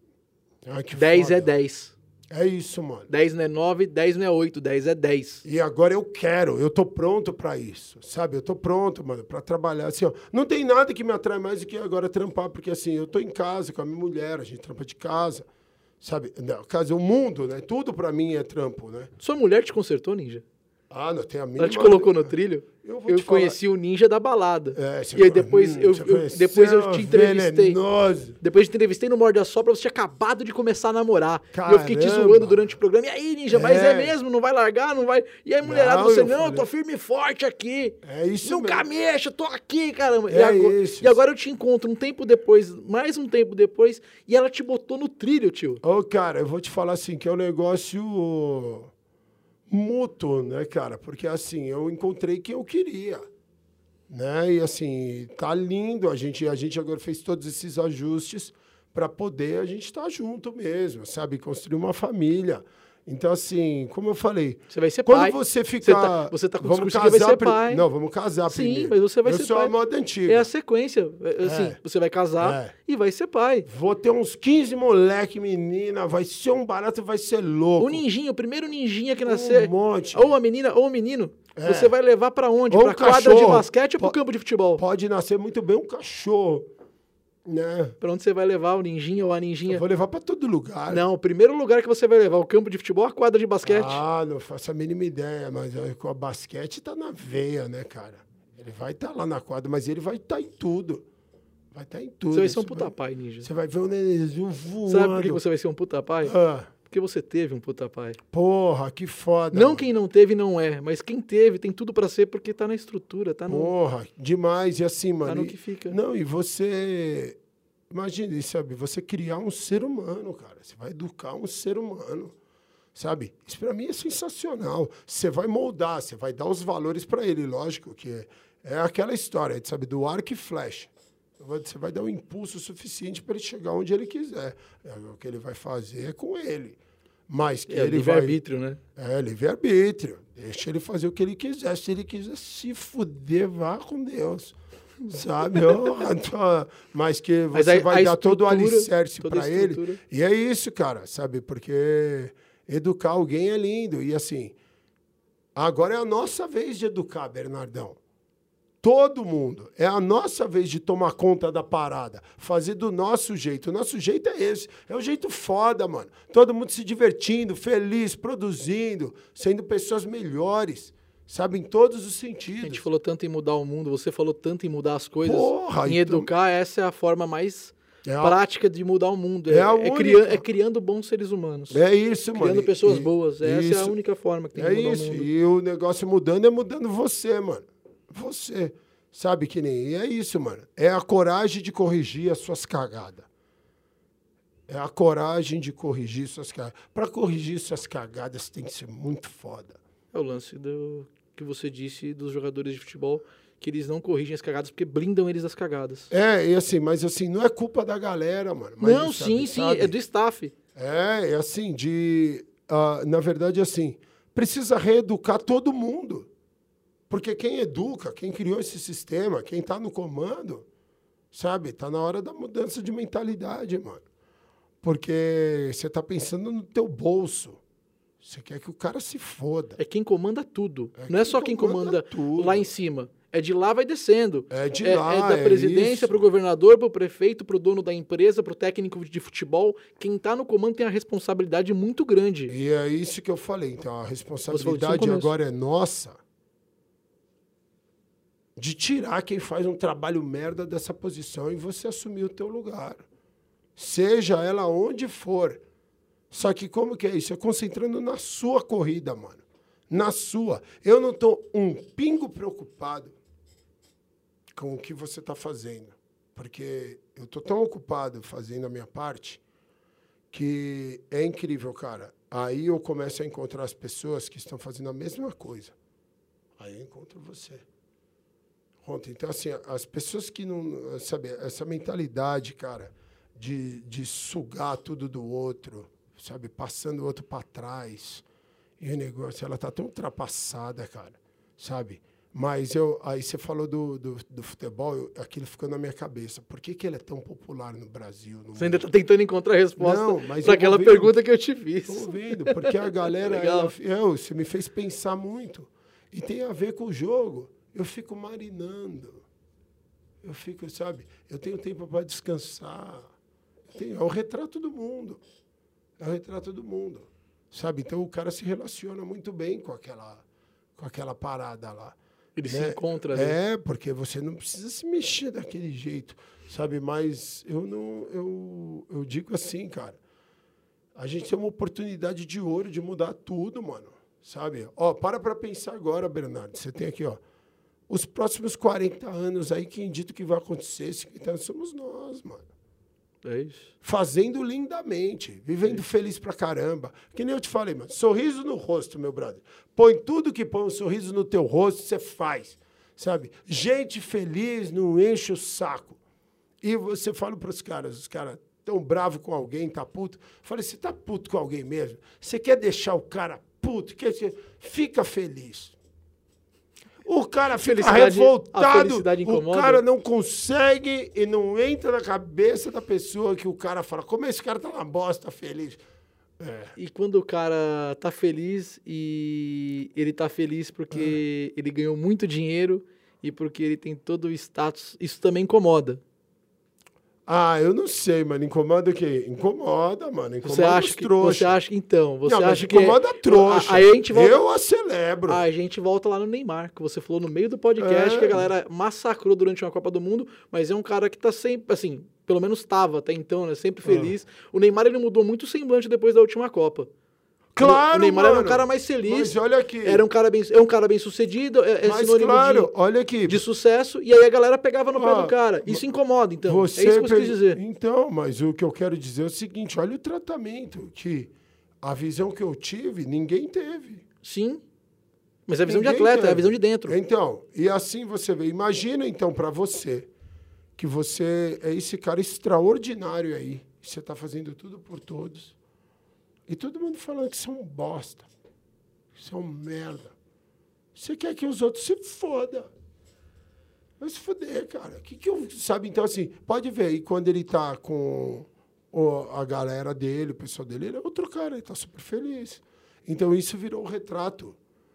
Ai, que 10 foda. é 10. É isso, mano. 10 não é 9, 10 não é 8, 10 é 10. E agora eu tô pronto pra isso, sabe? Eu tô pronto, mano, pra trabalhar. Assim, ó, não tem nada que me atrai mais do que agora trampar, porque assim, eu tô em casa com a minha mulher, a gente trampa de casa, sabe? Não, casa, o mundo, né? Tudo pra mim é trampo, né? Sua mulher te consertou, Ninja? Ah, não tem a mínima... Ela te colocou no trilho? Eu conheci o Ninja da balada. É, e aí depois depois eu te entrevistei. Venenoso. Depois eu te entrevistei no Morde a Sopra, você tinha acabado de começar a namorar. Caramba. E eu fiquei te zoando durante o programa. E aí, Ninja, mas é mesmo? Não vai largar? Não vai... E aí, mulherada, você, eu tô firme e forte aqui. É isso Nunca mesmo. mexa, tô aqui, caramba. Isso. E agora eu te encontro um tempo depois, mais um tempo depois, e ela te botou no trilho, tio. Ô, cara, eu vou te falar assim, que é um negócio... mútuo, né, cara? Porque, assim, eu encontrei quem eu queria, né? E, assim, tá lindo. A gente agora fez todos esses ajustes para poder a gente estar junto mesmo, sabe? Construir uma família. Então, assim, como eu falei... Você vai ser quando pai. você ficar... Você tá com vamos discurso que vai ser casar pai. Não, vamos casar Sim, primeiro. mas você vai ser pai. Eu sou a moda antiga. É a sequência. Assim, você vai casar e vai ser pai. Vou ter uns 15 moleque, menina, vai ser um barato, vai ser louco. O ninjinho, o primeiro ninjinha que nascer, Um monte. ou a menina ou o menino, você vai levar pra onde? Ou Pra um quadra de cachorro. basquete ou pro campo de futebol? Pode nascer muito bem um cachorro, né? Pra onde você vai levar o ninjinha ou a Eu ninjinha? vou levar pra todo lugar. Não, o primeiro lugar que você vai levar, o campo de futebol ou a quadra de basquete? Ah, não faço a mínima ideia, mas com a basquete tá na veia, né, cara? Ele vai estar lá na quadra, mas ele vai estar em tudo. Vai estar em tudo. Você vai ser um puta pai, Ninja. Você vai ver o nenenzinho voando. Sabe por que você vai ser um puta pai? Ah, Porque você teve um puta pai. porra, que foda. Não mano. quem não teve, não é. Mas quem teve, tem tudo pra ser, porque tá na estrutura, tá no... Porra, demais. E assim, mano... Tá no que fica. Não, e você... Imagine, sabe? Você criar um ser humano, cara. Você vai educar um ser humano, sabe? Isso pra mim é sensacional. Você vai moldar, você vai dar os valores pra ele. Lógico que é aquela história, sabe? Do arco e flecha. Você vai dar um impulso suficiente para ele chegar onde ele quiser. O que ele vai fazer é com ele. Mas que ele vai... livre-arbítrio, né? É, livre-arbítrio. Deixa ele fazer o que ele quiser. Se ele quiser se fuder, vá com Deus. Sabe? Mas que você vai dar todo o alicerce para ele. E é isso, cara, sabe? Porque educar alguém é lindo. E assim, agora é a nossa vez de educar, Bernardão. Todo mundo. É a nossa vez de tomar conta da parada. Fazer do nosso jeito. O nosso jeito é esse. É o jeito foda, mano. Todo mundo se divertindo, feliz, produzindo, sendo pessoas melhores. Sabe? Em todos os sentidos. A gente falou tanto em mudar o mundo, você falou tanto em mudar as coisas. Porra, em então... educar, essa é a forma mais prática de mudar o mundo. É criando bons seres humanos. É isso, mano. Criando pessoas boas. Essa é a única forma que tem de mudar o mundo. E o negócio mudando é mudando você, mano. Você. Sabe que nem... E é isso, mano. É a coragem de corrigir as suas cagadas. É a coragem de corrigir suas cagadas. Para corrigir suas cagadas tem que ser muito foda. É o lance que você disse dos jogadores de futebol, que eles não corrigem as cagadas porque blindam eles das cagadas. E assim, mas assim, não é culpa da galera, mano. Mas não, sim, é do staff. É assim, na verdade, assim, precisa reeducar todo mundo. Porque quem educa, quem criou esse sistema, quem tá no comando, sabe? Tá na hora da mudança de mentalidade, mano. Porque você tá pensando no teu bolso. Você quer que o cara se foda. É quem comanda tudo. Não é só quem comanda lá em cima. É de lá vai descendo. É de lá, é da presidência isso. pro governador, pro prefeito, pro dono da empresa, pro técnico de futebol. Quem tá no comando tem a responsabilidade muito grande. E é isso que eu falei. Então, a responsabilidade começo. agora é nossa de tirar quem faz um trabalho merda dessa posição e você assumir o teu lugar. Seja ela onde for. Só que como que é isso? É concentrando na sua corrida, mano. Na sua. Eu não tô um pingo preocupado com o que você tá fazendo. Porque eu tô tão ocupado fazendo a minha parte que é incrível, cara. Aí eu começo a encontrar as pessoas que estão fazendo a mesma coisa. Aí eu encontro você. Então, assim, as pessoas que não... Sabe, essa mentalidade, cara, de sugar tudo do outro, sabe? Passando o outro para trás. E o negócio, ela tá tão ultrapassada, cara, sabe? Mas aí você falou do futebol, aquilo ficou na minha cabeça. Por que ele é tão popular no Brasil? No Você ainda tá tentando encontrar a resposta para aquela vendo, pergunta que eu te fiz. Tô ouvindo, porque a galera... você me fez pensar muito. E tem a ver com o jogo. Eu fico marinando. Eu fico, sabe? Eu tenho tempo para descansar. É o retrato do mundo. É o retrato do mundo. Sabe? Então o cara se relaciona muito bem com aquela parada lá. Ele se encontra ali. É, porque você não precisa se mexer daquele jeito, sabe? Mas eu digo assim, cara. A gente tem uma oportunidade de ouro de mudar tudo, mano. Sabe? Ó, para pensar agora, Bernardo. Você tem aqui, ó. Os próximos 40 anos aí, quem dito que vai acontecer, 50 anos, somos nós, mano. É isso. Fazendo lindamente, vivendo feliz pra caramba. Que nem eu te falei, mano. Sorriso no rosto, meu brother. Põe tudo que põe um sorriso no teu rosto, você faz. Sabe? Gente feliz não enche o saco. E você fala pros caras, os caras tão bravos com alguém, tá puto. Eu falei, você tá puto com alguém mesmo? Você quer deixar o cara puto? Fica feliz. O cara fica revoltado, o cara não consegue e não entra na cabeça da pessoa que o cara fala, como esse cara tá na bosta, tá feliz. É. E quando o cara tá feliz e ele tá feliz porque ele ganhou muito dinheiro e porque ele tem todo o status, isso também incomoda. Ah, eu não sei, mano. Incomoda o quê? Incomoda, mano. Incomoda você acha os trouxas. Você acha, então, você não, acha que... incomoda trouxa. Aí a gente volta... Eu a celebro. A gente volta lá no Neymar, que você falou no meio do podcast que a galera massacrou durante uma Copa do Mundo, mas é um cara que tá sempre, assim, pelo menos estava até então, né? Sempre feliz. O Neymar, ele mudou muito o semblante depois da última Copa. Claro, o Neymar mano. Era um cara mais feliz. Mas olha aqui. É um cara bem sucedido, mas sinônimo claro, olha aqui. de sucesso, e aí a galera pegava no pé do cara. Isso incomoda, então. É isso que eu quis dizer. Então, mas o que eu quero dizer é o seguinte, olha o tratamento, que a visão que eu tive, ninguém teve. Sim. Mas é a visão de atleta, é a visão de dentro. Então, e assim você vê. Imagina, então, para você, que você é esse cara extraordinário aí, você está fazendo tudo por todos. E todo mundo falando que são bosta, que são merda. Você quer que os outros se fodam. Vai se foder, cara. Que eu... Sabe, então, assim, pode ver. E quando ele tá com a galera dele, o pessoal dele, ele é outro cara, ele tá super feliz. Então, isso virou um retrato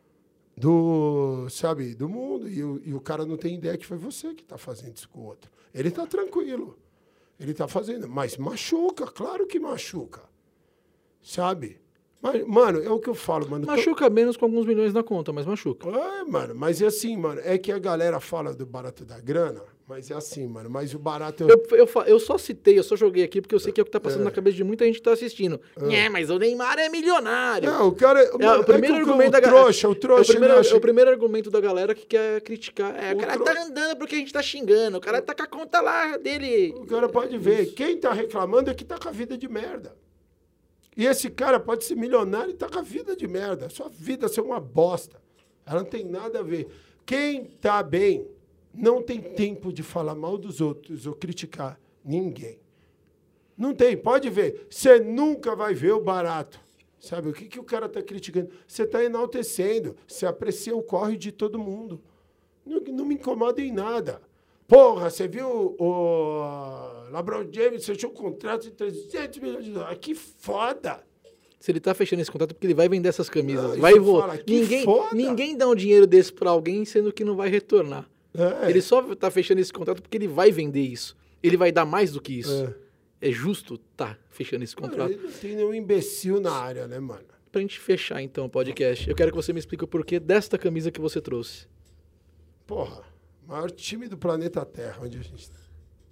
do mundo. E o cara não tem ideia que foi você que tá fazendo isso com o outro. Ele tá tranquilo. Ele tá fazendo. Mas machuca, claro que machuca. Sabe? Mas, mano, é o que eu falo, mano. Machuca menos com alguns milhões na conta, mas machuca. É, mano, mas é assim, mano. É que a galera fala do barato da grana, mas é assim, mano. Mas o barato... Eu só citei, eu só joguei aqui porque eu sei que é o que tá passando na cabeça de muita gente que tá assistindo. Mas o Neymar é milionário. Não, o cara... o primeiro argumento da galera... O primeiro argumento da galera que quer criticar. O cara tá andando porque a gente tá xingando. O cara tá com a conta lá dele. O cara pode ver. Quem tá reclamando é que tá com a vida de merda. E esse cara pode ser milionário e tá com a vida de merda. Sua vida ser uma bosta. Ela não tem nada a ver. Quem tá bem não tem tempo de falar mal dos outros ou criticar ninguém. Não tem. Pode ver. Você nunca vai ver o barato. Sabe? O que o cara tá criticando? Você está enaltecendo. Você aprecia o corre de todo mundo. Não me incomoda em nada. Porra, você viu o LeBron James fechou um contrato de 300 milhões de dólares. Que foda! Se ele tá fechando esse contrato, porque ele vai vender essas camisas. Não, vai voar. Ninguém dá um dinheiro desse pra alguém, sendo que não vai retornar. Ele só tá fechando esse contrato porque ele vai vender isso. Ele vai dar mais do que isso. É justo tá fechando esse contrato. Ele não tem nenhum imbecil na área, né, mano? Pra gente fechar, então, o podcast, eu quero que você me explique o porquê desta camisa que você trouxe. Porra, maior time do planeta Terra, onde a gente tá.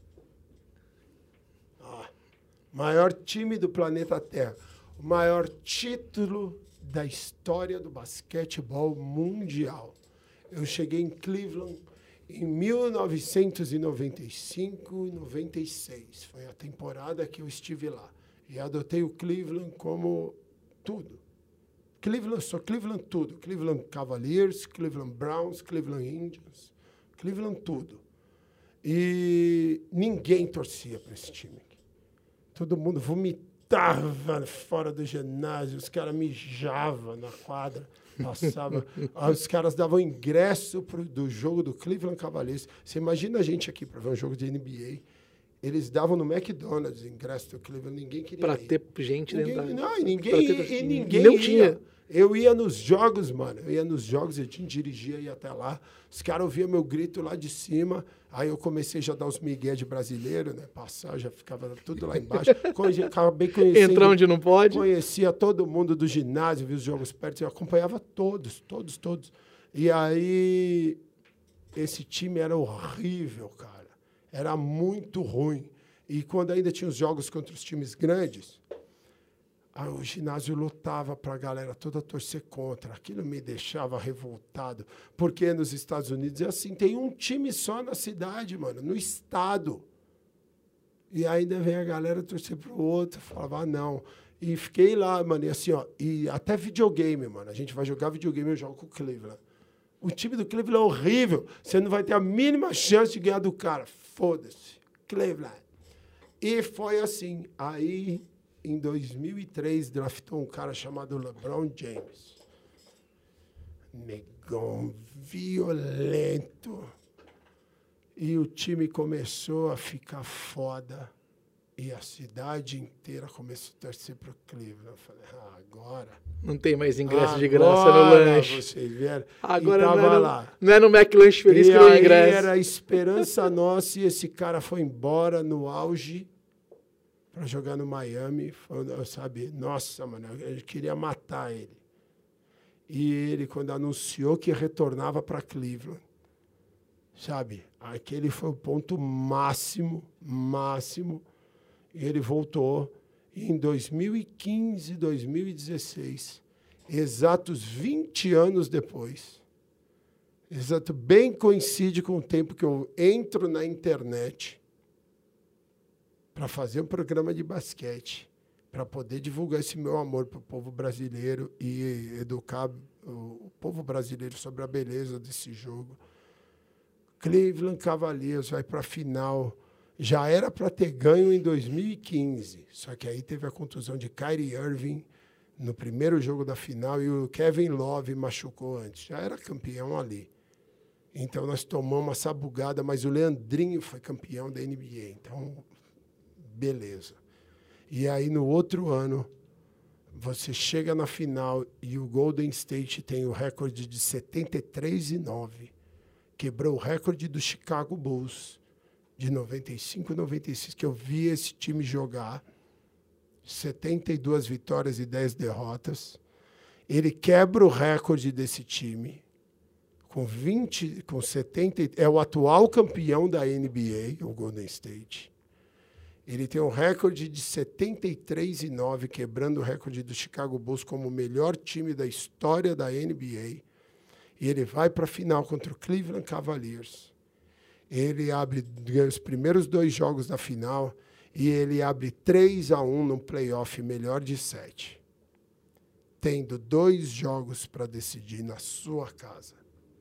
Maior time do planeta Terra. O maior título da história do basquetebol mundial. Eu cheguei em Cleveland em 1995 e 96. Foi a temporada que eu estive lá. E adotei o Cleveland como tudo. Só Cleveland tudo. Cleveland Cavaliers, Cleveland Browns, Cleveland Indians. Cleveland tudo. E ninguém torcia para esse time. Todo mundo vomitava fora do ginásio, os caras mijavam na quadra, passavam. Os caras davam ingresso do jogo do Cleveland Cavaliers. Você imagina a gente aqui para ver um jogo de NBA. Eles davam no McDonald's ingresso do Cleveland, ninguém queria ir. Pra ter gente dentro da... Não, ninguém não ia. tinha. Eu ia nos jogos, mano. Eu dirigia, ia até lá. Os caras ouviam meu grito lá de cima. Aí eu comecei já a dar os migué de brasileiro, né? Passar, já ficava tudo lá embaixo. Acabei conhecendo... Entrar onde não pode. Conhecia todo mundo do ginásio, via os jogos perto. Eu acompanhava todos. E aí, esse time era horrível, cara. Era muito ruim. E quando ainda tinha os jogos contra os times grandes... o ginásio lotava para a galera toda torcer contra. Aquilo me deixava revoltado. Porque nos Estados Unidos é assim, tem um time só na cidade, mano, no estado. E ainda vem a galera torcer para o outro. Falava, não. E fiquei lá, mano, e assim, ó. E até videogame, mano. A gente vai jogar videogame, eu jogo com o Cleveland. O time do Cleveland é horrível. Você não vai ter a mínima chance de ganhar do cara. Foda-se. Cleveland. E foi assim. Aí... Em 2003, draftou um cara chamado LeBron James. Negão, violento. E o time começou a ficar foda. E a cidade inteira começou a torcer para o Cleveland. Eu falei, agora... Não tem mais ingresso de graça no lanche. Vocês vieram. Agora lá. Não é no McLanche Feliz que não ingresso. Era a esperança nossa e esse cara foi embora no auge para jogar no Miami, sabe? Nossa, mano, eu queria matar ele. E ele, quando anunciou que retornava para Cleveland, sabe? Aquele foi o ponto máximo. E ele voltou. E em 2015, 2016, exatos 20 anos depois, bem coincide com o tempo que eu entro na internet para fazer um programa de basquete, para poder divulgar esse meu amor para o povo brasileiro e educar o povo brasileiro sobre a beleza desse jogo. Cleveland Cavaliers vai para a final. Já era para ter ganho em 2015, só que aí teve a contusão de Kyrie Irving no primeiro jogo da final e o Kevin Love machucou antes. Já era campeão ali. Então, nós tomamos uma sabugada, mas o Leandrinho foi campeão da NBA. Então... beleza. E aí, no outro ano, você chega na final e o Golden State tem o recorde de 73-9. Quebrou o recorde do Chicago Bulls de 95 e 96, que eu vi esse time jogar. 72 vitórias e 10 derrotas. Ele quebra o recorde desse time com 70... É o atual campeão da NBA, o Golden State. Ele tem um recorde de 73-9, quebrando o recorde do Chicago Bulls como o melhor time da história da NBA. E ele vai para a final contra o Cleveland Cavaliers. Ele ganha os primeiros 2 jogos da final e ele abre 3-1 no playoff melhor de 7. Tendo 2 jogos para decidir na sua casa.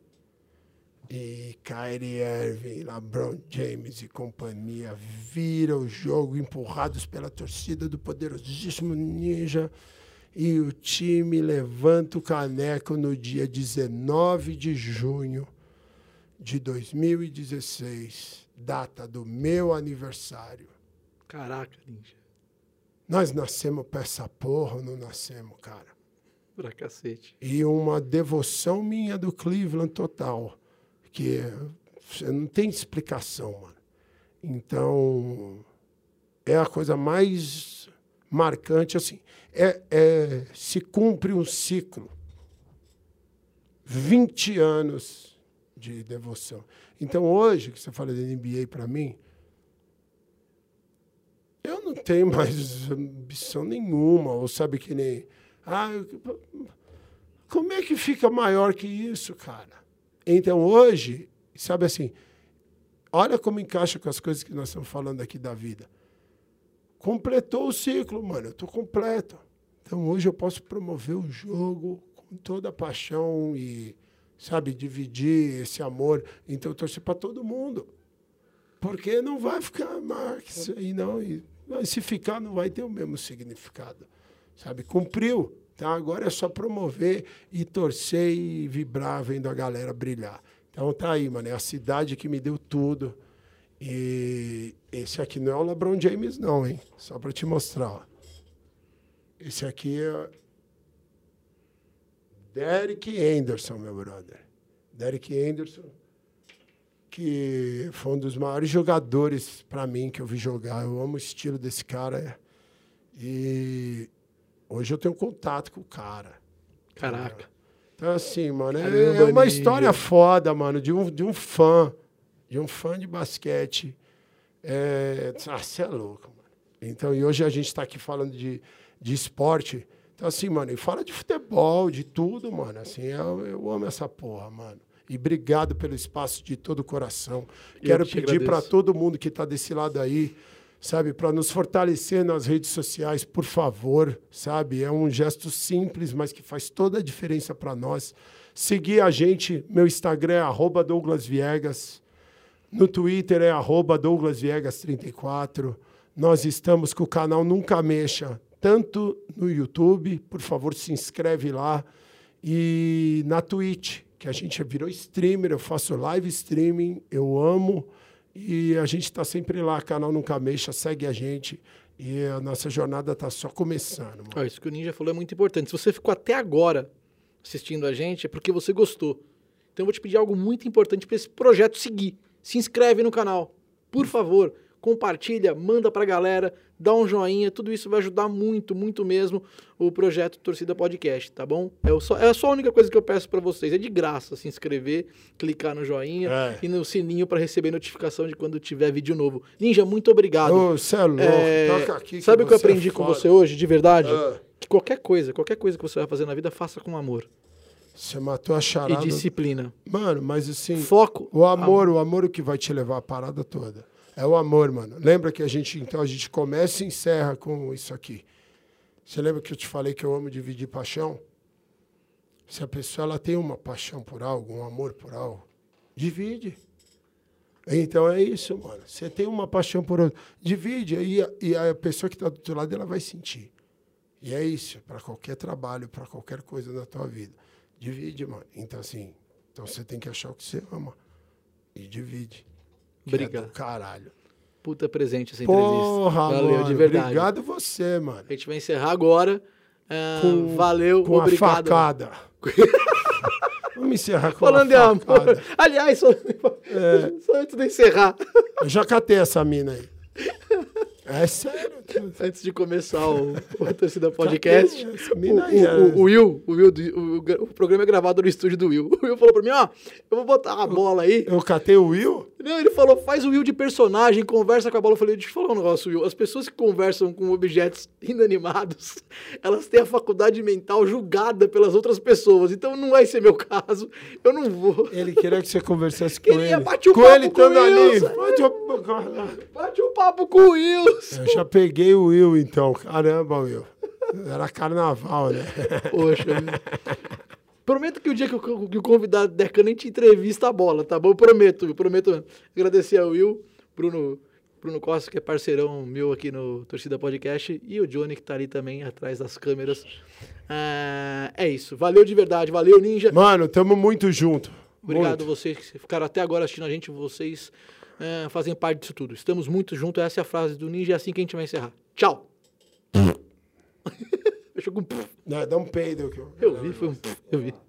E Kyrie Irving, LeBron James e companhia viram o jogo empurrados pela torcida do poderosíssimo Ninja. E o time levanta o caneco no dia 19 de junho de 2016, data do meu aniversário. Caraca, Ninja. Nós nascemos pra essa porra ou não nascemos, cara? Pra cacete. E uma devoção minha do Cleveland total. Que Você não tem explicação, mano. Então, é a coisa mais marcante, assim. Se cumpre um ciclo. 20 anos de devoção. Então, hoje, que você fala de NBA para mim, eu não tenho mais ambição nenhuma. Ou sabe que nem... como é que fica maior que isso, cara? Então, hoje, sabe assim, olha como encaixa com as coisas que nós estamos falando aqui da vida. Completou o ciclo, mano. Eu estou completo. Então, hoje eu posso promover o jogo com toda a paixão e, sabe, dividir esse amor. Então, eu torço para todo mundo. Porque não vai ficar mais aí, não. E se ficar, não vai ter o mesmo significado. Sabe? Cumpriu. Tá? Agora é só promover e torcer e vibrar vendo a galera brilhar. Então, tá aí, mano. É a cidade que me deu tudo. E esse aqui não é o LeBron James, não, hein? Só para te mostrar, ó. Esse aqui é Derek Anderson, meu brother. Derek Anderson, que foi um dos maiores jogadores para mim que eu vi jogar. Eu amo o estilo desse cara. E hoje eu tenho contato com o cara. Caraca. Então, assim, mano, é uma história foda, mano, de um fã de basquete. Você é louco, mano. Então, e hoje a gente está aqui falando de esporte. Então, assim, mano, e fala de futebol, de tudo, mano. Assim, eu amo essa porra, mano. E obrigado pelo espaço de todo o coração. Quero pedir para todo mundo que está desse lado aí, sabe, para nos fortalecer nas redes sociais, por favor, sabe? É um gesto simples, mas que faz toda a diferença para nós. Seguir a gente, meu Instagram é @DouglasViegas, no Twitter é @DouglasViegas34. Nós estamos com o canal Nunca Mexa, tanto no YouTube, por favor, se inscreve lá, e na Twitch, que a gente virou streamer, eu faço live streaming, eu amo, e a gente está sempre lá, canal Nunca Mexa, segue a gente, e a nossa jornada está só começando. Mano. Isso que o Ninja falou é muito importante. Se você ficou até agora assistindo a gente, é porque você gostou. Então eu vou te pedir algo muito importante para esse projeto seguir. Se inscreve no canal, por favor. Compartilha, manda pra galera, dá um joinha, tudo isso vai ajudar muito, muito mesmo o projeto Torcida Podcast, tá bom? É só a única coisa que eu peço pra vocês, é de graça se inscrever, clicar no joinha e no sininho pra receber notificação de quando tiver vídeo novo. Ninja, muito obrigado. Você é louco, toca aqui. Sabe o que eu aprendi com você hoje, de verdade? Que qualquer coisa que você vai fazer na vida, faça com amor. Você matou a charada. E disciplina. Mano, mas assim... Foco. O amor que vai te levar a parada toda. É o amor, mano. Lembra que a gente começa e encerra com isso aqui. Você lembra que eu te falei que eu amo dividir paixão? Se a pessoa ela tem uma paixão por algo, um amor por algo, divide. Então é isso, mano. Você tem uma paixão por outro, divide. E a pessoa que está do teu lado, ela vai sentir. E é isso, para qualquer trabalho, para qualquer coisa na tua vida. Divide, mano. Então, assim, você tem que achar o que você ama. E divide. Obrigado. É do caralho. Puta presente essa entrevista. Porra, valeu, mano, de verdade. Obrigado você, mano. A gente vai encerrar agora. Valeu, com obrigado. Com a facada. Vamos encerrar com falando uma de amor. Aliás, só antes de encerrar. Eu já catei essa mina aí. É sério. Antes de começar o Torcida Podcast, o programa é gravado no estúdio do Will. O Will falou pra mim, eu vou botar a bola aí. Eu catei o Will? Não, ele falou, faz o Will de personagem, conversa com a bola. Eu falei, deixa eu falar um negócio, Will. As pessoas que conversam com objetos inanimados, elas têm a faculdade mental julgada pelas outras pessoas. Então não vai ser meu caso. Eu não vou. Ele queria que você conversasse com ele. Bate o papo com o Will. Bate o papo com o Will. Eu já peguei o Will, então. Caramba, Will. Era carnaval, né? Poxa. Prometo que o dia que o convidado der cana, a gente entrevista a bola, tá bom? Eu prometo. Agradecer ao Will, Bruno Costa, que é parceirão meu aqui no Torcida Podcast, e o Johnny, que tá ali também atrás das câmeras. É isso. Valeu de verdade. Valeu, Ninja. Mano, tamo muito junto. Obrigado a vocês que ficaram até agora assistindo a gente. Vocês fazem parte disso tudo. Estamos muito juntos. Essa é a frase do Ninja. É assim que a gente vai encerrar. Tchau. Fechou com... Não, dá um peido. Eu vi, foi um... Eu vi.